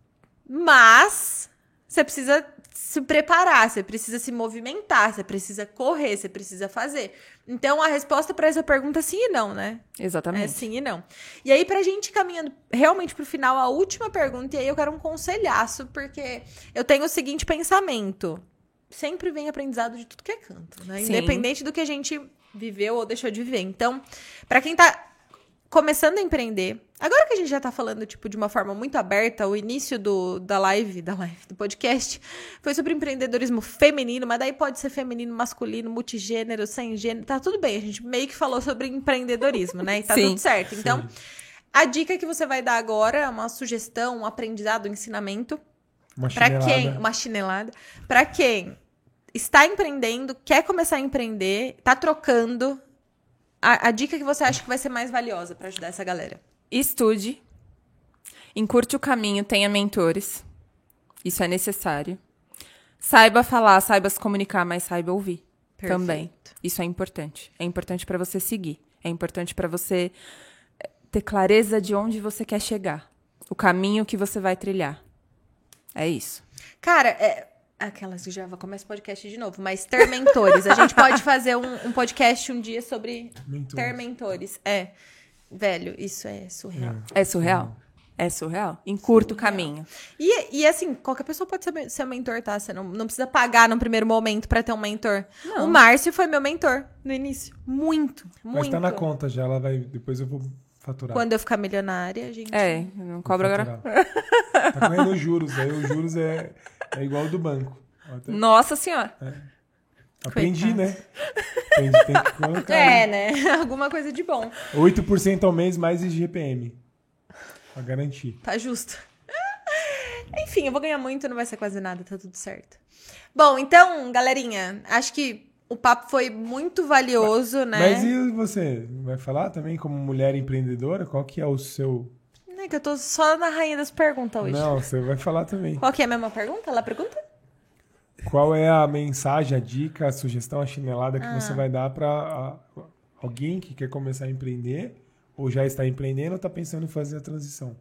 Speaker 1: mas você precisa se preparar, você precisa se movimentar, você precisa correr, você precisa fazer. Então, a resposta pra essa pergunta é sim e não, né? É
Speaker 3: Exatamente.
Speaker 1: sim e não. E aí, pra gente ir caminhando realmente pro final, a última pergunta, e aí eu quero um conselhaço, porque eu tenho o seguinte pensamento. Sempre vem aprendizado de tudo que é canto, né?
Speaker 3: Sim.
Speaker 1: Independente do que a gente viveu ou deixou de viver. Então, pra quem tá começando a empreender, agora que a gente já tá falando, tipo, de uma forma muito aberta, o início do, da live, da live, do podcast, foi sobre empreendedorismo feminino, mas daí pode ser feminino, masculino, multigênero, sem gênero, tá tudo bem. A gente meio que falou sobre empreendedorismo, né? E tá
Speaker 3: Sim.
Speaker 1: tudo certo. Então, a dica que você vai dar agora é uma sugestão, um aprendizado, um ensinamento,
Speaker 2: Uma
Speaker 1: pra
Speaker 2: chinelada.
Speaker 1: quem, uma chinelada, pra quem está empreendendo, quer começar a empreender, tá trocando, a, a dica que você acha que vai ser mais valiosa pra ajudar essa galera.
Speaker 3: Estude, encurte o caminho, tenha mentores. Isso é necessário. Saiba falar, saiba se comunicar, mas saiba ouvir
Speaker 1: Perfeito.
Speaker 3: também. Isso é importante. É importante para você seguir. É importante para você ter clareza de onde você quer chegar. O caminho que você vai trilhar. É isso.
Speaker 1: Cara, é... Aquelas que já começa o podcast de novo, mas ter mentores. A gente pode fazer um, um podcast um dia sobre
Speaker 2: Mentores.
Speaker 1: ter mentores. É, velho, isso é surreal.
Speaker 3: É surreal? É surreal? Encurta o caminho.
Speaker 1: E, e assim, qualquer pessoa pode ser, ser mentor, tá? Você não, não precisa pagar no primeiro momento pra ter um mentor.
Speaker 3: Não.
Speaker 1: O Márcio foi meu mentor no início. Muito, muito.
Speaker 2: Mas tá na conta já, ela vai. Depois eu vou faturar.
Speaker 1: Quando eu ficar milionária, a gente...
Speaker 3: É, não cobra
Speaker 2: Vou
Speaker 3: agora.
Speaker 2: faturar. Tá correndo os juros, aí os juros é, é igual ao do banco. Até
Speaker 3: Nossa senhora.
Speaker 2: aprendi,
Speaker 1: Coitado.
Speaker 2: né? Aprendi, tem que colocar.
Speaker 1: É, né? Alguma coisa de bom.
Speaker 2: oito por cento ao mês mais I G P M. Pra garantir.
Speaker 1: Tá justo. Enfim, eu vou ganhar muito, não vai ser quase nada, tá tudo certo. Bom, então, galerinha, acho que o papo foi muito valioso, né?
Speaker 2: Mas e você? Vai falar também como mulher empreendedora? Qual que é o seu...
Speaker 1: É que eu tô só na rainha das perguntas hoje.
Speaker 2: Não, você vai falar também.
Speaker 1: Qual que é a mesma pergunta? Ela pergunta?
Speaker 2: Qual é a mensagem, a dica, a sugestão, a chinelada que
Speaker 1: Ah.
Speaker 2: você vai dar para alguém que quer começar a empreender ou já está empreendendo ou está pensando em fazer a transição?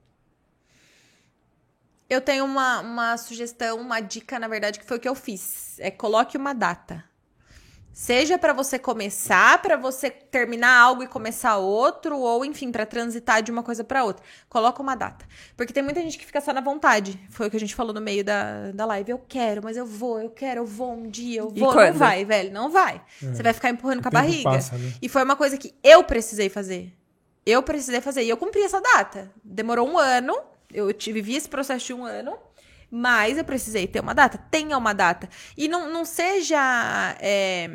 Speaker 1: Eu tenho uma, uma sugestão, uma dica, na verdade, que foi o que eu fiz. É coloque uma data. Seja para você começar, para você terminar algo e começar outro, ou enfim, para transitar de uma coisa para outra. Coloca uma data. Porque tem muita gente que fica só na vontade. Foi o que a gente falou no meio da, da live. Eu quero, mas eu vou, eu quero, eu vou um dia, eu
Speaker 3: E
Speaker 1: vou. Não
Speaker 3: quando?
Speaker 1: vai, velho, não vai.
Speaker 2: É.
Speaker 1: Você vai ficar empurrando com a
Speaker 2: tempo
Speaker 1: barriga.
Speaker 2: passa, né?
Speaker 1: E foi uma coisa que eu precisei fazer. Eu precisei fazer. E eu cumpri essa data. Demorou um ano. Eu tive, vivi esse processo de um ano. Mas eu precisei ter uma data. Tenha uma data. E não, não seja é,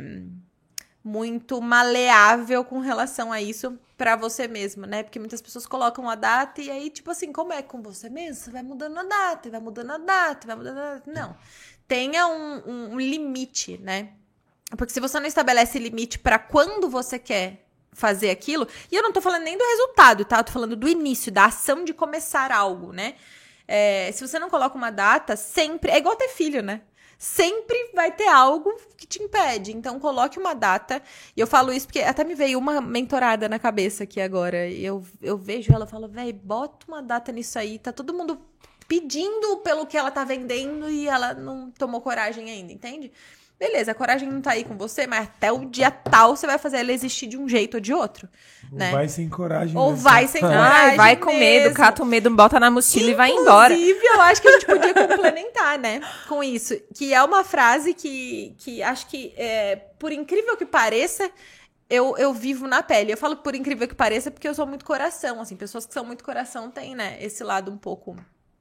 Speaker 1: muito maleável com relação a isso pra você mesmo, né? Porque muitas pessoas colocam a data e aí, tipo assim, como é com você mesmo? Você vai mudando a data, vai mudando a data, vai mudando a data. Não. Tenha um, um, um limite, né? Porque se você não estabelece limite pra quando você quer fazer aquilo, e eu não tô falando nem do resultado, tá? Eu tô falando do início, da ação de começar algo, né? É, se você não coloca uma data, sempre... É igual ter filho, né? Sempre vai ter algo que te impede. Então, coloque uma data. E eu falo isso porque até me veio uma mentorada na cabeça aqui agora. E eu, eu vejo ela e falo, véi, bota uma data nisso aí. Tá todo mundo pedindo pelo que ela tá vendendo e ela não tomou coragem ainda, entende? Beleza, a coragem não tá aí com você, mas até o dia tal você vai fazer ela existir de um jeito ou de outro,
Speaker 2: Ou
Speaker 1: né?
Speaker 2: vai sem coragem.
Speaker 1: Ou
Speaker 2: mesmo.
Speaker 1: vai sem coragem
Speaker 3: Ai, vai com
Speaker 1: mesmo.
Speaker 3: medo, cata o medo, bota na mochila e vai embora.
Speaker 1: Inclusive, eu acho que a gente podia complementar, né, com isso. Que é uma frase que, que acho que, é, por incrível que pareça, eu, eu vivo na pele. Eu falo por incrível que pareça porque eu sou muito coração, assim. Pessoas que são muito coração têm, né, esse lado um pouco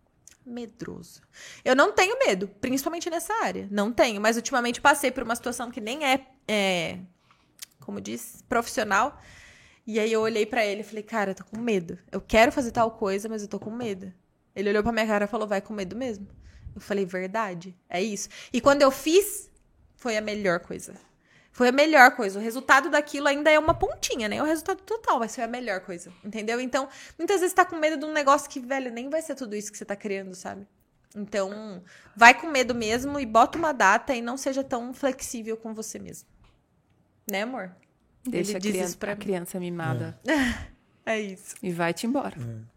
Speaker 1: medroso. Eu não tenho medo, principalmente nessa área. Não tenho, mas ultimamente passei por uma situação que nem é, é como diz, profissional. E aí eu olhei pra ele e falei, cara, eu tô com medo. Eu quero fazer tal coisa, mas eu tô com medo. Ele olhou pra minha cara e falou, vai com medo mesmo? Eu falei, verdade, é isso. E quando eu fiz, foi a melhor coisa. Foi a melhor coisa. O resultado daquilo ainda é uma pontinha, né? O resultado total vai ser a melhor coisa, entendeu? Então, muitas vezes você tá com medo de um negócio que, velho, nem vai ser tudo isso que você tá criando, sabe? Então, vai com medo mesmo e bota uma data e não seja tão flexível com você mesmo. Né, amor?
Speaker 3: Deixa
Speaker 1: Ele
Speaker 3: a
Speaker 1: diz
Speaker 3: criança,
Speaker 1: isso pra
Speaker 3: a
Speaker 1: mim.
Speaker 3: criança mimada.
Speaker 1: É isso.
Speaker 3: E vai-te embora.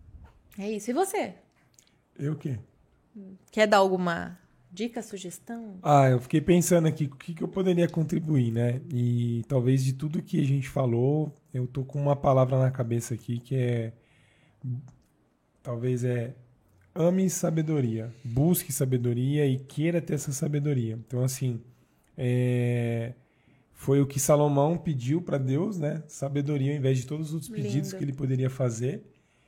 Speaker 1: É isso. E você?
Speaker 2: Eu o quê?
Speaker 1: Quer dar alguma dica, sugestão?
Speaker 2: Ah, eu fiquei pensando aqui o que, que eu poderia contribuir, né? E talvez de tudo que a gente falou, eu tô com uma palavra na cabeça aqui que é... Talvez é... Ame sabedoria. Busque sabedoria e queira ter essa sabedoria. Então, assim... É... Foi o que Salomão pediu para Deus, né? Sabedoria ao invés de todos os outros pedidos
Speaker 1: Lindo.
Speaker 2: que ele poderia fazer.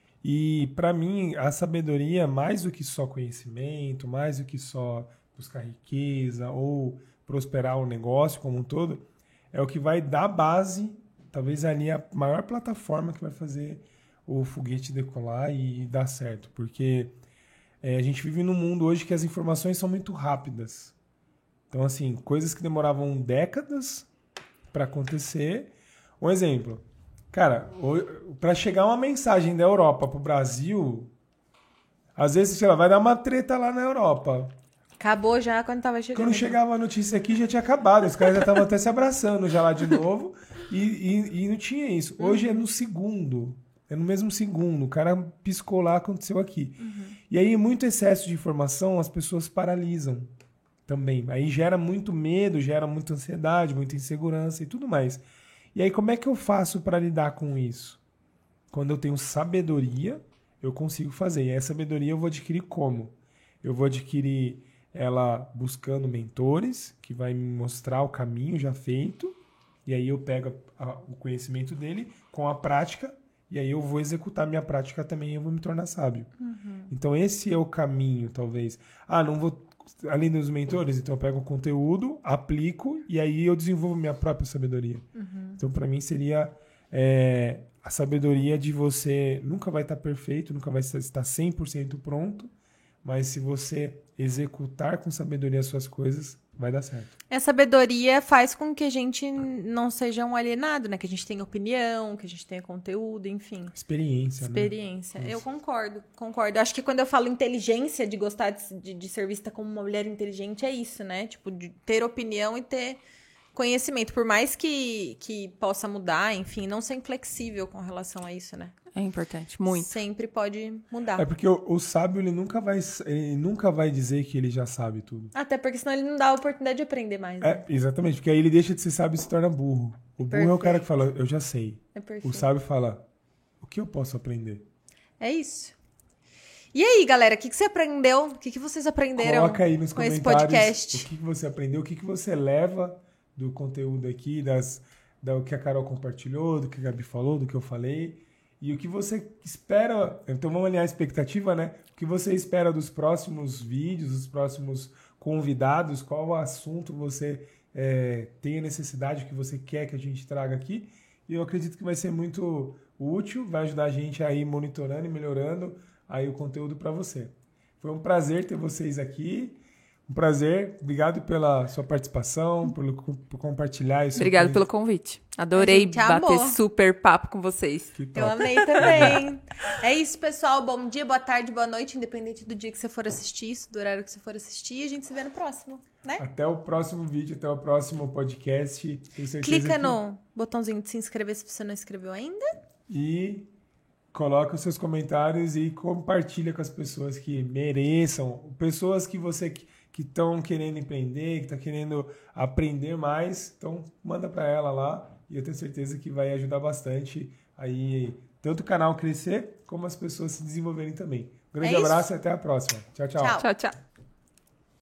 Speaker 2: E, para mim, a sabedoria, mais do que só conhecimento, mais do que só buscar riqueza ou prosperar o negócio como um todo, é o que vai dar base, talvez ali a maior plataforma que vai fazer o foguete decolar e dar certo. Porque é, a gente vive num mundo hoje que as informações são muito rápidas. Então, assim, coisas que demoravam décadas para acontecer. Um exemplo. Cara, para chegar uma mensagem da Europa pro Brasil, às vezes, sei lá, vai dar uma treta lá na Europa.
Speaker 1: Acabou já quando tava chegando.
Speaker 2: Quando chegava a notícia aqui, já tinha acabado. Os caras já estavam até se abraçando já lá de novo. E, e, e não tinha isso. Hoje é no segundo. É no mesmo segundo. O cara piscou lá, aconteceu aqui. Uhum. E aí, muito excesso de informação, as pessoas paralisam também. Aí gera muito medo, gera muita ansiedade, muita insegurança e tudo mais. E aí, como é que eu faço para lidar com isso? Quando eu tenho sabedoria, eu consigo fazer. E essa sabedoria eu vou adquirir como? Eu vou adquirir ela buscando mentores, que vai me mostrar o caminho já feito, e aí eu pego a, o conhecimento dele com a prática, e aí eu vou executar minha prática também e eu vou me tornar sábio. Uhum. Então esse é o caminho, talvez. Ah, não vou... Além dos mentores, então eu pego o conteúdo, aplico, e aí eu desenvolvo minha própria sabedoria. Uhum. Então, para mim, seria é, a sabedoria de você nunca vai estar perfeito, nunca vai estar cem por cento pronto, mas se você executar com sabedoria as suas coisas, vai dar certo.
Speaker 1: A sabedoria faz com que a gente não seja um alienado, né? Que a gente tenha opinião, que a gente tenha conteúdo, enfim.
Speaker 2: Experiência,
Speaker 1: Experiência.
Speaker 2: né?
Speaker 1: Eu concordo, concordo. Acho que quando eu falo inteligência, de gostar de, de, de ser vista como uma mulher inteligente, é isso, né? Tipo, de ter opinião e ter conhecimento. Por mais que, que possa mudar, enfim, não ser inflexível com relação a isso, né?
Speaker 3: É importante, muito.
Speaker 1: Sempre pode mudar.
Speaker 2: É porque o, o sábio, ele nunca, vai, ele nunca vai dizer que ele já sabe tudo.
Speaker 1: Até porque senão ele não dá a oportunidade de aprender mais, né?
Speaker 2: É, exatamente, porque aí ele deixa de ser sábio e se torna burro. O burro Perfeito. É o cara que fala, eu já sei.
Speaker 1: É perfeito.
Speaker 2: O sábio fala, o que eu posso aprender?
Speaker 1: É isso. E aí, galera, o que, que você aprendeu? O que, que vocês aprenderam
Speaker 2: Coloca aí nos
Speaker 1: com esse
Speaker 2: comentários
Speaker 1: podcast?
Speaker 2: o que, que você aprendeu, o que, que você leva do conteúdo aqui, das, do que a Carol compartilhou, do que a Gabi falou, do que eu falei. E o que você espera... Então vamos alinhar a expectativa, né? O que você espera dos próximos vídeos, dos próximos convidados, qual assunto você é, tem a necessidade, que você quer que a gente traga aqui. E eu acredito que vai ser muito útil, vai ajudar a gente a ir monitorando e melhorando aí o conteúdo para você. Foi um prazer ter vocês aqui. Um prazer. Obrigado pela sua participação, por, por compartilhar isso.
Speaker 3: Obrigado pelo convite. Adorei bater
Speaker 1: amou.
Speaker 3: super papo com vocês.
Speaker 1: Eu amei também. É isso, pessoal. Bom dia, boa tarde, boa noite, independente do dia que você for assistir isso, do horário que você for assistir. A gente se vê no próximo, né?
Speaker 2: Até o próximo vídeo, até o próximo podcast.
Speaker 1: Clica
Speaker 2: que...
Speaker 1: no botãozinho de se inscrever se você não inscreveu ainda.
Speaker 2: E coloca os seus comentários e compartilha com as pessoas que mereçam. Pessoas que você... que estão querendo empreender, que estão querendo aprender mais, então manda para ela lá e eu tenho certeza que vai ajudar bastante aí tanto o canal crescer como as pessoas se desenvolverem também. Um grande
Speaker 1: é
Speaker 2: abraço e até a próxima. Tchau, tchau.
Speaker 1: Tchau,
Speaker 3: tchau. tchau.